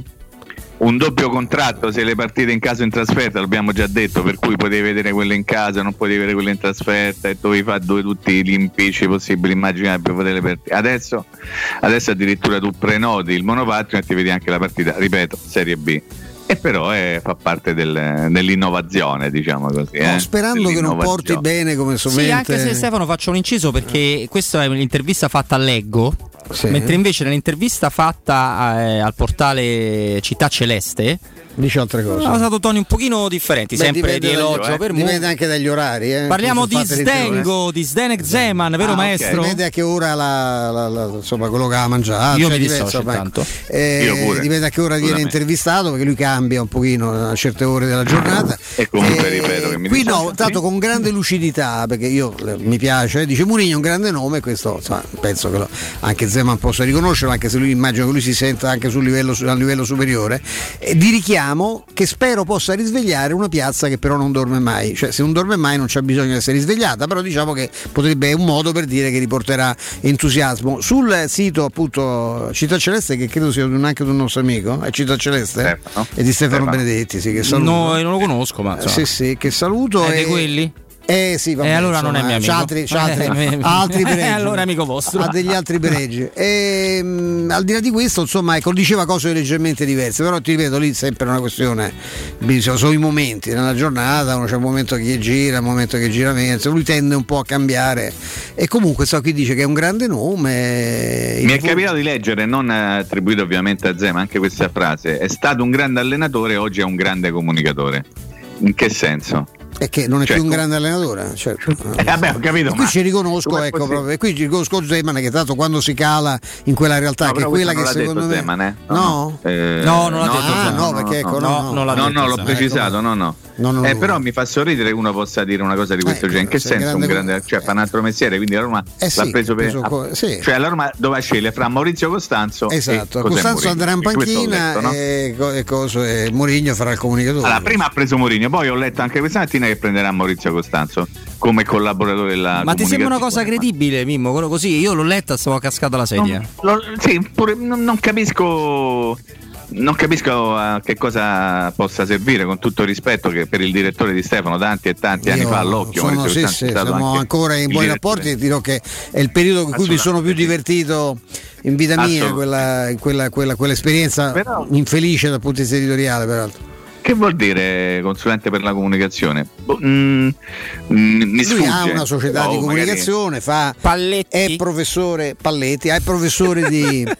contratto, se le partite in casa o in trasferta, l'abbiamo già detto, per cui potevi vedere quelle in casa, non potevi vedere quelle in trasferta, e dovevi fare tutti gli impicci possibili, immaginabili per vedere le partite. Adesso addirittura tu prenoti il monopattino e ti vedi anche la partita, ripeto, Serie B. E però fa parte dell'innovazione, diciamo così. Sperando che non porti bene, come sovente. Sì, anche se, Stefano, faccio un inciso, perché questa è un'intervista fatta a Leggo, mentre invece nell'intervista fatta al portale Città Celeste dice altre cose. Ha usato toni un pochino differenti, sempre di elogio per dipende anche dagli orari. Parliamo di Zdenek Zeman, vero maestro? Dipende a che ora insomma, quello che ha mangiato. Io mi dissocio tanto. Dipende a che ora viene intervistato, perché lui cambia un pochino a certe ore della giornata. E comunque ripeto che mi qui tanto con grande lucidità, perché io mi piace, dice Mourinho è un grande nome, questo insomma, penso che anche Zeman possa riconoscerlo, anche se lui immagino che lui si senta anche a livello superiore, di richiamo che spero possa risvegliare una piazza che però non dorme mai. Cioè, se non dorme mai non c'è bisogno di essere risvegliata, però diciamo che potrebbe, è un modo per dire che riporterà entusiasmo. Sul sito, appunto, Città Celeste, che credo sia anche di un nostro amico, è Città Celeste, e di Stefano Benedetti, sì, che saluto. No, non lo conosco, ma sì, che saluto. È di quelli? Sì, vabbè, allora non è mio amico. Altri pregi. Allora amico vostro. Ha degli altri pregi. Al di là di questo, insomma, ecco, diceva cose leggermente diverse, però ti ripeto, lì sempre una questione, sono i momenti nella giornata, c'è un momento che gira, un momento che gira meno, lui tende un po' a cambiare, e comunque qui dice che è un grande nome. Mi è capitato di leggere, non attribuito ovviamente a Zeman, anche questa frase: è stato un grande allenatore, oggi è un grande comunicatore. In che senso? È che non è più un grande allenatore, certo. Vabbè, ho capito. Qui ci riconosco, ecco, proprio. E qui ci riconosco Zeman, che tanto quando si cala in quella realtà, che è quella che secondo me. Zeman, no, non l'ha detto. No, perché ecco, l'ho precisato, no. Però mi fa sorridere che uno possa dire una cosa di questo genere. In che senso un grande, cioè fa un altro messiere, quindi la Roma l'ha preso per. Cioè la Roma doveva scegliere fra Maurizio Costanzo esatto, Costanzo andrà in panchina e Mourinho farà il comunicatore. Allora, prima ha preso Mourinho, poi ho letto anche questa mattina che prenderà Maurizio Costanzo come collaboratore della. Ma ti sembra una cosa credibile, Mimmo? Così io l'ho letta e stavo cascata la sedia. Non capisco. Non capisco a che cosa possa servire, con tutto il rispetto che per il direttore di Stefano tanti e tanti anni fa all'occhio. Siamo ancora in buoni rapporti, e dirò che è il periodo in cui mi sono più divertito in vita mia, quell'esperienza infelice dal punto di vista editoriale, peraltro. Che vuol dire consulente per la comunicazione? Mi sfugge. Lui ha una società di comunicazione, fa Palletti. È professore Palletti, è professore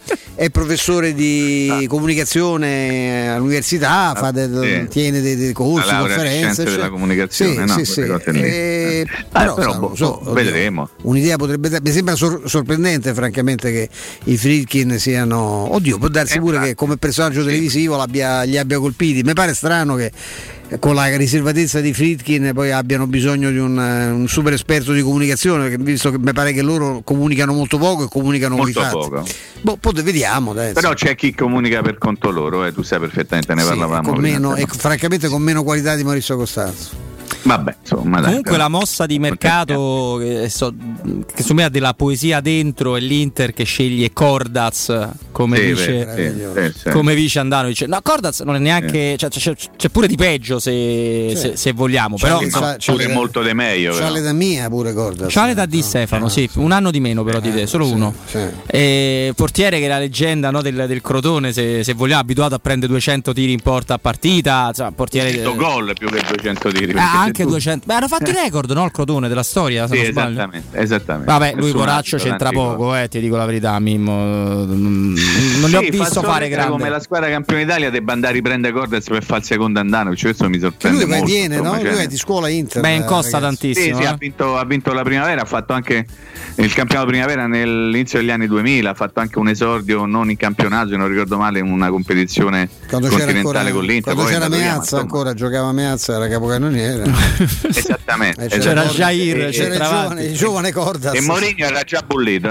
di comunicazione all'università, tiene dei corsi, conferenze, della comunicazione, però vedremo. Un'idea potrebbe, mi sembra sorprendente francamente che i Friedkin siano, può darsi pure che come personaggio televisivo li abbia colpiti. Mi pare strano che con la riservatezza di Friedkin poi abbiano bisogno di un super esperto di comunicazione, visto che mi pare che loro comunicano molto poco e comunicano molto poco. Poi vediamo, dai. Però c'è chi comunica per conto loro, tu sai perfettamente, ne parlavamo con meno, e francamente con meno qualità di Maurizio Costanzo. Vabbè, insomma, comunque la mossa di mercato che secondo me ha della poesia dentro è l'Inter che sceglie Cordaz come come vice Andanovic. No, Cordaz non è neanche c'è pure di peggio se vogliamo, però pure molto di meglio. C'ha l'età mia pure Cordaz. C'ha l'età di Stefano, sì, un anno di meno però di te, solo uno. E portiere che è la leggenda, no, del Crotone, se vogliamo, abituato a prendere 200 tiri in porta a partita, portiere 100 gol più che 200 tiri. Anche 200. Beh, hanno fatto il record, no? Il Crotone della storia. Sì, esattamente. Vabbè, lui Poraccio c'entra poco, ti dico la verità, Mimmo. Non li ho visto fare grande. Come la squadra campione d'Italia debba andare a riprendere Cordaz per fare il secondo Andanovic, questo mi sorprende. Lui molto, viene, no? Lui è di scuola Inter. Beh, costa tantissimo. Sì, ha vinto la primavera, ha fatto anche il campionato primavera nell'inizio degli anni 2000, ha fatto anche un esordio non in campionato, se non ricordo male, in una competizione continentale con l'Inter. Quando c'era Meazza ancora, giocava Meazza, era capocannoniere. Esattamente. C'era Jair, c'era il giovane Cordaz. E Mourinho era già bollito,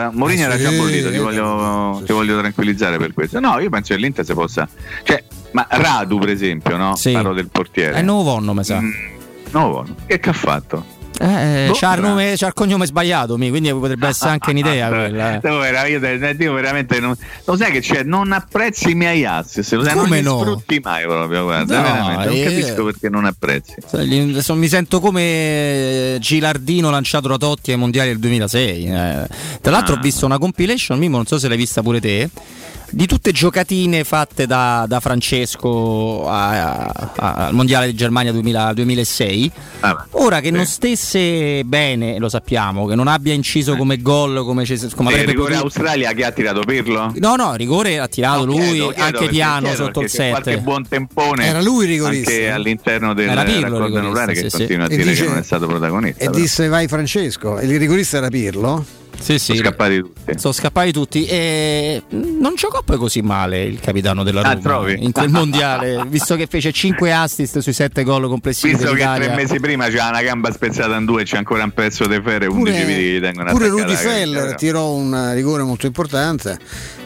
ti voglio tranquilliare per questo. No, io penso che l'Inter si possa, ma Radu per esempio, no? Sì. Parlo del portiere. È nuovo Vonno, mi sa. Nuovo Vonno. Che ha fatto? C'ha il cognome sbagliato, quindi potrebbe essere anche un'idea quella. Io veramente non sai che c'è, non apprezzi i miei assist, non li sfrutti mai proprio, guarda, veramente non capisco perché non apprezzi. Mi sento come Gilardino lanciato da Totti ai mondiali del 2006. Tra l'altro ho visto una compilation, Mimo, non so se l'hai vista pure te, di tutte giocatine fatte da Francesco al mondiale di Germania 2006. Ora che non stesse bene, lo sappiamo, che non abbia inciso come gol come avrebbe rigore potuto. Australia che ha tirato Pirlo? No, rigore ha tirato lui, anche piano sotto il 7. Qualche buon tempone era lui rigorista anche all'interno del raccordo anulare, che continua a dire che non è stato protagonista. E disse vai Francesco, il rigorista era Pirlo? Sì. Sono scappati tutti e non giocò poi così male il capitano della Roma in quel mondiale, visto che fece 5 assist sui 7 gol complessivi. Visto che 3 mesi prima c'era una gamba spezzata in due e c'è ancora un pezzo di ferro e 11 viti che tengono pure Rudy Feller tirò un rigore molto importante.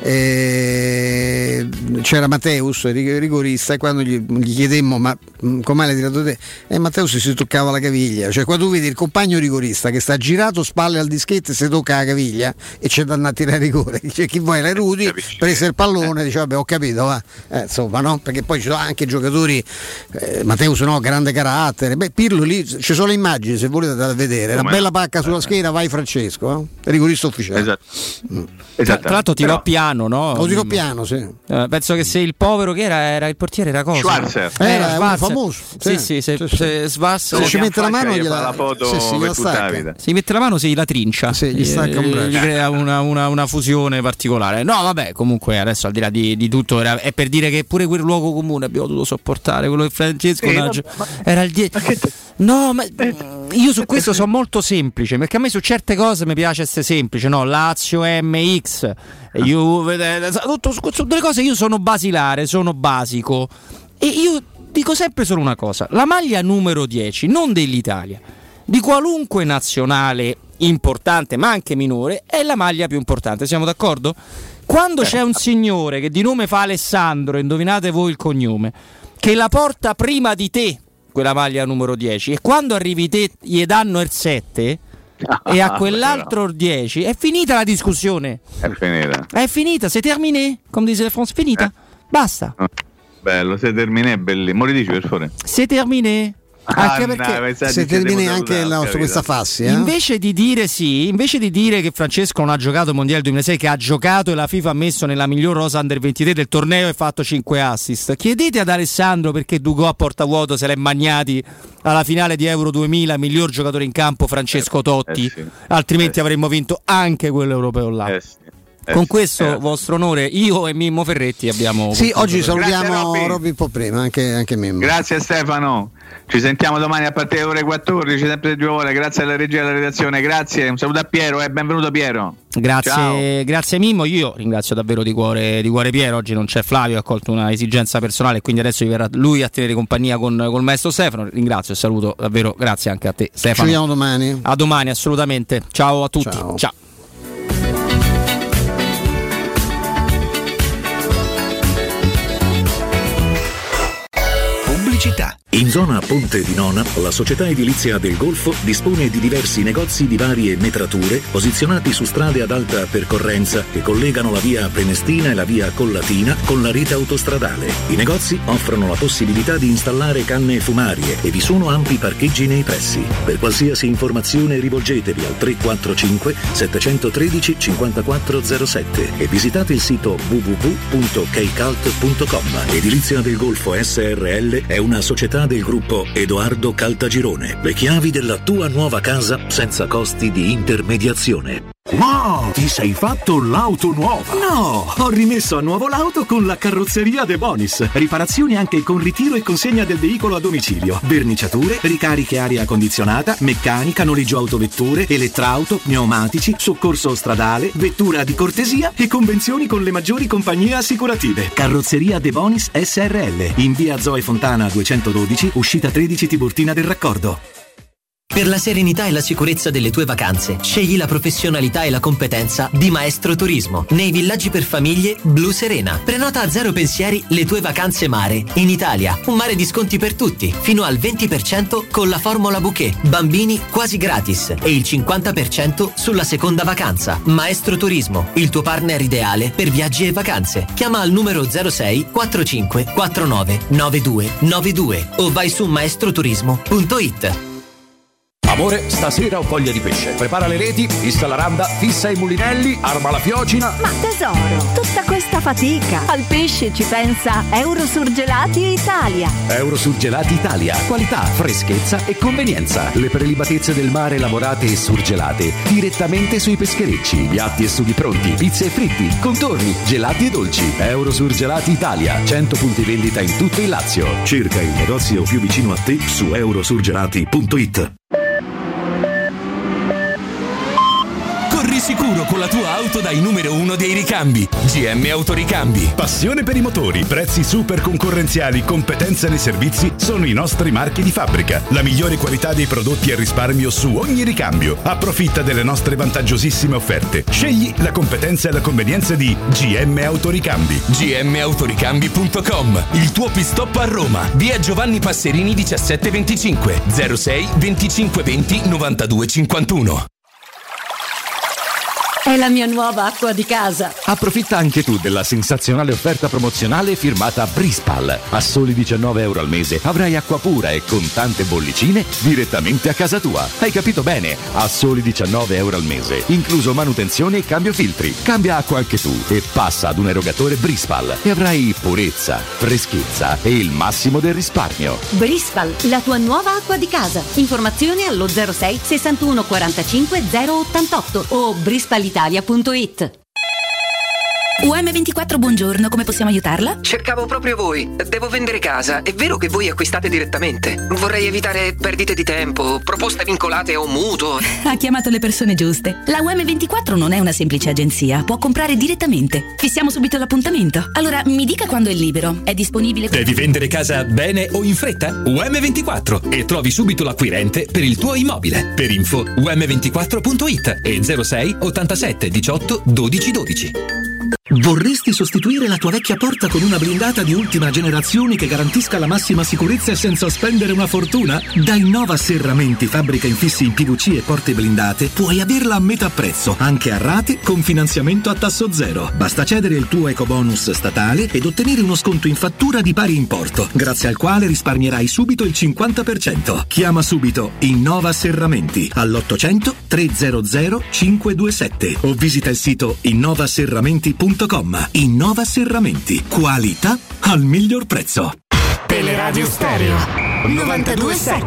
C'era Matteus, rigorista, e quando gli chiedemmo ma com'è l'hai tirato te? Matteus si toccava la caviglia, cioè quando tu vedi il compagno rigorista che sta girato spalle al dischetto e si tocca la caviglia e c'è da andare a tirare rigore, dice chi vuoi la Rudy, prese il pallone, dice vabbè ho capito, va. Insomma, no? Perché poi ci sono anche giocatori, Matteus grande carattere, Pirlo lì ci sono le immagini se volete da vedere, una bella pacca sulla schiena, vai Francesco, rigorista ufficiale. Tra l'altro tirò piano, no? Lo tirò piano, sì. Penso che se il povero che era il portiere era cosa? Schwarzer. Era un famoso. Sì. Se Schwarzer ci mette la mano gliela la foto per tutta la vita. Si mette la mano, la trincia. Gli stacca un braccio. Gli crea una fusione particolare. No, vabbè, comunque adesso al di là di tutto è per dire che pure quel luogo comune abbiamo dovuto sopportare, quello di Francesco era il 10. No, ma io su questo sono molto semplice, perché a me su certe cose mi piace essere semplice, no? Lazio MX, Juve, su delle cose io sono basilare, sono basico, e io dico sempre solo una cosa: la maglia numero 10, non dell'Italia, di qualunque nazionale importante ma anche minore, è la maglia più importante, siamo d'accordo? Quando c'è un signore che di nome fa Alessandro, indovinate voi il cognome, che la porta prima di te quella maglia numero 10, e quando arrivi te gli danno il 7 e a quell'altro il 10, è finita la discussione, è finita, c'est terminé, come dice le France, finita, basta. Bello, c'est terminé, bellissimo, mo ridici per favore, c'est terminé. Anche perché se termini anche questa fassi, invece di dire che Francesco non ha giocato il mondiale 2006, che ha giocato e la FIFA ha messo nella miglior rosa under 23 del torneo e fatto 5 assist, chiedete ad Alessandro perché Dugò a portavuoto se l'è magnati alla finale di Euro 2000, miglior giocatore in campo Francesco Totti, altrimenti avremmo vinto anche quello europeo là. Con questo vostro onore, io e Mimmo Ferretti abbiamo... Sì, oggi salutiamo Robby un po' prima, anche Mimmo. Grazie Stefano, ci sentiamo domani a partire dalle ore 14, sempre 2 ore, grazie alla regia e alla redazione, grazie, un saluto a Piero e benvenuto Piero. Grazie Mimmo, io ringrazio davvero di cuore Piero, oggi non c'è Flavio, ha colto una esigenza personale, quindi adesso verrà lui a tenere compagnia col maestro Stefano, ringrazio e saluto davvero, grazie anche a te Stefano. Ci vediamo domani. A domani, assolutamente, ciao a tutti. Ciao. Pubblicità. In zona Ponte di Nona, la società edilizia del Golfo dispone di diversi negozi di varie metrature posizionati su strade ad alta percorrenza che collegano la via Prenestina e la via Collatina con la rete autostradale. I negozi offrono la possibilità di installare canne fumarie e vi sono ampi parcheggi nei pressi. Per qualsiasi informazione rivolgetevi al 345 713 5407 e visitate il sito www.keicalt.com. Edilizia del Golfo SRL è una società del gruppo Edoardo Caltagirone. Le chiavi della tua nuova casa senza costi di intermediazione. Wow, ti sei fatto l'auto nuova? No, ho rimesso a nuovo l'auto con la carrozzeria De Bonis. Riparazioni anche con ritiro e consegna del veicolo a domicilio. Verniciature, ricariche aria condizionata, meccanica, noleggio autovetture, elettrauto, pneumatici, soccorso stradale, vettura di cortesia e convenzioni con le maggiori compagnie assicurative. Carrozzeria De Bonis SRL, in via Zoe Fontana 212, uscita 13 Tiburtina del Raccordo. Per la serenità e la sicurezza delle tue vacanze, scegli la professionalità e la competenza di Maestro Turismo. Nei villaggi per famiglie Blu Serena. Prenota a zero pensieri le tue vacanze mare. In Italia, un mare di sconti per tutti, fino al 20% con la formula bouquet. Bambini quasi gratis e il 50% sulla seconda vacanza. Maestro Turismo, il tuo partner ideale per viaggi e vacanze. Chiama al numero 06 45 49 92 92 o vai su maestroturismo.it. Amore, stasera ho voglia di pesce. Prepara le reti, fissa la randa, fissa i mulinelli, arma la fiocina. Ma tesoro, tutta questa fatica. Al pesce ci pensa Eurosurgelati Italia. Eurosurgelati Italia. Qualità, freschezza e convenienza. Le prelibatezze del mare lavorate e surgelate direttamente sui pescherecci. Piatti e sughi pronti, pizze e fritti, contorni, gelati e dolci. Eurosurgelati Italia. 100 punti vendita in tutto il Lazio. Cerca il negozio più vicino a te su eurosurgelati.it. Sicuro con la tua auto dai numero 1 dei ricambi. GM Autoricambi. Passione per i motori, prezzi super concorrenziali, competenza nei servizi sono i nostri marchi di fabbrica. La migliore qualità dei prodotti e risparmio su ogni ricambio. Approfitta delle nostre vantaggiosissime offerte. Scegli la competenza e la convenienza di GM Autoricambi. gmautoricambi.com. Il tuo pit stop a Roma. Via Giovanni Passerini 1725 06 25 20 92 51. È la mia nuova acqua di casa. Approfitta anche tu della sensazionale offerta promozionale firmata Brispal. A soli €19 al mese avrai acqua pura e con tante bollicine direttamente a casa tua. Hai capito bene? A soli €19 al mese, incluso manutenzione e cambio filtri. Cambia acqua anche tu e passa ad un erogatore Brispal e avrai purezza, freschezza e il massimo del risparmio. Brispal, la tua nuova acqua di casa. Informazioni allo 06 61 45 088 o brispalitalia.it. UM24, buongiorno, come possiamo aiutarla? Cercavo proprio voi. Devo vendere casa. È vero che voi acquistate direttamente? Vorrei evitare perdite di tempo, proposte vincolate a un mutuo. Ha chiamato le persone giuste. La UM24 non è una semplice agenzia, può comprare direttamente. Fissiamo subito l'appuntamento. Allora, mi dica quando è libero. È disponibile? Devi vendere casa bene o in fretta? UM24 e trovi subito l'acquirente per il tuo immobile. Per info um24.it e 06 87 18 12 12. Vorresti sostituire la tua vecchia porta con una blindata di ultima generazione che garantisca la massima sicurezza e senza spendere una fortuna? Da Innova Serramenti, fabbrica infissi in PVC e porte blindate, puoi averla a metà prezzo, anche a rate con finanziamento a tasso zero. Basta cedere il tuo ecobonus statale ed ottenere uno sconto in fattura di pari importo, grazie al quale risparmierai subito il 50%. Chiama subito Innova Serramenti all'800 300 527 o visita il sito innovaserramenti.com. Innova Serramenti, qualità al miglior prezzo. Teleradio Stereo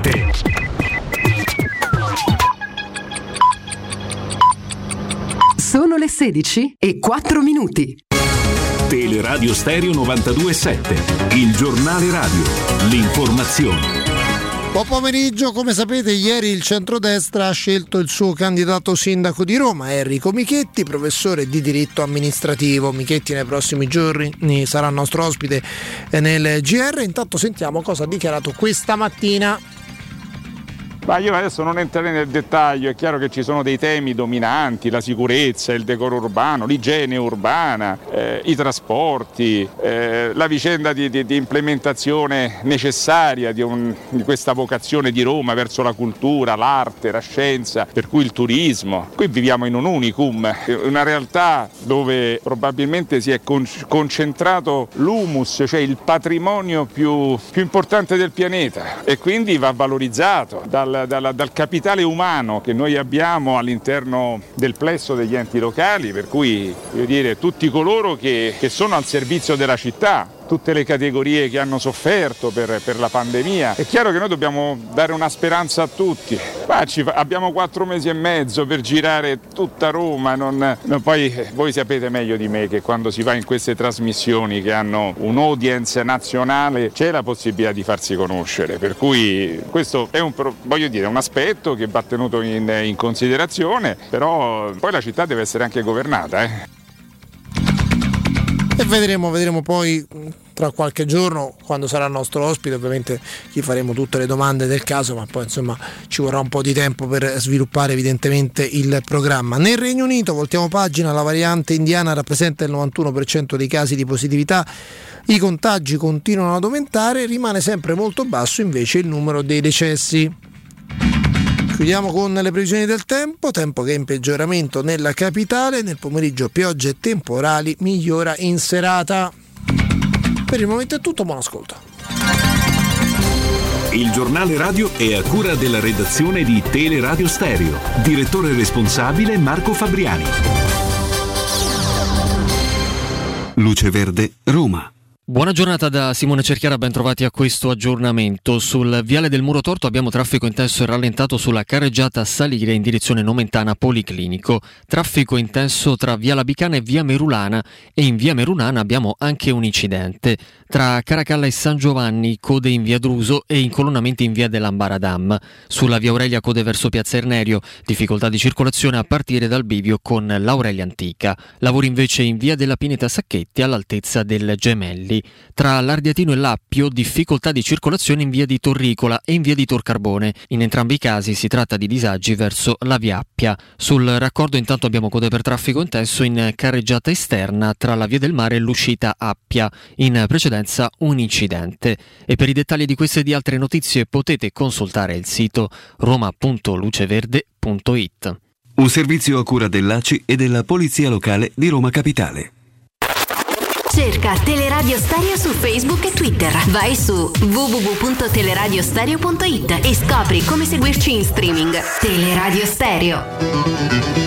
92.7. Sono le 16:04. Teleradio Stereo 92.7, il giornale radio, l'informazione. Buon pomeriggio, come sapete ieri il centrodestra ha scelto il suo candidato sindaco di Roma, Enrico Michetti, professore di diritto amministrativo. Michetti nei prossimi giorni sarà nostro ospite nel GR. Intanto sentiamo cosa ha dichiarato questa mattina. Ma io adesso non entrerei nel dettaglio, è chiaro che ci sono dei temi dominanti, la sicurezza, il decoro urbano, l'igiene urbana, i trasporti, la vicenda di implementazione necessaria di questa vocazione di Roma verso la cultura, l'arte, la scienza, per cui il turismo. Qui viviamo in un unicum, una realtà dove probabilmente si è concentrato l'humus, cioè il patrimonio più importante del pianeta, e quindi va valorizzato dal capitale umano che noi abbiamo all'interno del plesso degli enti locali, per cui voglio dire, tutti coloro che sono al servizio della città, tutte le categorie che hanno sofferto per la pandemia. È chiaro che noi dobbiamo dare una speranza a tutti. Abbiamo 4 mesi e mezzo per girare tutta Roma, poi voi sapete meglio di me che quando si va in queste trasmissioni che hanno un'audience nazionale c'è la possibilità di farsi conoscere, per cui questo è un aspetto che va tenuto in considerazione, però poi la città deve essere anche governata. E vedremo poi tra qualche giorno, quando sarà il nostro ospite, ovviamente gli faremo tutte le domande del caso, ma poi insomma ci vorrà un po' di tempo per sviluppare evidentemente il programma. Nel Regno Unito, voltiamo pagina, la variante indiana rappresenta il 91% dei casi di positività, i contagi continuano ad aumentare, rimane sempre molto basso invece il numero dei decessi. Chiudiamo con le previsioni del tempo che è in peggioramento nella capitale, nel pomeriggio piogge e temporali, migliora in serata. Per il momento è tutto, buon ascolto. Il giornale radio è a cura della redazione di Teleradio Stereo. Direttore responsabile Marco Fabriani. Luce Verde, Roma. Buona giornata da Simone Cerchiara, ben trovati a questo aggiornamento. Sul viale del Muro Torto abbiamo traffico intenso e rallentato sulla carreggiata a salire in direzione Nomentana Policlinico. Traffico intenso tra via Labicana e via Merulana, e in via Merulana abbiamo anche un incidente. Tra Caracalla e San Giovanni code in via Druso e incolonnamenti in via dell'Ambaradam. Sulla via Aurelia code verso piazza Ernerio, difficoltà di circolazione a partire dal bivio con l'Aurelia Antica. Lavori invece in via della Pineta Sacchetti all'altezza del Gemelli. Tra l'Ardiatino e l'Appio difficoltà di circolazione in via di Torricola e in via di Torcarbone. In entrambi i casi si tratta di disagi verso la via Appia. Sul raccordo intanto abbiamo code per traffico intenso in carreggiata esterna tra la via del Mare e l'uscita Appia. In precedenza un incidente. E per i dettagli di queste e di altre notizie potete consultare il sito roma.luceverde.it. Un servizio a cura dell'ACI e della Polizia Locale di Roma Capitale. Cerca Teleradio Stereo su Facebook e Twitter. Vai su www.teleradiostereo.it e scopri come seguirci in streaming. Teleradio Stereo.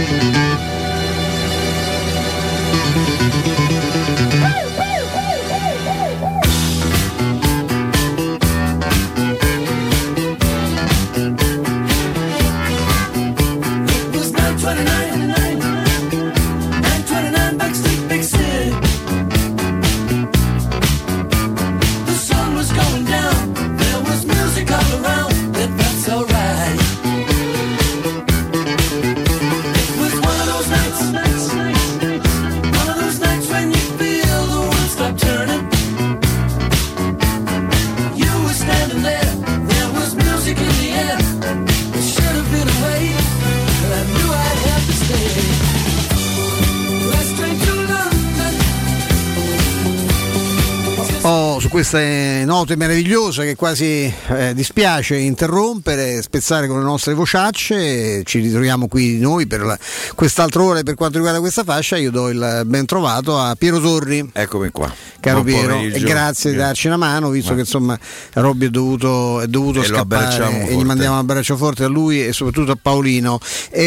Su queste note meravigliose che quasi dispiace interrompere, spezzare con le nostre vociacce, ci ritroviamo qui noi per quest'altra ora. Per quanto riguarda questa fascia io do il ben trovato a Piero Torri. Eccomi qua. Caro Piero, e grazie di darci una mano, visto che insomma Robby è dovuto scappare, e gli mandiamo un abbraccio forte a lui e soprattutto a Paolino.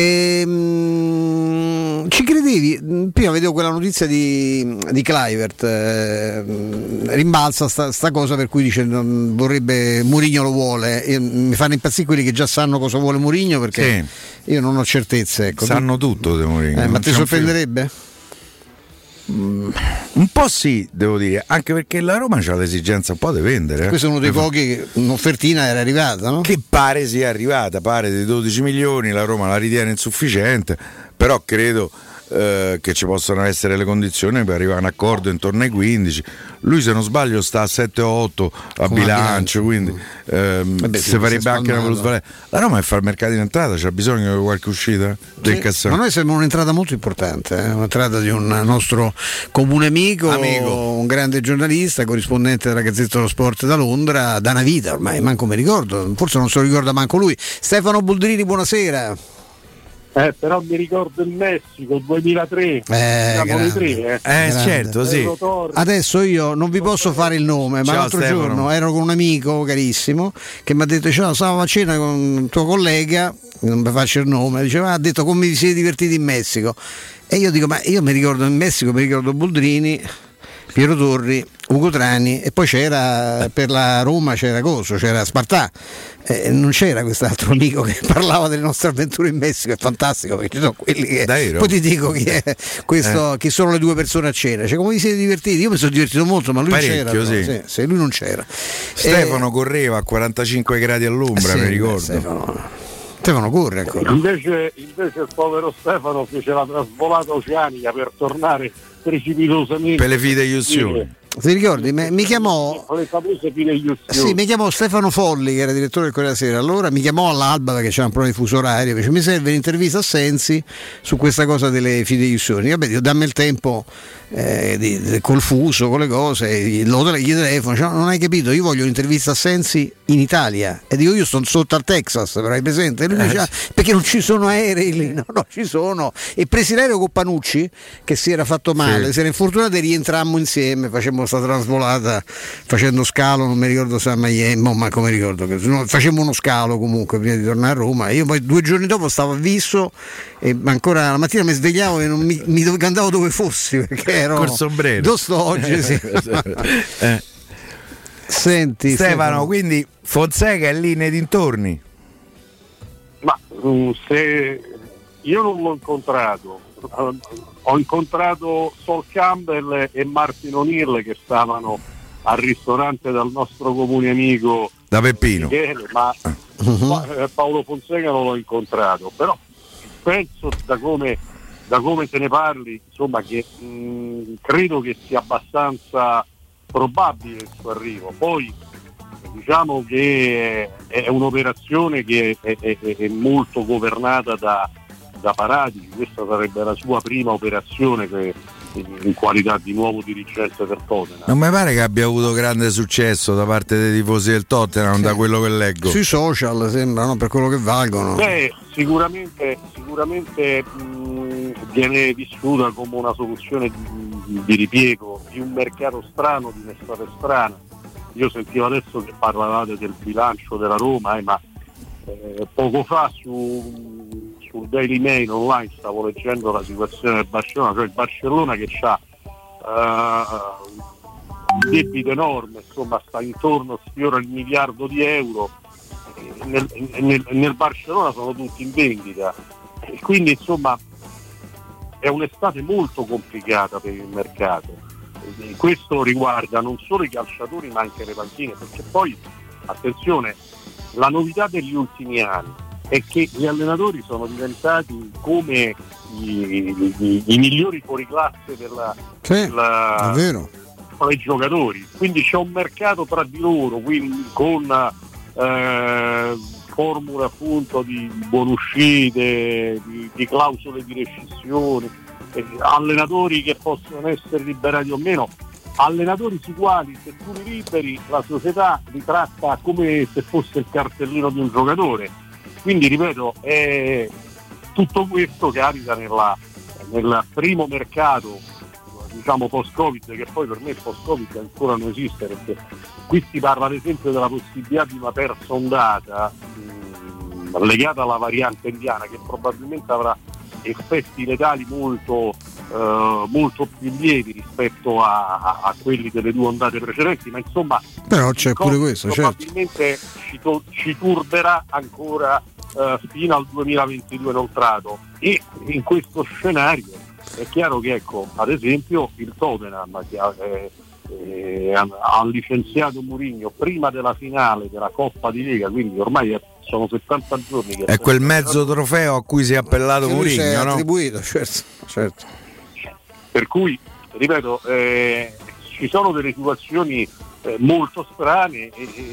Ci credevi? Prima vedevo quella notizia di Kluivert, rimbalza sta cosa per cui dice non vorrebbe, Mourinho lo vuole. Mi fanno impazzire quelli che già sanno cosa vuole Mourinho, perché io non ho certezze, ecco. Sanno tutto di Mourinho. Ma ti sorprenderebbe? Un po' sì, devo dire, anche perché la Roma c'ha l'esigenza un po' di vendere. Questo è uno dei pochi che un'offertina era arrivata, no? Che pare sia arrivata, pare di 12 milioni, la Roma la ritiene insufficiente, però credo che ci possano essere le condizioni per arrivare a un accordo intorno ai 15. Lui, se non sbaglio, sta a 7-8 a bilancio, quindi se farebbe anche una plusvalenza. La Roma è fare mercato in entrata, c'ha bisogno di qualche uscita del Cassano. Ma noi siamo un'entrata molto importante, un'entrata di un nostro comune amico, un grande giornalista, corrispondente della Gazzetta dello Sport da Londra, da una vita ormai, manco mi ricordo, forse non se lo ricorda manco lui. Stefano Boldrini, buonasera. Però mi ricordo il Messico 2003, certo, sì. Adesso io non vi posso fare il nome, ma l'altro giorno ero con un amico carissimo che mi ha detto: ciao, stavo a cena con un tuo collega, non mi faccio il nome, diceva, ha detto come vi siete divertiti in Messico, e io dico, ma io mi ricordo in Messico, mi ricordo Boldrini, Piero Torri, Ugo Trani, e poi c'era per la Roma c'era Spartà, non c'era quest'altro amico che parlava delle nostre avventure in Messico. È fantastico, perché ci sono quelli che Davvero? Poi ti dico chi è questo, chi sono le due persone a cena, cioè come vi siete divertiti? Io mi sono divertito molto, ma lui parecchio, c'era, sì. no? Se lui non c'era. Stefano correva a 45 gradi all'ombra, mi ricordo. Stefano corre ancora. Invece il povero Stefano fece la trasvolata oceanica per tornare precipitosamente per le fideiussioni. Ti ricordi? Mi chiamò mi chiamò Stefano Folli, che era direttore del Corriere della Sera, allora mi chiamò all'alba perché c'era un problema di fuso orario, invece mi serve un'intervista a Sensi su questa cosa delle fideiussioni. Vabbè, io dammi il tempo col fuso, con le cose, gli telefono, cioè, non hai capito, io voglio un'intervista a Sensi in Italia, e dico, io sono sotto al Texas, però hai presente? E lui dice, perché non ci sono aerei lì? No, ci sono. E presi l'aereo con Panucci, che si era fatto male, si era infortunato, e rientrammo insieme, facemmo sta trasvolata facendo scalo, non mi ricordo se a Miami, ma come ricordo che facemmo uno scalo comunque prima di tornare a Roma. Io poi 2 giorni dopo stavo a Visso, e ancora la mattina mi svegliavo e non mi andavo dove fossi, perché ero col sombrero. Dove sto oggi? Sì. Senti Stefano, quindi Fonseca è lì nei dintorni? Ma se io non l'ho incontrato, ho incontrato Sol Campbell e Martin O'Neill che stavano al ristorante dal nostro comune amico da Peppino, Michele, ma Paolo Fonseca non l'ho incontrato, però penso da come se ne parli, insomma, che credo che sia abbastanza probabile il suo arrivo. Poi diciamo che è un'operazione che è molto governata da Paratici. Questa sarebbe la sua prima operazione in qualità di nuovo dirigente del Tottenham. Non mi pare che abbia avuto grande successo da parte dei tifosi del Tottenham, da quello che leggo sui social, sembra, no? Per quello che valgono. Sicuramente viene vissuta come una soluzione di ripiego di un mercato strano, di un'estate strana. Io sentivo adesso che parlavate del bilancio della Roma, ma poco fa sul Daily Mail online stavo leggendo la situazione del Barcellona, cioè il Barcellona che ha un debito enorme, insomma sta intorno, sfiora il miliardo di euro, nel Barcellona sono tutti in vendita, e quindi insomma è un'estate molto complicata per il mercato. E questo riguarda non solo i calciatori ma anche le panchine, perché poi attenzione, la novità degli ultimi anni è che gli allenatori sono diventati come i migliori fuoriclasse dei giocatori, quindi c'è un mercato tra di loro, quindi con formule appunto di buonuscite, di clausole di rescissione, allenatori che possono essere liberati o meno, allenatori sui quali se tu li liberi la società li tratta come se fosse il cartellino di un giocatore. Quindi ripeto, è tutto questo capita nel primo mercato, diciamo post-Covid, che poi per me post-Covid ancora non esiste, perché qui si parla ad esempio della possibilità di una terza ondata legata alla variante indiana, che probabilmente avrà effetti letali molto molto più lievi rispetto a quelli delle 2 ondate precedenti, ma insomma però c'è pure questo, probabilmente ci turberà ancora fino al 2022 inoltrato, e in questo scenario è chiaro che, ecco, ad esempio il Tottenham che ha licenziato Mourinho prima della finale della Coppa di Lega, quindi ormai sono 70 giorni che è quel mezzo trofeo a cui si è appellato Mourinho, no? Attribuito, certo. Per cui, ripeto, ci sono delle situazioni molto strane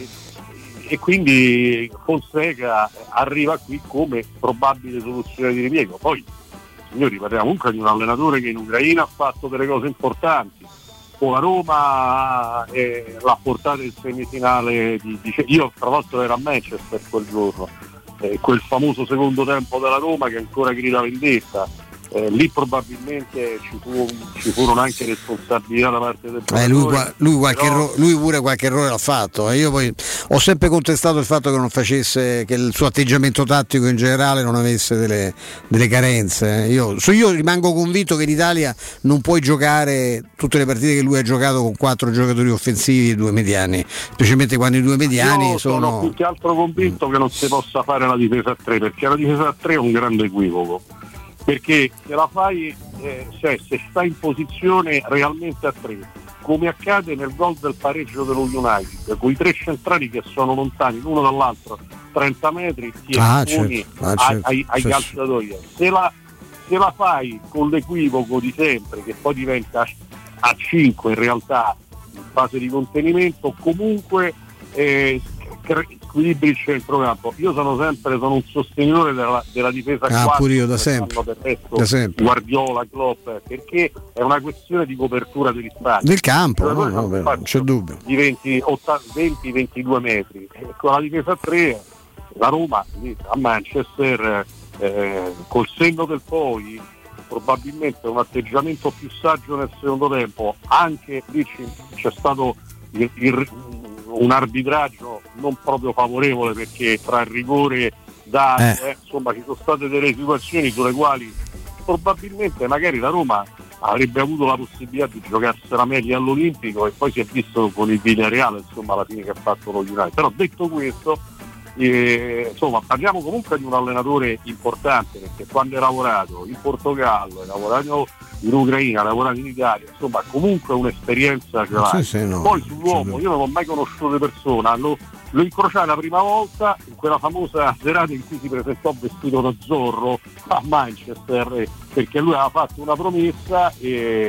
e quindi Fonseca arriva qui come probabile soluzione di ripiego. Poi, signori, parliamo comunque di un allenatore che in Ucraina ha fatto delle cose importanti, con la Roma l'ha portata in semifinale io tra l'altro ero a Manchester quel giorno, quel famoso secondo tempo della Roma che ancora grida vendetta. Lì probabilmente ci furono anche responsabilità da parte del giocatore. Lui pure qualche errore l'ha fatto. Io poi ho sempre contestato il fatto che non facesse, che il suo atteggiamento tattico in generale non avesse delle carenze. Io rimango convinto che in Italia non puoi giocare tutte le partite che lui ha giocato con 4 giocatori offensivi e 2 mediani, specialmente quando i 2 mediani io sono più che altro convinto che non si possa fare la difesa a 3, perché la difesa a 3 è un grande equivoco. Perché se la fai, se stai in posizione realmente a 3, come accade nel gol del pareggio dello United, con i 3 centrali che sono lontani l'uno dall'altro 30 metri, ti esponi ai calciatori. Se la fai con l'equivoco di sempre, che poi diventa a 5 in realtà in fase di contenimento, comunque squilibri il centrocampo. Io sono un sostenitore della difesa 4, pure io da sempre. Guardiola, Klopp, perché è una questione di copertura degli spazi del campo, non c'è dubbio, di 20-22 metri. Con la difesa a 3 la Roma a Manchester, col senno del poi, probabilmente un atteggiamento più saggio nel secondo tempo, anche lì c'è stato un arbitraggio non proprio favorevole, perché tra il rigore insomma ci sono state delle situazioni sulle quali probabilmente magari la Roma avrebbe avuto la possibilità di giocarsela meglio all'Olimpico, e poi si è visto con il Villarreal insomma alla fine che ha fatto lo United. Però detto questo, insomma parliamo comunque di un allenatore importante, perché quando hai lavorato in Portogallo, hai lavorato in Ucraina, hai lavorato in Italia, insomma comunque un'esperienza ce l'hai. Poi sull'uomo io non l'ho mai conosciuto di persona, l'ho incrociato la prima volta in quella famosa serata in cui si presentò vestito da Zorro a Manchester, perché lui aveva fatto una promessa e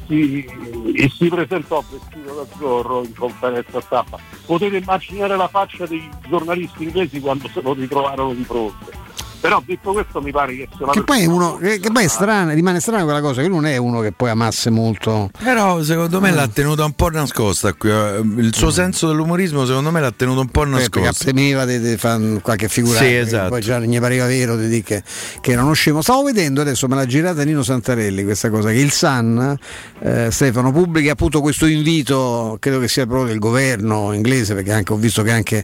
si presentò vestito da Zorro in conferenza stampa. Potete immaginare la faccia dei giornalisti inglesi quando se lo ritrovarono di fronte. Però detto questo mi pare che sia una che poi è strana, rimane strana quella cosa, che non è uno che poi amasse molto. Però secondo me l'ha tenuta un po' nascosta qui. Il suo senso dell'umorismo secondo me l'ha tenuto un po' nascosta. Perché temeva di fare qualche figurata. Sì, esatto. Poi già gli pareva vero di dire che era uno scemo. Stavo vedendo adesso, me l'ha girata Nino Santarelli questa cosa, che il Sun, Stefano, pubblica appunto questo invito, credo che sia proprio del governo inglese, perché anche ho visto che anche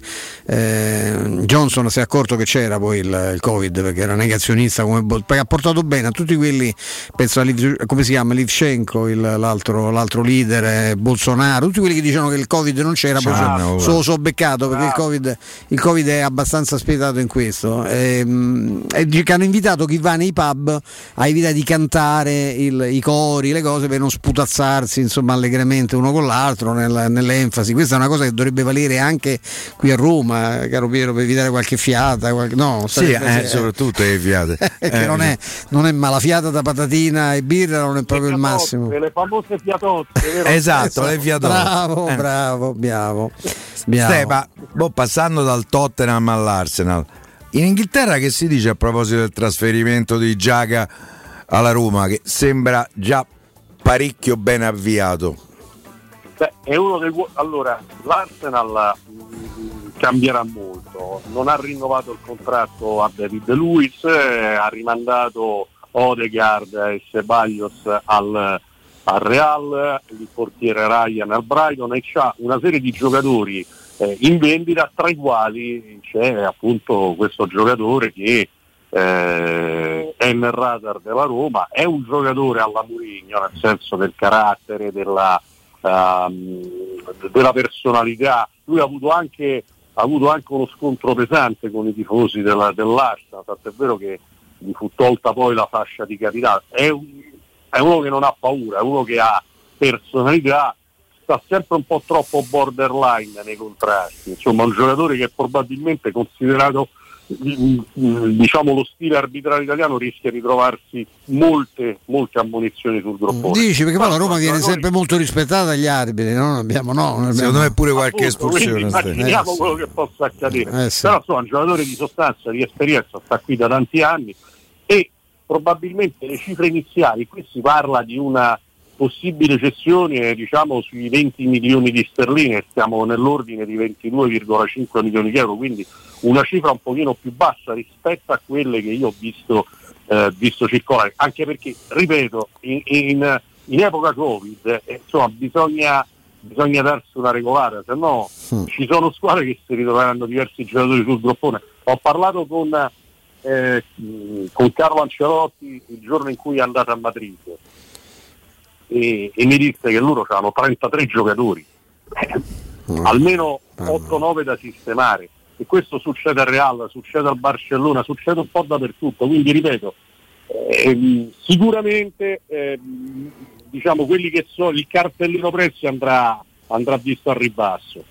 Johnson si è accorto che c'era poi il Covid, perché era negazionista, perché ha portato bene a tutti quelli, penso a come si chiama, Livchenko, l'altro leader, Bolsonaro, tutti quelli che dicevano che il Covid non c'era, poi so beccato, perché il COVID è abbastanza spietato in questo, che hanno invitato chi va nei pub a evitare di cantare i cori, le cose, per non sputazzarsi insomma allegramente uno con l'altro nell'enfasi. Questa è una cosa che dovrebbe valere anche qui a Roma, caro Piero, per evitare qualche fiata, soprattutto le fiate che non è malafiata da patatina e birra, non è proprio il massimo, le famose fiatotte, vero? Esatto, le fiatotte. Bravo. Stepa, passando dal Tottenham all'Arsenal, in Inghilterra che si dice a proposito del trasferimento di Xhaka alla Roma, che sembra già parecchio ben avviato? È uno dei allora l'Arsenal cambierà molto, non ha rinnovato il contratto a David Luiz, ha rimandato Odegaard e Ceballos al Real, il portiere Ryan al Brighton, e c'ha una serie di giocatori in vendita, tra i quali c'è appunto questo giocatore che è è nel radar della Roma, è un giocatore alla Mourinho, nel senso del carattere, della personalità. Lui ha avuto anche uno scontro pesante con i tifosi dell'Arsenal, tant'è vero che gli fu tolta poi la fascia di capitano. È uno che non ha paura, è uno che ha personalità, sta sempre un po' troppo borderline nei contrasti, insomma un giocatore che probabilmente, considerato diciamo lo stile arbitrale italiano, rischia di trovarsi molte ammonizioni sul groppone. Dici, perché poi la Roma viene sempre molto rispettata dagli arbitri, non abbiamo secondo me pure qualche espulsione. Immaginiamo quello che possa accadere, sì. Però insomma un giocatore di sostanza, di esperienza, sta qui da tanti anni e probabilmente le cifre iniziali, qui si parla di una possibile cessione diciamo sui 20 milioni di sterline, stiamo nell'ordine di 22,5 milioni di euro, quindi una cifra un pochino più bassa rispetto a quelle che io ho visto circolare, anche perché, ripeto, in epoca Covid insomma bisogna darsi una regolata, se no ci sono squadre che si ritroveranno diversi giocatori sul groppone. Ho parlato con Carlo Ancelotti il giorno in cui è andato a Madrid e mi disse che loro hanno 33 giocatori, almeno 8-9 da sistemare, e questo succede al Real, succede al Barcellona, succede un po' dappertutto, quindi ripeto, sicuramente diciamo quelli che sono il cartellino prezzi andrà visto al ribasso.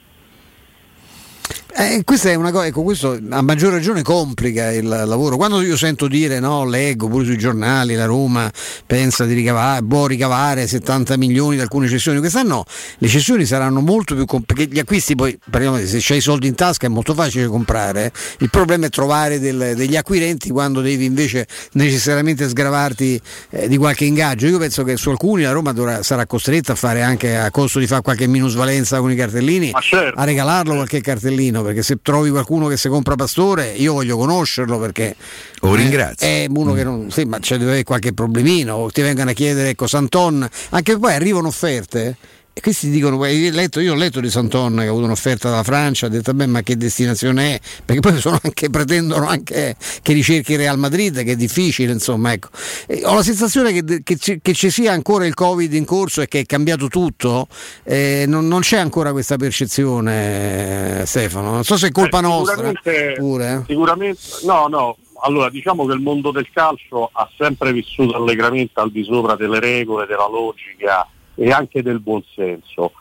Questa è una cosa, ecco, questo a maggior ragione complica il lavoro. Quando io sento dire, no, leggo pure sui giornali, la Roma pensa di può ricavare 70 milioni da alcune cessioni, quest'anno le cessioni saranno molto più perché gli acquisti poi, se c'hai i soldi in tasca è molto facile comprare, il problema è trovare degli acquirenti quando devi invece necessariamente sgravarti di qualche ingaggio. Io penso che su alcuni la Roma sarà costretta a fare, anche a costo di fare qualche minusvalenza con i cartellini, certo, a regalarlo qualche cartellino, perché se trovi qualcuno che si compra Pastore io voglio conoscerlo, perché ringrazio. È uno che non ma c'è deve avere qualche problemino, o ti vengano a chiedere, ecco, Santon, anche poi arrivano offerte e questi dicono, io ho letto di Santon che ha avuto un'offerta dalla Francia, ha detto beh, ma che destinazione è, perché poi pretendono anche che ricerchi Real Madrid, che è difficile, insomma, ecco. Ho la sensazione che ci sia ancora il Covid in corso e che è cambiato tutto, non c'è ancora questa percezione, Stefano, non so se è colpa nostra pure. Sicuramente no, allora diciamo che il mondo del calcio ha sempre vissuto allegramente al di sopra delle regole, della logica e anche del buonsenso,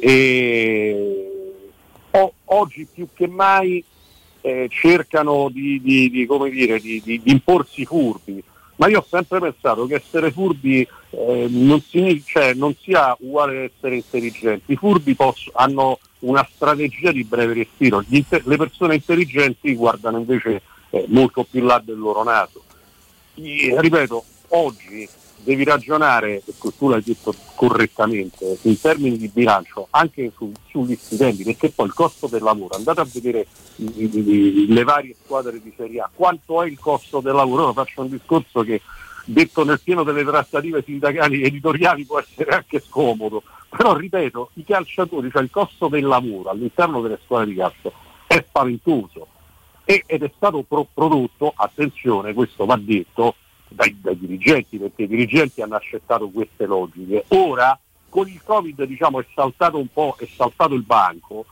e oggi più che mai cercano di imporsi furbi, ma io ho sempre pensato che essere furbi non sia uguale a essere intelligenti. I furbi hanno una strategia di breve respiro, le persone intelligenti guardano invece molto più là del loro naso. Ripeto, oggi devi ragionare, tu l'hai detto correttamente, in termini di bilancio anche sugli stipendi, perché poi il costo del lavoro, andate a vedere le varie squadre di Serie A, quanto è il costo del lavoro. Io faccio un discorso che, detto nel pieno delle trattative sindacali editoriali, può essere anche scomodo, però ripeto, i calciatori, cioè il costo del lavoro all'interno delle squadre di calcio è spaventoso ed è stato prodotto, attenzione, questo va detto, dai dirigenti, perché i dirigenti hanno accettato queste logiche. Ora con il Covid è saltato il banco,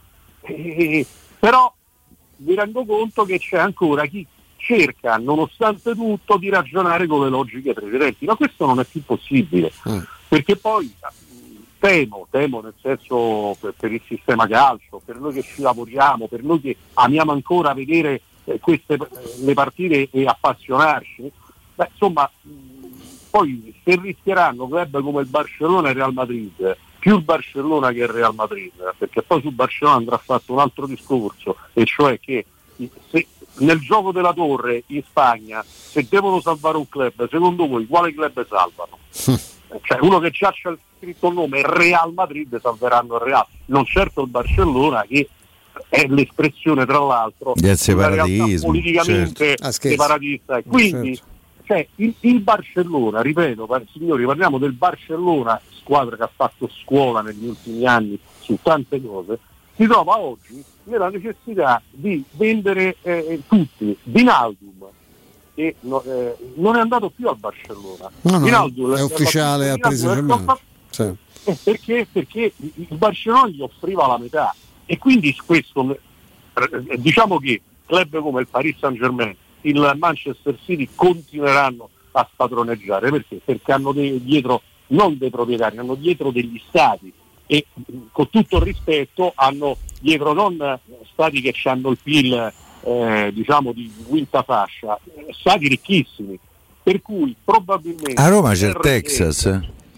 però mi rendo conto che c'è ancora chi cerca, nonostante tutto, di ragionare con le logiche precedenti, ma questo non è più possibile, perché poi temo nel senso per il sistema calcio, per noi che ci lavoriamo, per noi che amiamo ancora vedere le partite e appassionarci. Insomma, poi se rischieranno club come il Barcellona e il Real Madrid, più il Barcellona che il Real Madrid, perché poi su Barcellona andrà fatto un altro discorso, e cioè che se nel gioco della torre in Spagna, se devono salvare un club, secondo voi quale club salvano? Cioè uno che già c'ha scritto il nome Real Madrid, salveranno il Real, non certo il Barcellona, che è l'espressione tra l'altro di una realtà politicamente separatista, quindi il Barcellona, ripeto, signori, parliamo del Barcellona, squadra che ha fatto scuola negli ultimi anni su tante cose, si trova oggi nella necessità di vendere tutti, Wijnaldum che non è andato più al Barcellona. No, è ufficiale al Paris Saint-Germain. Sì. Perché il Barcellona gli offriva la metà, e quindi questo, diciamo che club come il Paris Saint-Germain, il Manchester City continueranno a spadroneggiare, perché hanno dietro non dei proprietari, hanno dietro degli stati, e con tutto il rispetto hanno dietro non stati che hanno il PIL diciamo di quinta fascia, stati ricchissimi, per cui probabilmente a Roma c'è il Texas.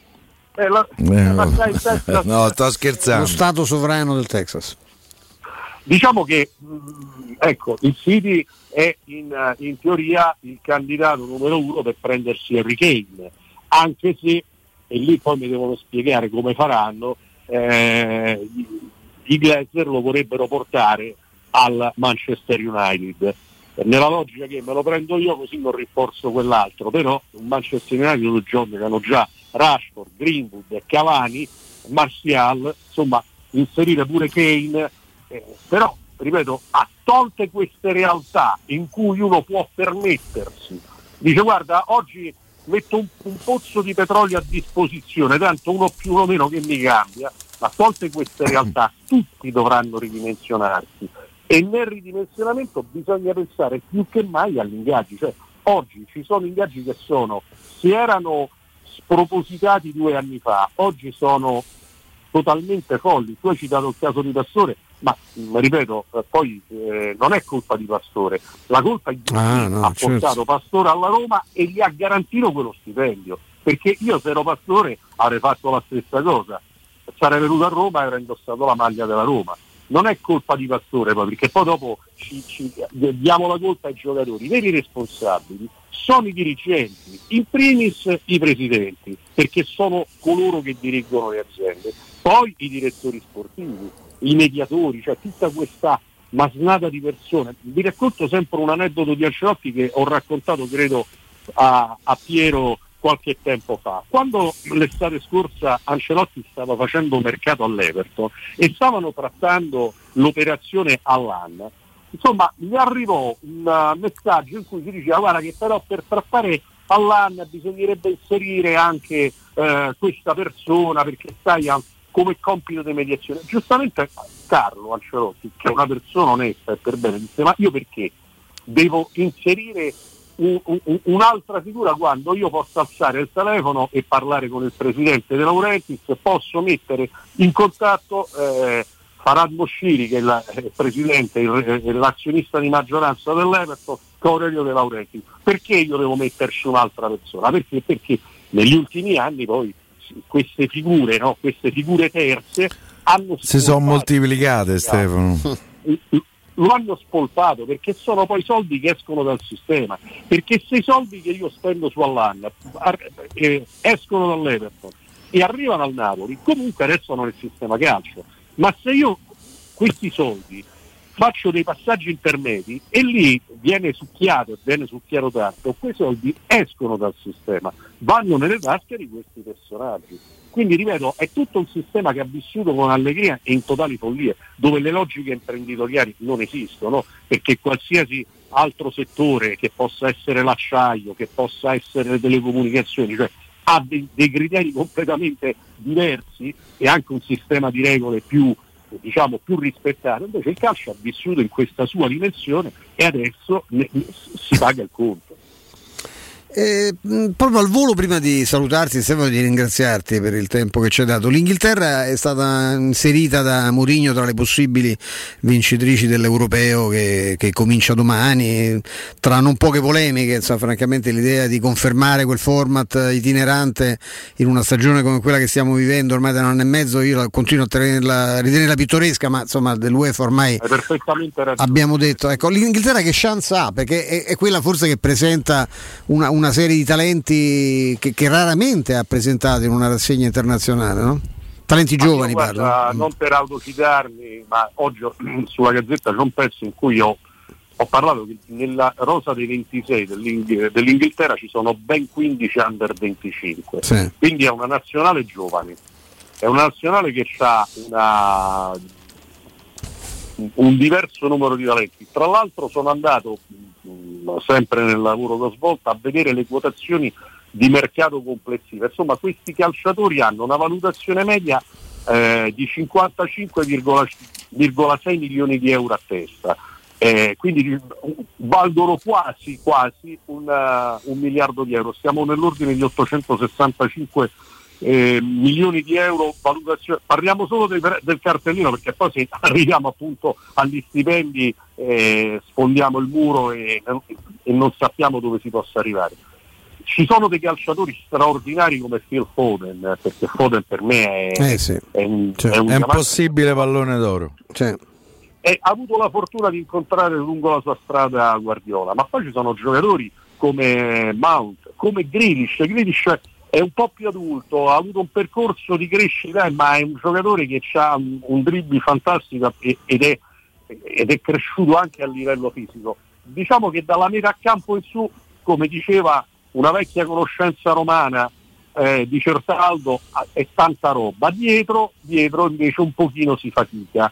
No, sto scherzando. Lo stato sovrano del Texas. Diciamo che ecco, il City è in teoria il candidato numero uno per prendersi Harry Kane, anche se, e lì poi mi devono spiegare come faranno, i Glazer lo vorrebbero portare al Manchester United, nella logica che me lo prendo io così non rinforzo quell'altro. Però un Manchester United giocano già Rashford, Greenwood, Cavani, Martial, insomma inserire pure Kane, però ripeto, a tolte queste realtà in cui uno può permettersi, dice guarda oggi metto un pozzo di petrolio a disposizione, tanto uno più o meno che mi cambia, a tolte queste realtà tutti dovranno ridimensionarsi, e nel ridimensionamento bisogna pensare più che mai agli ingaggi. Cioè oggi ci sono ingaggi che si erano spropositati 2 anni fa, oggi sono totalmente folli. Tu hai citato il caso di Pastore, ma ripeto, poi non è colpa di Pastore, la colpa è di chi ha portato Pastore alla Roma e gli ha garantito quello stipendio, perché io se ero Pastore avrei fatto la stessa cosa, sarei venuto a Roma e avrei indossato la maglia della Roma. Non è colpa di Pastore poi, perché poi dopo ci diamo la colpa ai giocatori. I veri responsabili sono i dirigenti, in primis i presidenti, perché sono coloro che dirigono le aziende, poi i direttori sportivi, i mediatori, cioè tutta questa masnada di persone. Vi racconto sempre un aneddoto di Ancelotti che ho raccontato credo a Piero qualche tempo fa. Quando l'estate scorsa Ancelotti stava facendo mercato all'Everton e stavano trattando l'operazione Allan, insomma gli arrivò un messaggio in cui si diceva guarda che però per trattare Allan bisognerebbe inserire anche questa persona, perché sai come compito di mediazione. Giustamente Carlo Ancelotti, che è una persona onesta e per bene, disse ma io perché devo inserire un'altra figura quando io posso alzare il telefono e parlare con il presidente De Laurentiis, posso mettere in contatto Farhad Moshiri, che è il presidente, l'azionista di maggioranza dell'Everton, con Aurelio De Laurentiis. Perché io devo metterci un'altra persona? Perché negli ultimi anni poi queste figure, no? Queste figure terze si sono moltiplicate, Stefano. Lo hanno spolpato, perché sono poi soldi che escono dal sistema, perché se i soldi che io spendo su Allan escono dall'Everton e arrivano al Napoli, comunque restano nel sistema calcio. Ma se io questi soldi faccio dei passaggi intermedi e lì viene succhiato tanto, quei soldi escono dal sistema, vanno nelle tasche di questi personaggi. Quindi ripeto, è tutto un sistema che ha vissuto con allegria e in totali follie, dove le logiche imprenditoriali non esistono, perché qualsiasi altro settore, che possa essere l'acciaio, che possa essere le telecomunicazioni, cioè ha dei criteri completamente diversi e anche un sistema di regole più rispettato. Invece il calcio ha vissuto in questa sua dimensione e adesso si paga il conto. Proprio al volo, prima di salutarti Stefano, di ringraziarti per il tempo che ci hai dato. L'Inghilterra è stata inserita da Mourinho tra le possibili vincitrici dell'Europeo che comincia domani, tra non poche polemiche. Insomma, francamente l'idea di confermare quel format itinerante in una stagione come quella che stiamo vivendo ormai da un anno e mezzo, io continuo a ritenerla pittoresca, ma insomma dell'UEFA ormai abbiamo detto. Ecco, l'Inghilterra che chance ha? Perché è quella forse che presenta una serie di talenti che raramente ha presentato in una rassegna internazionale, no? Talenti giovani, guarda, non per autocitarmi, ma oggi sulla Gazzetta c'è un pezzo in cui ho parlato che nella rosa dei 26 dell'Inghilterra ci sono ben 15 under 25, sì. Quindi è una nazionale giovane, è una nazionale che ha un diverso numero di talenti. Tra l'altro sono andato sempre nel lavoro che ho svolto, a vedere le quotazioni di mercato complessive. Insomma, questi calciatori hanno una valutazione media di 55,6 milioni di euro a testa, quindi valgono quasi un miliardo di euro. Stiamo nell'ordine di 865 milioni di euro valutazione. Parliamo solo del cartellino, perché poi se arriviamo appunto agli stipendi sfondiamo il muro e non sappiamo dove si possa arrivare. Ci sono dei calciatori straordinari come Phil Foden, perché Foden per me è un possibile pallone d'oro. Ha avuto la fortuna di incontrare lungo la sua strada Guardiola, ma poi ci sono giocatori come Mount, come Grealish. Grealish è un po' più adulto, ha avuto un percorso di crescita, ma è un giocatore che ha un dribbling fantastico ed è cresciuto anche a livello fisico. Diciamo che dalla metà campo in su, come diceva una vecchia conoscenza romana di Certaldo, è tanta roba. Dietro invece un pochino si fatica.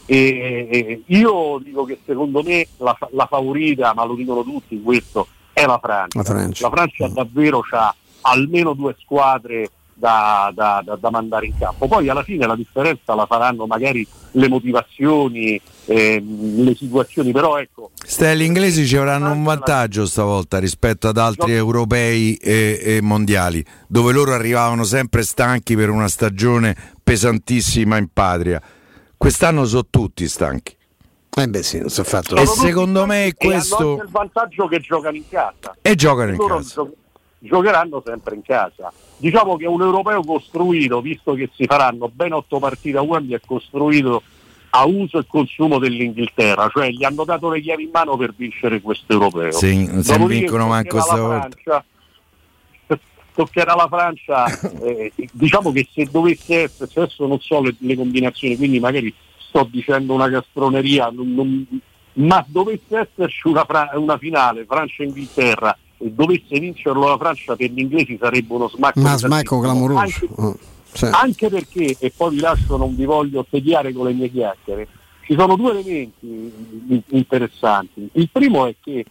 E io dico che secondo me la favorita, ma lo dicono tutti, questo è la Francia. La Francia davvero c'ha almeno 2 squadre da mandare in campo. Poi alla fine la differenza la faranno magari le motivazioni, le situazioni, però ecco. Gli inglesi ci avranno un vantaggio stavolta rispetto ad altri europei e mondiali, dove loro arrivavano sempre stanchi per una stagione pesantissima in patria. Quest'anno sono tutti stanchi. Sì, non si è fatto. E secondo me questo hanno anche il vantaggio che giocano in casa. E giocano in casa. Giocheranno sempre in casa. Diciamo che un europeo costruito, visto che si faranno ben 8 partite a Wembley, è costruito a uso e consumo dell'Inghilterra, cioè gli hanno dato le chiavi in mano per vincere questo europeo. Sì, non si vincono manco stavolta. Toccherà la Francia, diciamo che se dovesse esserci, adesso non so le combinazioni, quindi magari sto dicendo una castroneria, ma dovesse esserci una finale Francia-Inghilterra e dovesse vincerlo la Francia, per gli inglesi sarebbe uno smacco clamoroso. Anche perché, e poi vi lascio, non vi voglio tediare con le mie chiacchiere, ci sono 2 elementi interessanti. Il primo è che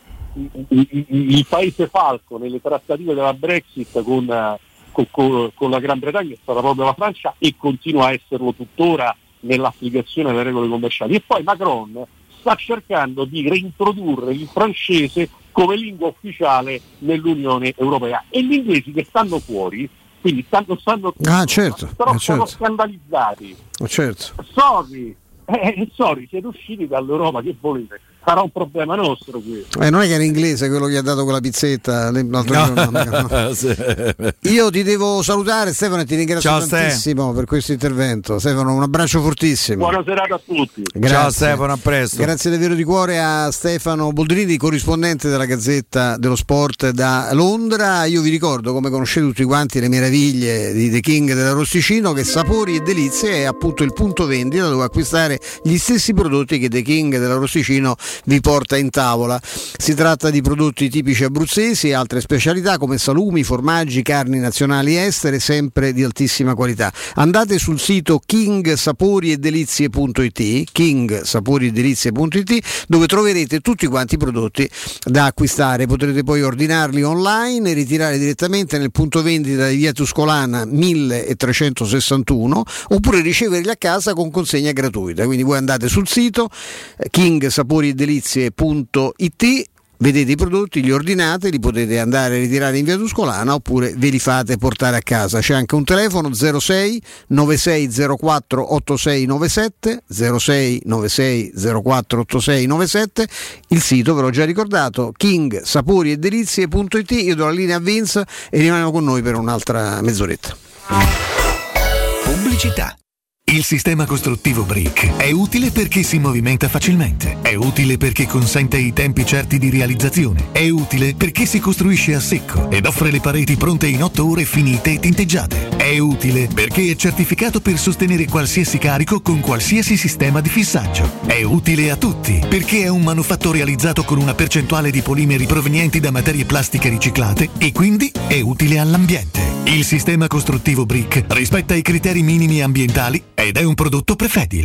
il paese falco nelle trattative della Brexit con la Gran Bretagna è stata proprio la Francia, e continua a esserlo tuttora nell'applicazione delle regole commerciali. E poi Macron sta cercando di reintrodurre il francese come lingua ufficiale nell'Unione Europea, e gli inglesi che stanno fuori, quindi stanno sono scandalizzati. Sorry, siete usciti dall'Europa, che volete? Sarà un problema nostro questo. Non è che era inglese quello che ha dato quella pizzetta l'altro giorno. No. Io ti devo salutare, Stefano, e ti ringrazio tantissimo per questo intervento. Stefano, un abbraccio fortissimo. Buona serata a tutti. Grazie. Ciao Stefano, a presto. Grazie davvero di cuore a Stefano Boldrini, corrispondente della Gazzetta dello Sport da Londra. Io vi ricordo, come conoscete tutti quanti, le meraviglie di The King dell'Arrosticino, che Sapori e Delizie è appunto il punto vendita dove acquistare gli stessi prodotti che The King dell'Arrosticino vi porta in tavola. Si tratta di prodotti tipici abruzzesi e altre specialità come salumi, formaggi, carni nazionali e estere, sempre di altissima qualità. Andate sul sito kingsaporiedelizie.it, dove troverete tutti quanti i prodotti da acquistare. Potrete poi ordinarli online e ritirare direttamente nel punto vendita di via Tuscolana 1361, oppure riceverli a casa con consegna gratuita. Quindi voi andate sul sito kingsaporiedelizie.it, vedete i prodotti, li ordinate, li potete andare a ritirare in via Tuscolana oppure ve li fate portare a casa. C'è anche un telefono 06 9604 8697, 06 9604 8697, il sito ve l'ho già ricordato, kingsaporiedelizie.it. Io do la linea a Vince e rimaniamo con noi per un'altra mezz'oretta. Pubblicità. Il sistema costruttivo Brick è utile perché si movimenta facilmente, è utile perché consente i tempi certi di realizzazione, è utile perché si costruisce a secco ed offre le pareti pronte in 8 ore finite e tinteggiate, è utile perché è certificato per sostenere qualsiasi carico con qualsiasi sistema di fissaggio, è utile a tutti perché è un manufatto realizzato con una percentuale di polimeri provenienti da materie plastiche riciclate e quindi è utile all'ambiente. Il sistema costruttivo Brick rispetta i criteri minimi ambientali ed è un prodotto Prefedil.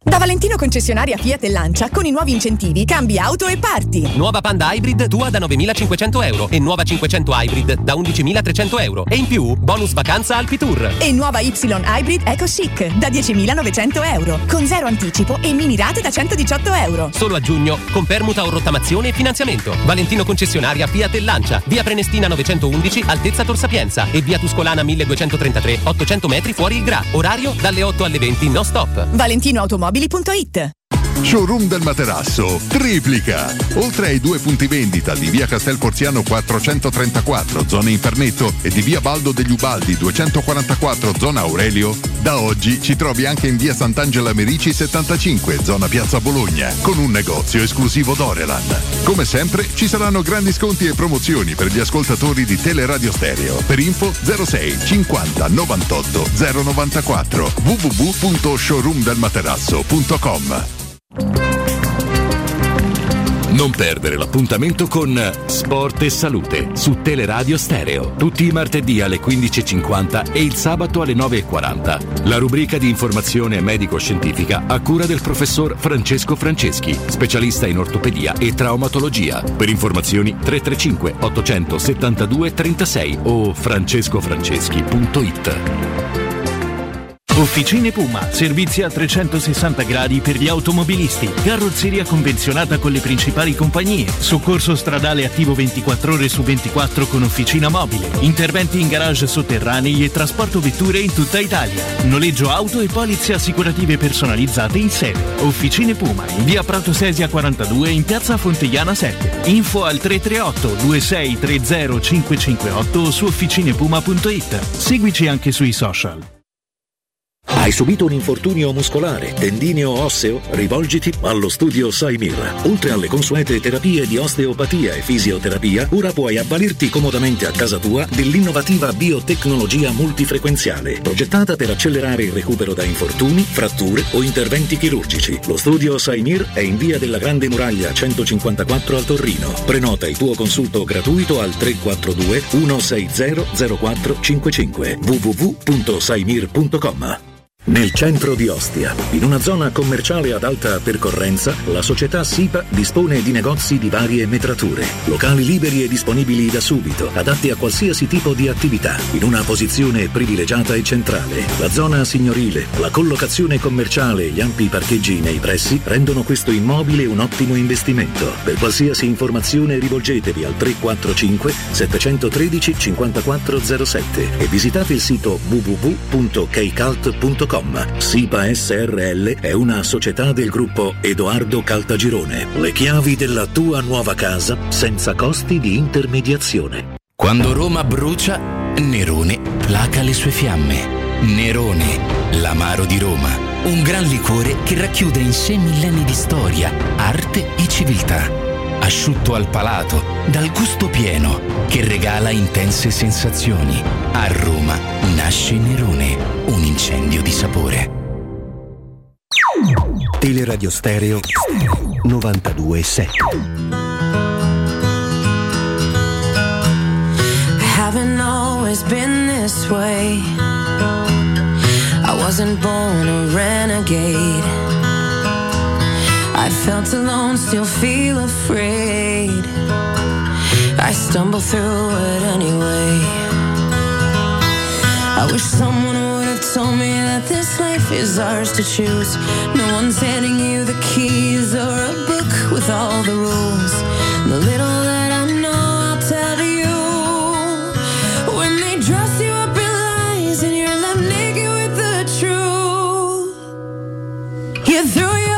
Da Valentino concessionaria Fiat e Lancia, con i nuovi incentivi cambi auto e parti. Nuova Panda Hybrid tua da 9.500 euro e nuova 500 Hybrid da 11.300 euro. E in più bonus vacanza Alpi Tour. E nuova Y Hybrid Eco Chic da 10.900 euro, con zero anticipo e mini rate da 118 euro. Solo a giugno, con permuta o rottamazione e finanziamento. Valentino concessionaria Fiat e Lancia, via Prenestina 911, altezza Tor Sapienza, e via Tuscolana 1233, 800 metri fuori il Gra. Orario dalle 8 alle 20, no stop. ValentinoAutomobili.it. Showroom del Materasso triplica. Oltre ai 2 punti vendita di via Castel Porziano 434 zona Infernetto e di via Baldo degli Ubaldi 244 zona Aurelio, da oggi ci trovi anche in via Sant'Angela Merici 75 zona Piazza Bologna, con un negozio esclusivo Dorelan. Come sempre ci saranno grandi sconti e promozioni per gli ascoltatori di Teleradio Stereo. Per info 06 50 98 094 www.showroomdelmaterasso.com. Non perdere l'appuntamento con Sport e Salute su Teleradio Stereo, tutti i martedì alle 15.50 e il sabato alle 9.40. La rubrica di informazione medico-scientifica a cura del professor Francesco Franceschi, specialista in ortopedia e traumatologia. Per informazioni 335 872 36 o francescofranceschi.it. Officine Puma, servizi a 360 gradi per gli automobilisti, carrozzeria convenzionata con le principali compagnie, soccorso stradale attivo 24 ore su 24 con officina mobile, interventi in garage sotterranei e trasporto vetture in tutta Italia, noleggio auto e polizze assicurative personalizzate in sede. Officine Puma, in via Prato Sesia 42 in piazza Fontegliana 7. Info al 338 2630 558 o su officinepuma.it. Seguici anche sui social. Hai subito un infortunio muscolare, tendineo o osseo? Rivolgiti allo studio Saimir. Oltre alle consuete terapie di osteopatia e fisioterapia, ora puoi avvalerti comodamente a casa tua dell'innovativa biotecnologia multifrequenziale, progettata per accelerare il recupero da infortuni, fratture o interventi chirurgici. Lo studio Saimir è in via della Grande Muraglia 154 al Torrino. Prenota il tuo consulto gratuito al 342 160 0455 www.saimir.com. Nel centro di Ostia, in una zona commerciale ad alta percorrenza, la società SIPA dispone di negozi di varie metrature, locali liberi e disponibili da subito, adatti a qualsiasi tipo di attività, in una posizione privilegiata e centrale. La zona signorile, la collocazione commerciale e gli ampi parcheggi nei pressi rendono questo immobile un ottimo investimento. Per qualsiasi informazione rivolgetevi al 345 713 5407 e visitate il sito www.kcalt.com. SIPA SRL è una società del gruppo Edoardo Caltagirone. Le chiavi della tua nuova casa senza costi di intermediazione. Quando Roma brucia, Nerone placa le sue fiamme. Nerone, l'amaro di Roma. Un gran liquore che racchiude in sé millenni di storia, arte e civiltà. Asciutto al palato, dal gusto pieno, che regala intense sensazioni. A Roma nasce Nerone, un incendio di sapore. Teleradio Stereo 92.7. I haven't always been this way. I wasn't born a renegade. I felt alone, still feel afraid. I stumble through it anyway. I wish someone would have told me that this life is ours to choose. No one's handing you the keys or a book with all the rules. The little that I know I'll tell you. When they dress you up in lies and you're left naked with the truth, you throw your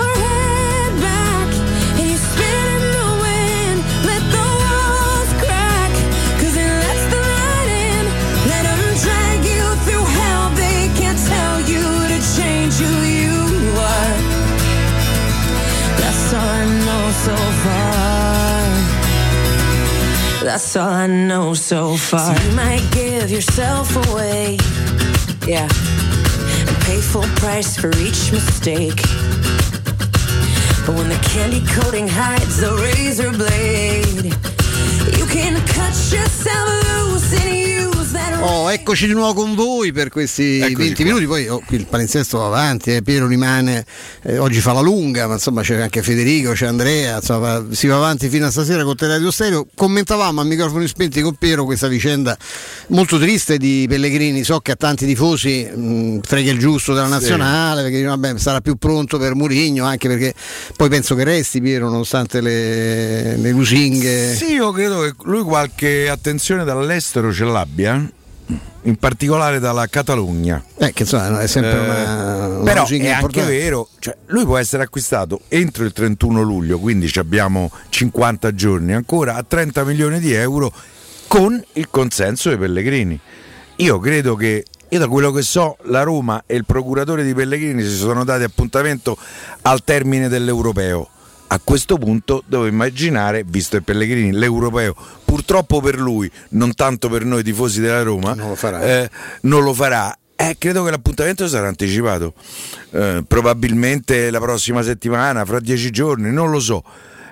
so far. That's all I know so far. So you might give yourself away, yeah, and pay full price for each mistake. But when the candy coating hides the razor blade, you can cut yourself loose and use that Eccoci di nuovo con voi per questi 20 minuti, poi qui il palinsesto va avanti, Piero rimane, oggi fa la lunga, ma insomma c'è anche Federico, c'è Andrea, insomma si va avanti fino a stasera con Teleradio Stereo. Commentavamo a microfoni spenti con Piero questa vicenda molto triste di Pellegrini. So che a tanti tifosi frega il giusto della nazionale, perché vabbè, sarà più pronto per Mourinho, anche perché poi penso che resti Piero nonostante le lusinghe. Sì, io credo che lui qualche attenzione dall'estero ce l'abbia, in particolare dalla Catalogna, che insomma è sempre una però è importante. anche vero, cioè, lui può essere acquistato entro il 31 luglio, quindi abbiamo 50 giorni ancora, a 30 milioni di euro con il consenso dei Pellegrini. Io credo che, io da quello che so, la Roma e il procuratore di Pellegrini si sono dati appuntamento al termine dell'Europeo. A questo punto devo immaginare, visto che Pellegrini l'Europeo purtroppo per lui, non tanto per noi tifosi della Roma, non lo farà. Credo che l'appuntamento sarà anticipato, probabilmente la prossima settimana, fra 10 giorni, non lo so.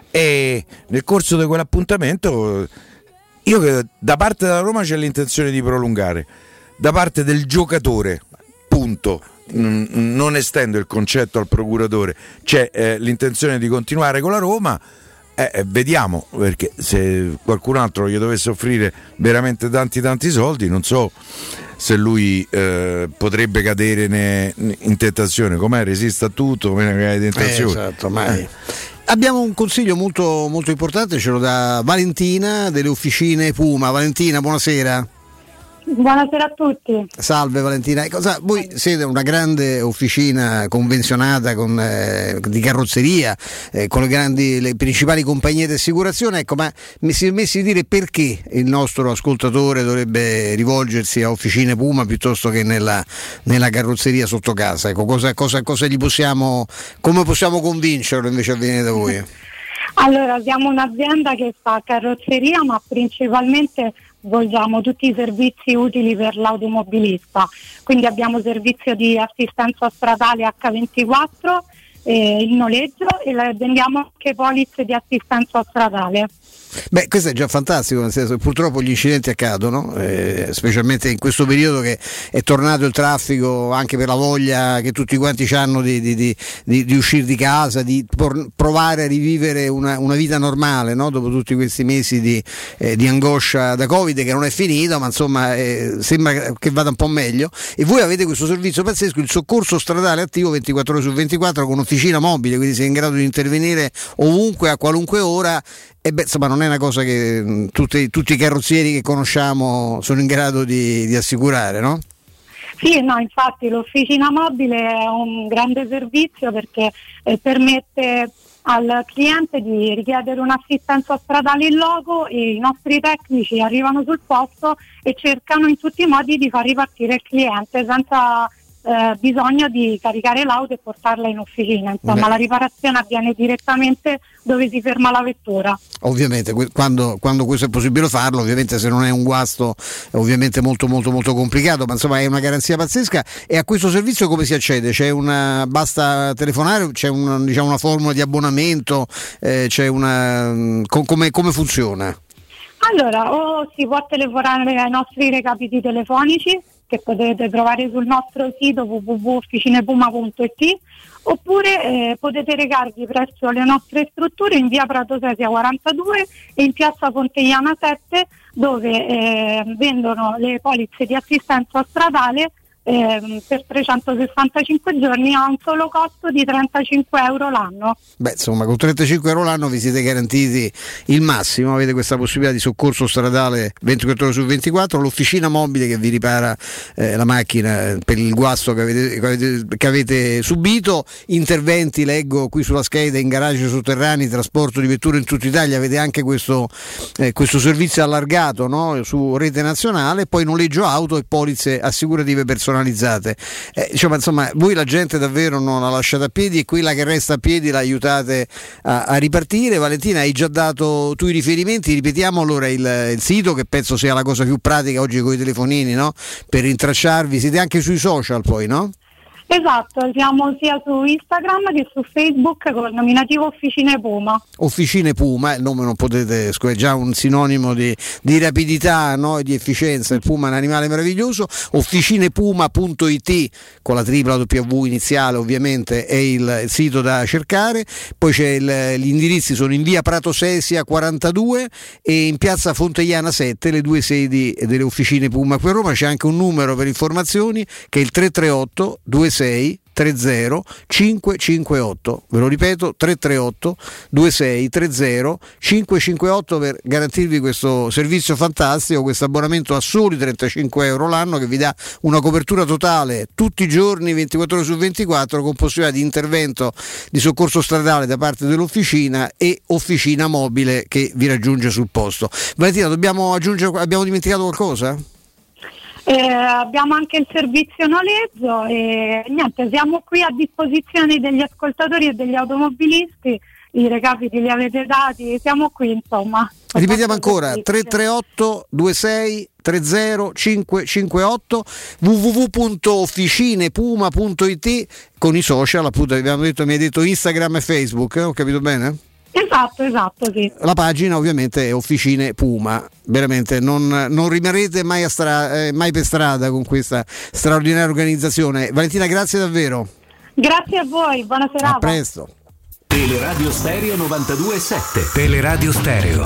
E nel corso di quell'appuntamento io credo da parte della Roma c'è l'intenzione di prolungare, da parte del giocatore, punto. Non estendo il concetto al procuratore, c'è l'intenzione di continuare con la Roma, vediamo, perché se qualcun altro gli dovesse offrire veramente tanti soldi, non so se lui potrebbe cadere in tentazione, com'è, resiste a tutto, come ne tentazione. Esatto, mai. Abbiamo un consiglio molto, molto importante, ce lo dà Valentina delle officine Puma. Valentina, buonasera. Buonasera a tutti. Salve Valentina. Voi siete una grande officina convenzionata di carrozzeria, con le principali compagnie di assicurazione. Ecco, ma mi si è messi a dire perché il nostro ascoltatore dovrebbe rivolgersi a Officine Puma piuttosto che nella carrozzeria sotto casa? Ecco, cosa gli come possiamo convincerlo invece a venire da voi? Allora, siamo un'azienda che fa carrozzeria, ma principalmente svolgiamo tutti i servizi utili per l'automobilista, quindi abbiamo servizio di assistenza stradale H24, il noleggio, e vendiamo anche polizze di assistenza stradale. Beh, questo è già fantastico, nel senso che purtroppo gli incidenti accadono, specialmente in questo periodo che è tornato il traffico, anche per la voglia che tutti quanti hanno di uscire di casa, di provare a rivivere una vita normale, no? Dopo tutti questi mesi di angoscia da Covid, che non è finita, ma insomma sembra che vada un po' meglio. E voi avete questo servizio pazzesco, il soccorso stradale attivo 24 ore su 24 con officina mobile, quindi sei in grado di intervenire ovunque, a qualunque ora. E insomma non è una cosa che tutti i carrozzieri che conosciamo sono in grado di assicurare, no? Sì, no, infatti l'officina mobile è un grande servizio perché permette al cliente di richiedere un'assistenza stradale in loco, e i nostri tecnici arrivano sul posto e cercano in tutti i modi di far ripartire il cliente senza bisogno di caricare l'auto e portarla in officina. Insomma, la riparazione avviene direttamente dove si ferma la vettura. Ovviamente quando questo è possibile farlo, ovviamente se non è un guasto è ovviamente molto molto molto complicato, ma insomma è una garanzia pazzesca. E a questo servizio come si accede? Basta telefonare, c'è una formula di abbonamento, come funziona? Allora, o si può telefonare ai nostri recapiti telefonici che potete trovare sul nostro sito www.officinepuma.it, oppure potete recarvi presso le nostre strutture in via Prato Sesia 42 e in piazza Fontegliana 7, dove vendono le polizze di assistenza stradale per 365 giorni a un solo costo di 35 euro l'anno. Beh, insomma, con 35 euro l'anno vi siete garantiti il massimo, avete questa possibilità di soccorso stradale 24 ore su 24, l'officina mobile che vi ripara la macchina per il guasto che avete subito, interventi, leggo qui sulla scheda, in garage sotterranei, trasporto di vetture in tutta Italia, avete anche questo servizio allargato, no? Su rete nazionale, poi noleggio auto e polizze assicurative personalizzate. Insomma, voi la gente davvero non la lasciate a piedi, e quella che resta a piedi la aiutate a ripartire. Valentina, hai già dato tu i riferimenti, ripetiamo allora il sito, che penso sia la cosa più pratica oggi con i telefonini, no? Per rintracciarvi, siete anche sui social poi, no? Esatto, siamo sia su Instagram che su Facebook con il nominativo Officine Puma. Officine Puma, il nome non potete, è già un sinonimo di rapidità, no? E di efficienza. Il Puma è un animale meraviglioso. Officinepuma.it con la tripla W iniziale, ovviamente è il sito da cercare. Poi gli indirizzi sono in via Prato Sesia 42 e in piazza Fontegliana 7, le due sedi delle Officine Puma qui a Roma. C'è anche un numero per informazioni che è il 338 26 30 558, ve lo ripeto, 338 26 30 558 per garantirvi questo servizio fantastico, questo abbonamento a soli 35 euro l'anno che vi dà una copertura totale tutti i giorni 24 ore su 24 con possibilità di intervento di soccorso stradale da parte dell'officina e officina mobile che vi raggiunge sul posto. Valentina, abbiamo dimenticato qualcosa? Abbiamo anche il servizio noleggio e niente, siamo qui a disposizione degli ascoltatori e degli automobilisti, i recapiti li avete dati, siamo qui insomma. Ripetiamo ancora, 338 26 30 558 www.officinepuma.it con i social, appunto abbiamo detto, mi hai detto Instagram e Facebook, ho capito bene? Esatto, sì. La pagina ovviamente è Officine Puma, veramente non rimarrete mai per strada con questa straordinaria organizzazione. Valentina, grazie davvero. Grazie a voi, buona serata. A presto. Teleradio Stereo 92.7. Teleradio Stereo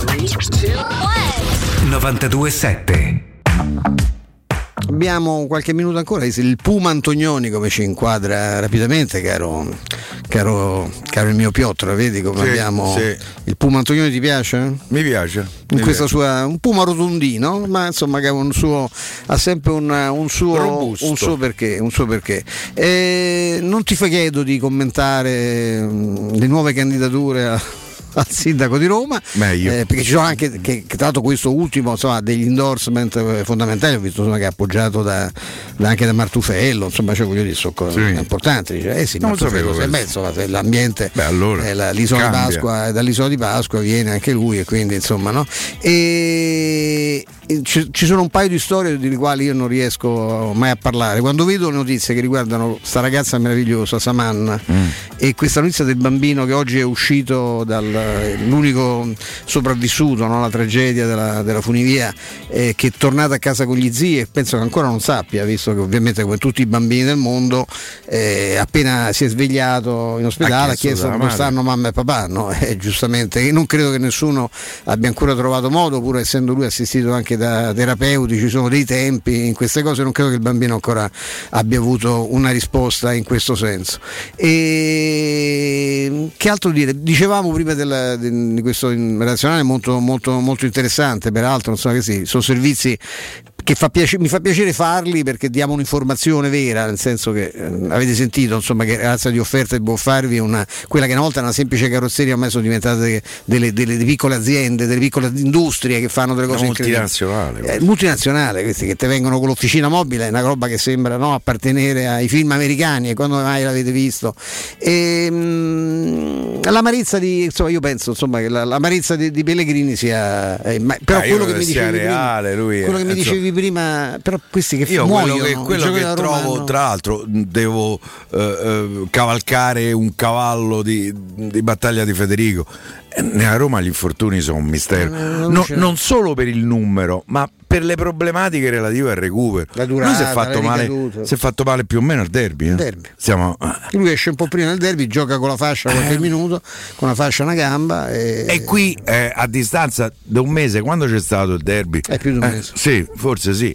92.7. Abbiamo qualche minuto ancora, il Puma Antonioni come ci inquadra rapidamente, caro il mio Piotr, vedi come abbiamo il Puma Antonioni, ti piace? Mi piace. In questa sua, un Puma rotondino, ma insomma che ha sempre un suo perché. Non ti chiedo di commentare le nuove candidature al sindaco di Roma, perché ci sono anche che tra l'altro questo ultimo, insomma, degli endorsement fondamentali, ho visto insomma, che è appoggiato anche da Martufello, insomma, cioè, voglio dire, sono cose importanti, dice, non Martufello, insomma, l'ambiente, l'isola di Pasqua, dall'isola di Pasqua viene anche lui, e quindi insomma, no? E ci sono un paio di storie delle quali io non riesco mai a parlare. Quando vedo le notizie che riguardano sta ragazza meravigliosa Samanna e questa notizia del bambino che oggi è uscito l'unico sopravvissuto, no? La tragedia della funivia, che è tornato a casa con gli zii e penso che ancora non sappia, visto che ovviamente come tutti i bambini del mondo appena si è svegliato in ospedale ha chiesto come stanno mamma e papà, no? Giustamente, non credo che nessuno abbia ancora trovato modo, pur essendo lui assistito anche da terapeuti, ci sono dei tempi in queste cose, non credo che il bambino ancora abbia avuto una risposta in questo senso. E che altro dire? Dicevamo prima di questo relazionale molto, molto, molto interessante, peraltro, insomma, che sì, sono servizi che mi fa piacere farli perché diamo un'informazione vera, nel senso che avete sentito, insomma, che razza di offerta può farvi quella che una volta era una semplice carrozzeria, ormai sono diventate delle piccole aziende, delle piccole industrie che fanno delle cose multinazionali, questi che te vengono con l'officina mobile, è una roba che sembra, no, appartenere ai film americani, e quando mai l'avete visto. L'amarezza insomma, io penso, insomma, che l'amarezza di Pellegrini sia però quello che mi dicevi reale, quello che mi dicevi prima, però questi che muoiono, quello che trovo, tra l'altro devo cavalcare un cavallo di battaglia di Federico. Nella Roma gli infortuni sono un mistero, non solo per il numero, ma per le problematiche relative al recupero. Lui si è fatto male più o meno al derby. Lui esce un po' prima del derby, gioca con la fascia qualche minuto, con la fascia una gamba e qui a distanza da un mese, quando c'è stato il derby, è più di un mese. Sì, forse sì.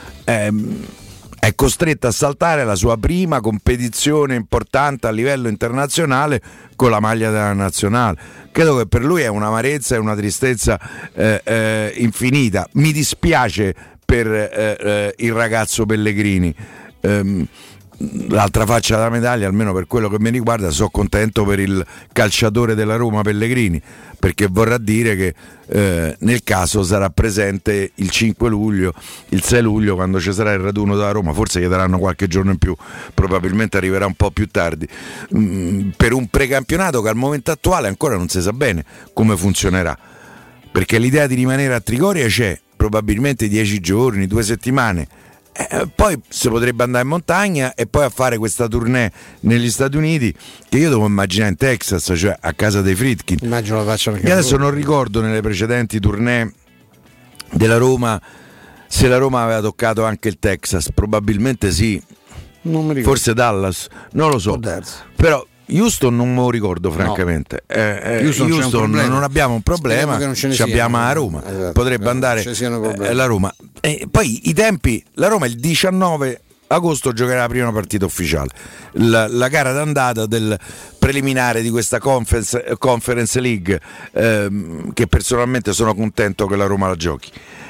È costretto a saltare la sua prima competizione importante a livello internazionale con la maglia della nazionale. Credo che per lui è un'amarezza e una tristezza infinita. Mi dispiace per il ragazzo Pellegrini. L'altra faccia della medaglia, almeno per quello che mi riguarda, sono contento per il calciatore della Roma Pellegrini, perché vorrà dire che nel caso sarà presente il 5 luglio, il 6 luglio, quando ci sarà il raduno della Roma. Forse gli daranno qualche giorno in più, probabilmente arriverà un po' più tardi, per un precampionato che al momento attuale ancora non si sa bene come funzionerà, perché l'idea di rimanere a Trigoria c'è, probabilmente 10 giorni, 2 settimane, Poi si potrebbe andare in montagna e poi a fare questa tournée negli Stati Uniti, che io devo immaginare in Texas, cioè a casa dei Friedkin. Immagino la facciano anche io adesso non ricordo nelle precedenti tournée della Roma se la Roma aveva toccato anche il Texas, probabilmente sì, non mi ricordo. Forse Dallas, non lo so, però Houston non me lo ricordo francamente. Houston non abbiamo un problema, ci abbiamo a Roma, esatto, potrebbe andare la Roma. E poi i tempi, la Roma il 19 agosto giocherà la prima partita ufficiale, la gara d'andata del preliminare di questa Conference League, che personalmente sono contento che la Roma la giochi.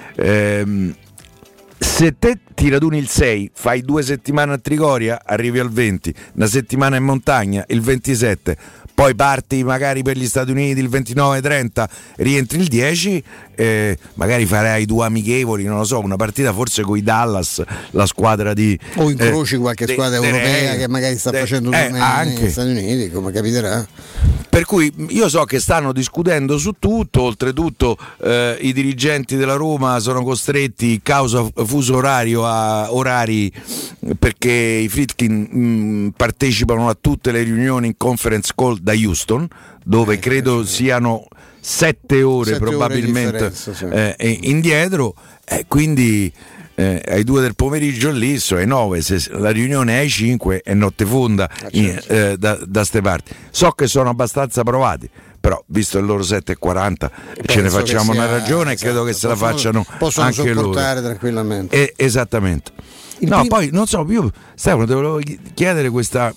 Se te ti raduni il 6, fai 2 settimane a Trigoria, arrivi al 20, una settimana in montagna il 27, poi parti magari per gli Stati Uniti il 29-30, rientri il 10, magari farai 2 amichevoli, non lo so, una partita forse con i Dallas, la squadra di... O incroci qualche squadra europea che magari sta facendo anche negli Stati Uniti, come capiterà. Per cui io so che stanno discutendo su tutto, oltretutto i dirigenti della Roma sono costretti, causa fuso orario, a orari, perché i Friedkin partecipano a tutte le riunioni in conference call da Houston, dove credo siano 7 ore probabilmente indietro, quindi ai 2 del pomeriggio lì sono ai 9, se la riunione è ai 5 è notte fonda da ste parti. So che sono abbastanza provati, però visto il loro 7:40 ce ne facciamo una ragione, e credo che se la facciano anche loro tranquillamente. Esattamente. Poi non so, io Stefano te volevo chiedere questa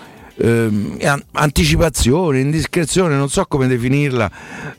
anticipazione, indiscrezione, non so come definirla,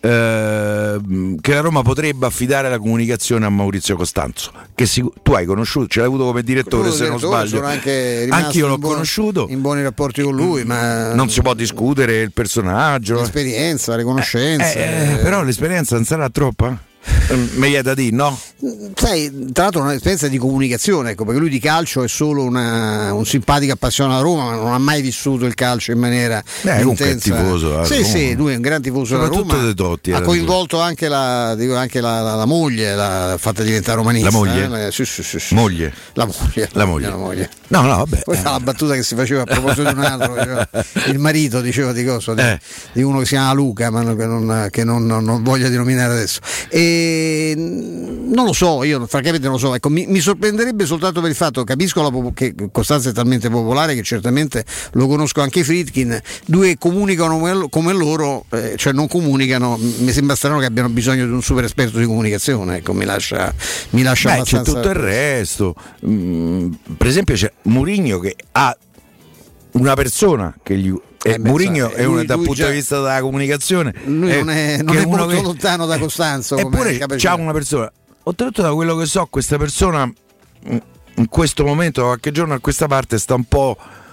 che la Roma potrebbe affidare la comunicazione a Maurizio Costanzo, che tu hai conosciuto, ce l'hai avuto come direttore, se non sbaglio. Anche io l'ho conosciuto in buoni rapporti con lui, ma non si può discutere il personaggio, l'esperienza, le conoscenze, però l'esperienza non sarà troppa? Mi è da dire, no? Sai, tra l'altro un'esperienza di comunicazione, ecco, perché lui di calcio è solo un simpatico appassionato alla Roma, ma non ha mai vissuto il calcio in maniera intensa. È tifoso, sì, lui è un gran tifoso della Roma. Totti, ha coinvolto anche la moglie, l'ha fatta diventare romanista. La moglie? Sì. Moglie. La moglie. No, vabbè. Poi fa la battuta che si faceva a proposito di un altro, il marito diceva di cosa? Di uno che si chiama Luca, ma che non voglio denominare adesso. Non lo so, io francamente non lo so, ecco, mi sorprenderebbe soltanto per il fatto, capisco che Costanzo è talmente popolare che certamente lo conosco anche i Friedkin, 2 comunicano come loro, cioè non comunicano, mi sembra strano che abbiano bisogno di un super esperto di comunicazione, ecco, mi lascia abbastanza. C'è tutto il resto, per esempio c'è Mourinho che ha una persona che gli... Mourinho è uno dal punto di vista della comunicazione, lui non è molto lontano da Costanzo, eppure c'ha una persona, oltretutto da quello che so questa persona in questo momento, qualche giorno a questa parte, sta un po'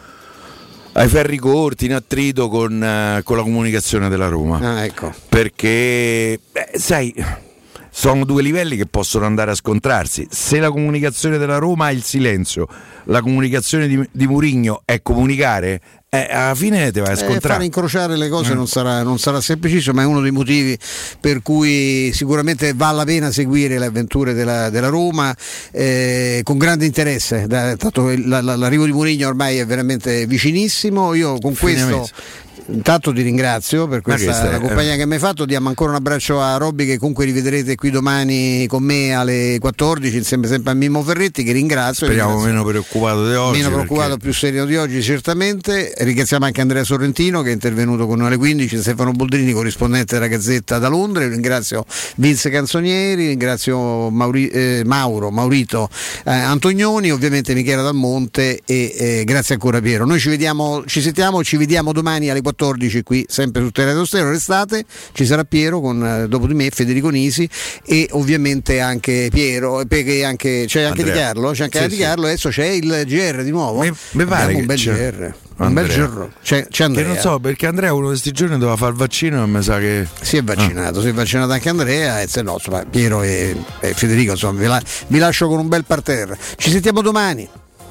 ai ferri corti, in attrito con la comunicazione della Roma, ecco. Perché sai, sono 2 livelli che possono andare a scontrarsi. Se la comunicazione della Roma è il silenzio, la comunicazione di Mourinho è comunicare, alla fine ti vai a scontrare. Fare incrociare le cose non sarà semplicissimo, ma è uno dei motivi per cui sicuramente vale la pena seguire le avventure della Roma con grande interesse. Tanto l'arrivo di Mourinho ormai è veramente vicinissimo. Io con questo intanto ti ringrazio per questa compagnia che mi hai fatto. Diamo ancora un abbraccio a Robby, che comunque rivedrete qui domani con me alle 14 insieme sempre a Mimmo Ferretti, che ringrazio. Speriamo meno preoccupato di oggi, più sereno di oggi certamente. Ringraziamo anche Andrea Sorrentino che è intervenuto con noi alle 15, Stefano Boldrini, corrispondente della Gazzetta da Londra. Ringrazio Vince Canzonieri, ringrazio Maurito Antonioni, ovviamente Michela Dal Monte e grazie ancora Piero. Noi ci vediamo domani alle 14 qui sempre su Teleradio Stereo. Restate, ci sarà Piero con dopo di me Federico Nisi e ovviamente anche Piero, perché c'è anche Di Carlo, adesso c'è il GR di nuovo. Mi pare un bel GR. Un bel GR. C'è Andrea. Che non so, perché Andrea uno di questi giorni doveva fare il vaccino e mi sa che si è vaccinato anche Andrea, e se no, insomma, Piero e Federico, insomma, vi lascio con un bel parterre. Ci sentiamo domani.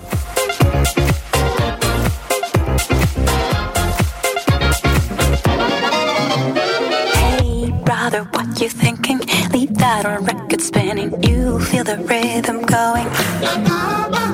What you thinking? Leave that on record spinning. You feel the rhythm going.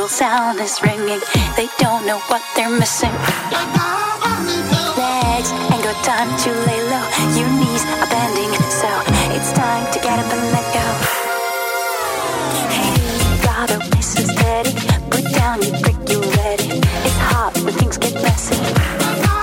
sound is ringing. They don't know what they're missing. Legs ain't got time to lay low. Your knees are bending, so it's time to get up and let go. Hey, gotta listen steady. Put down your brick, you ready.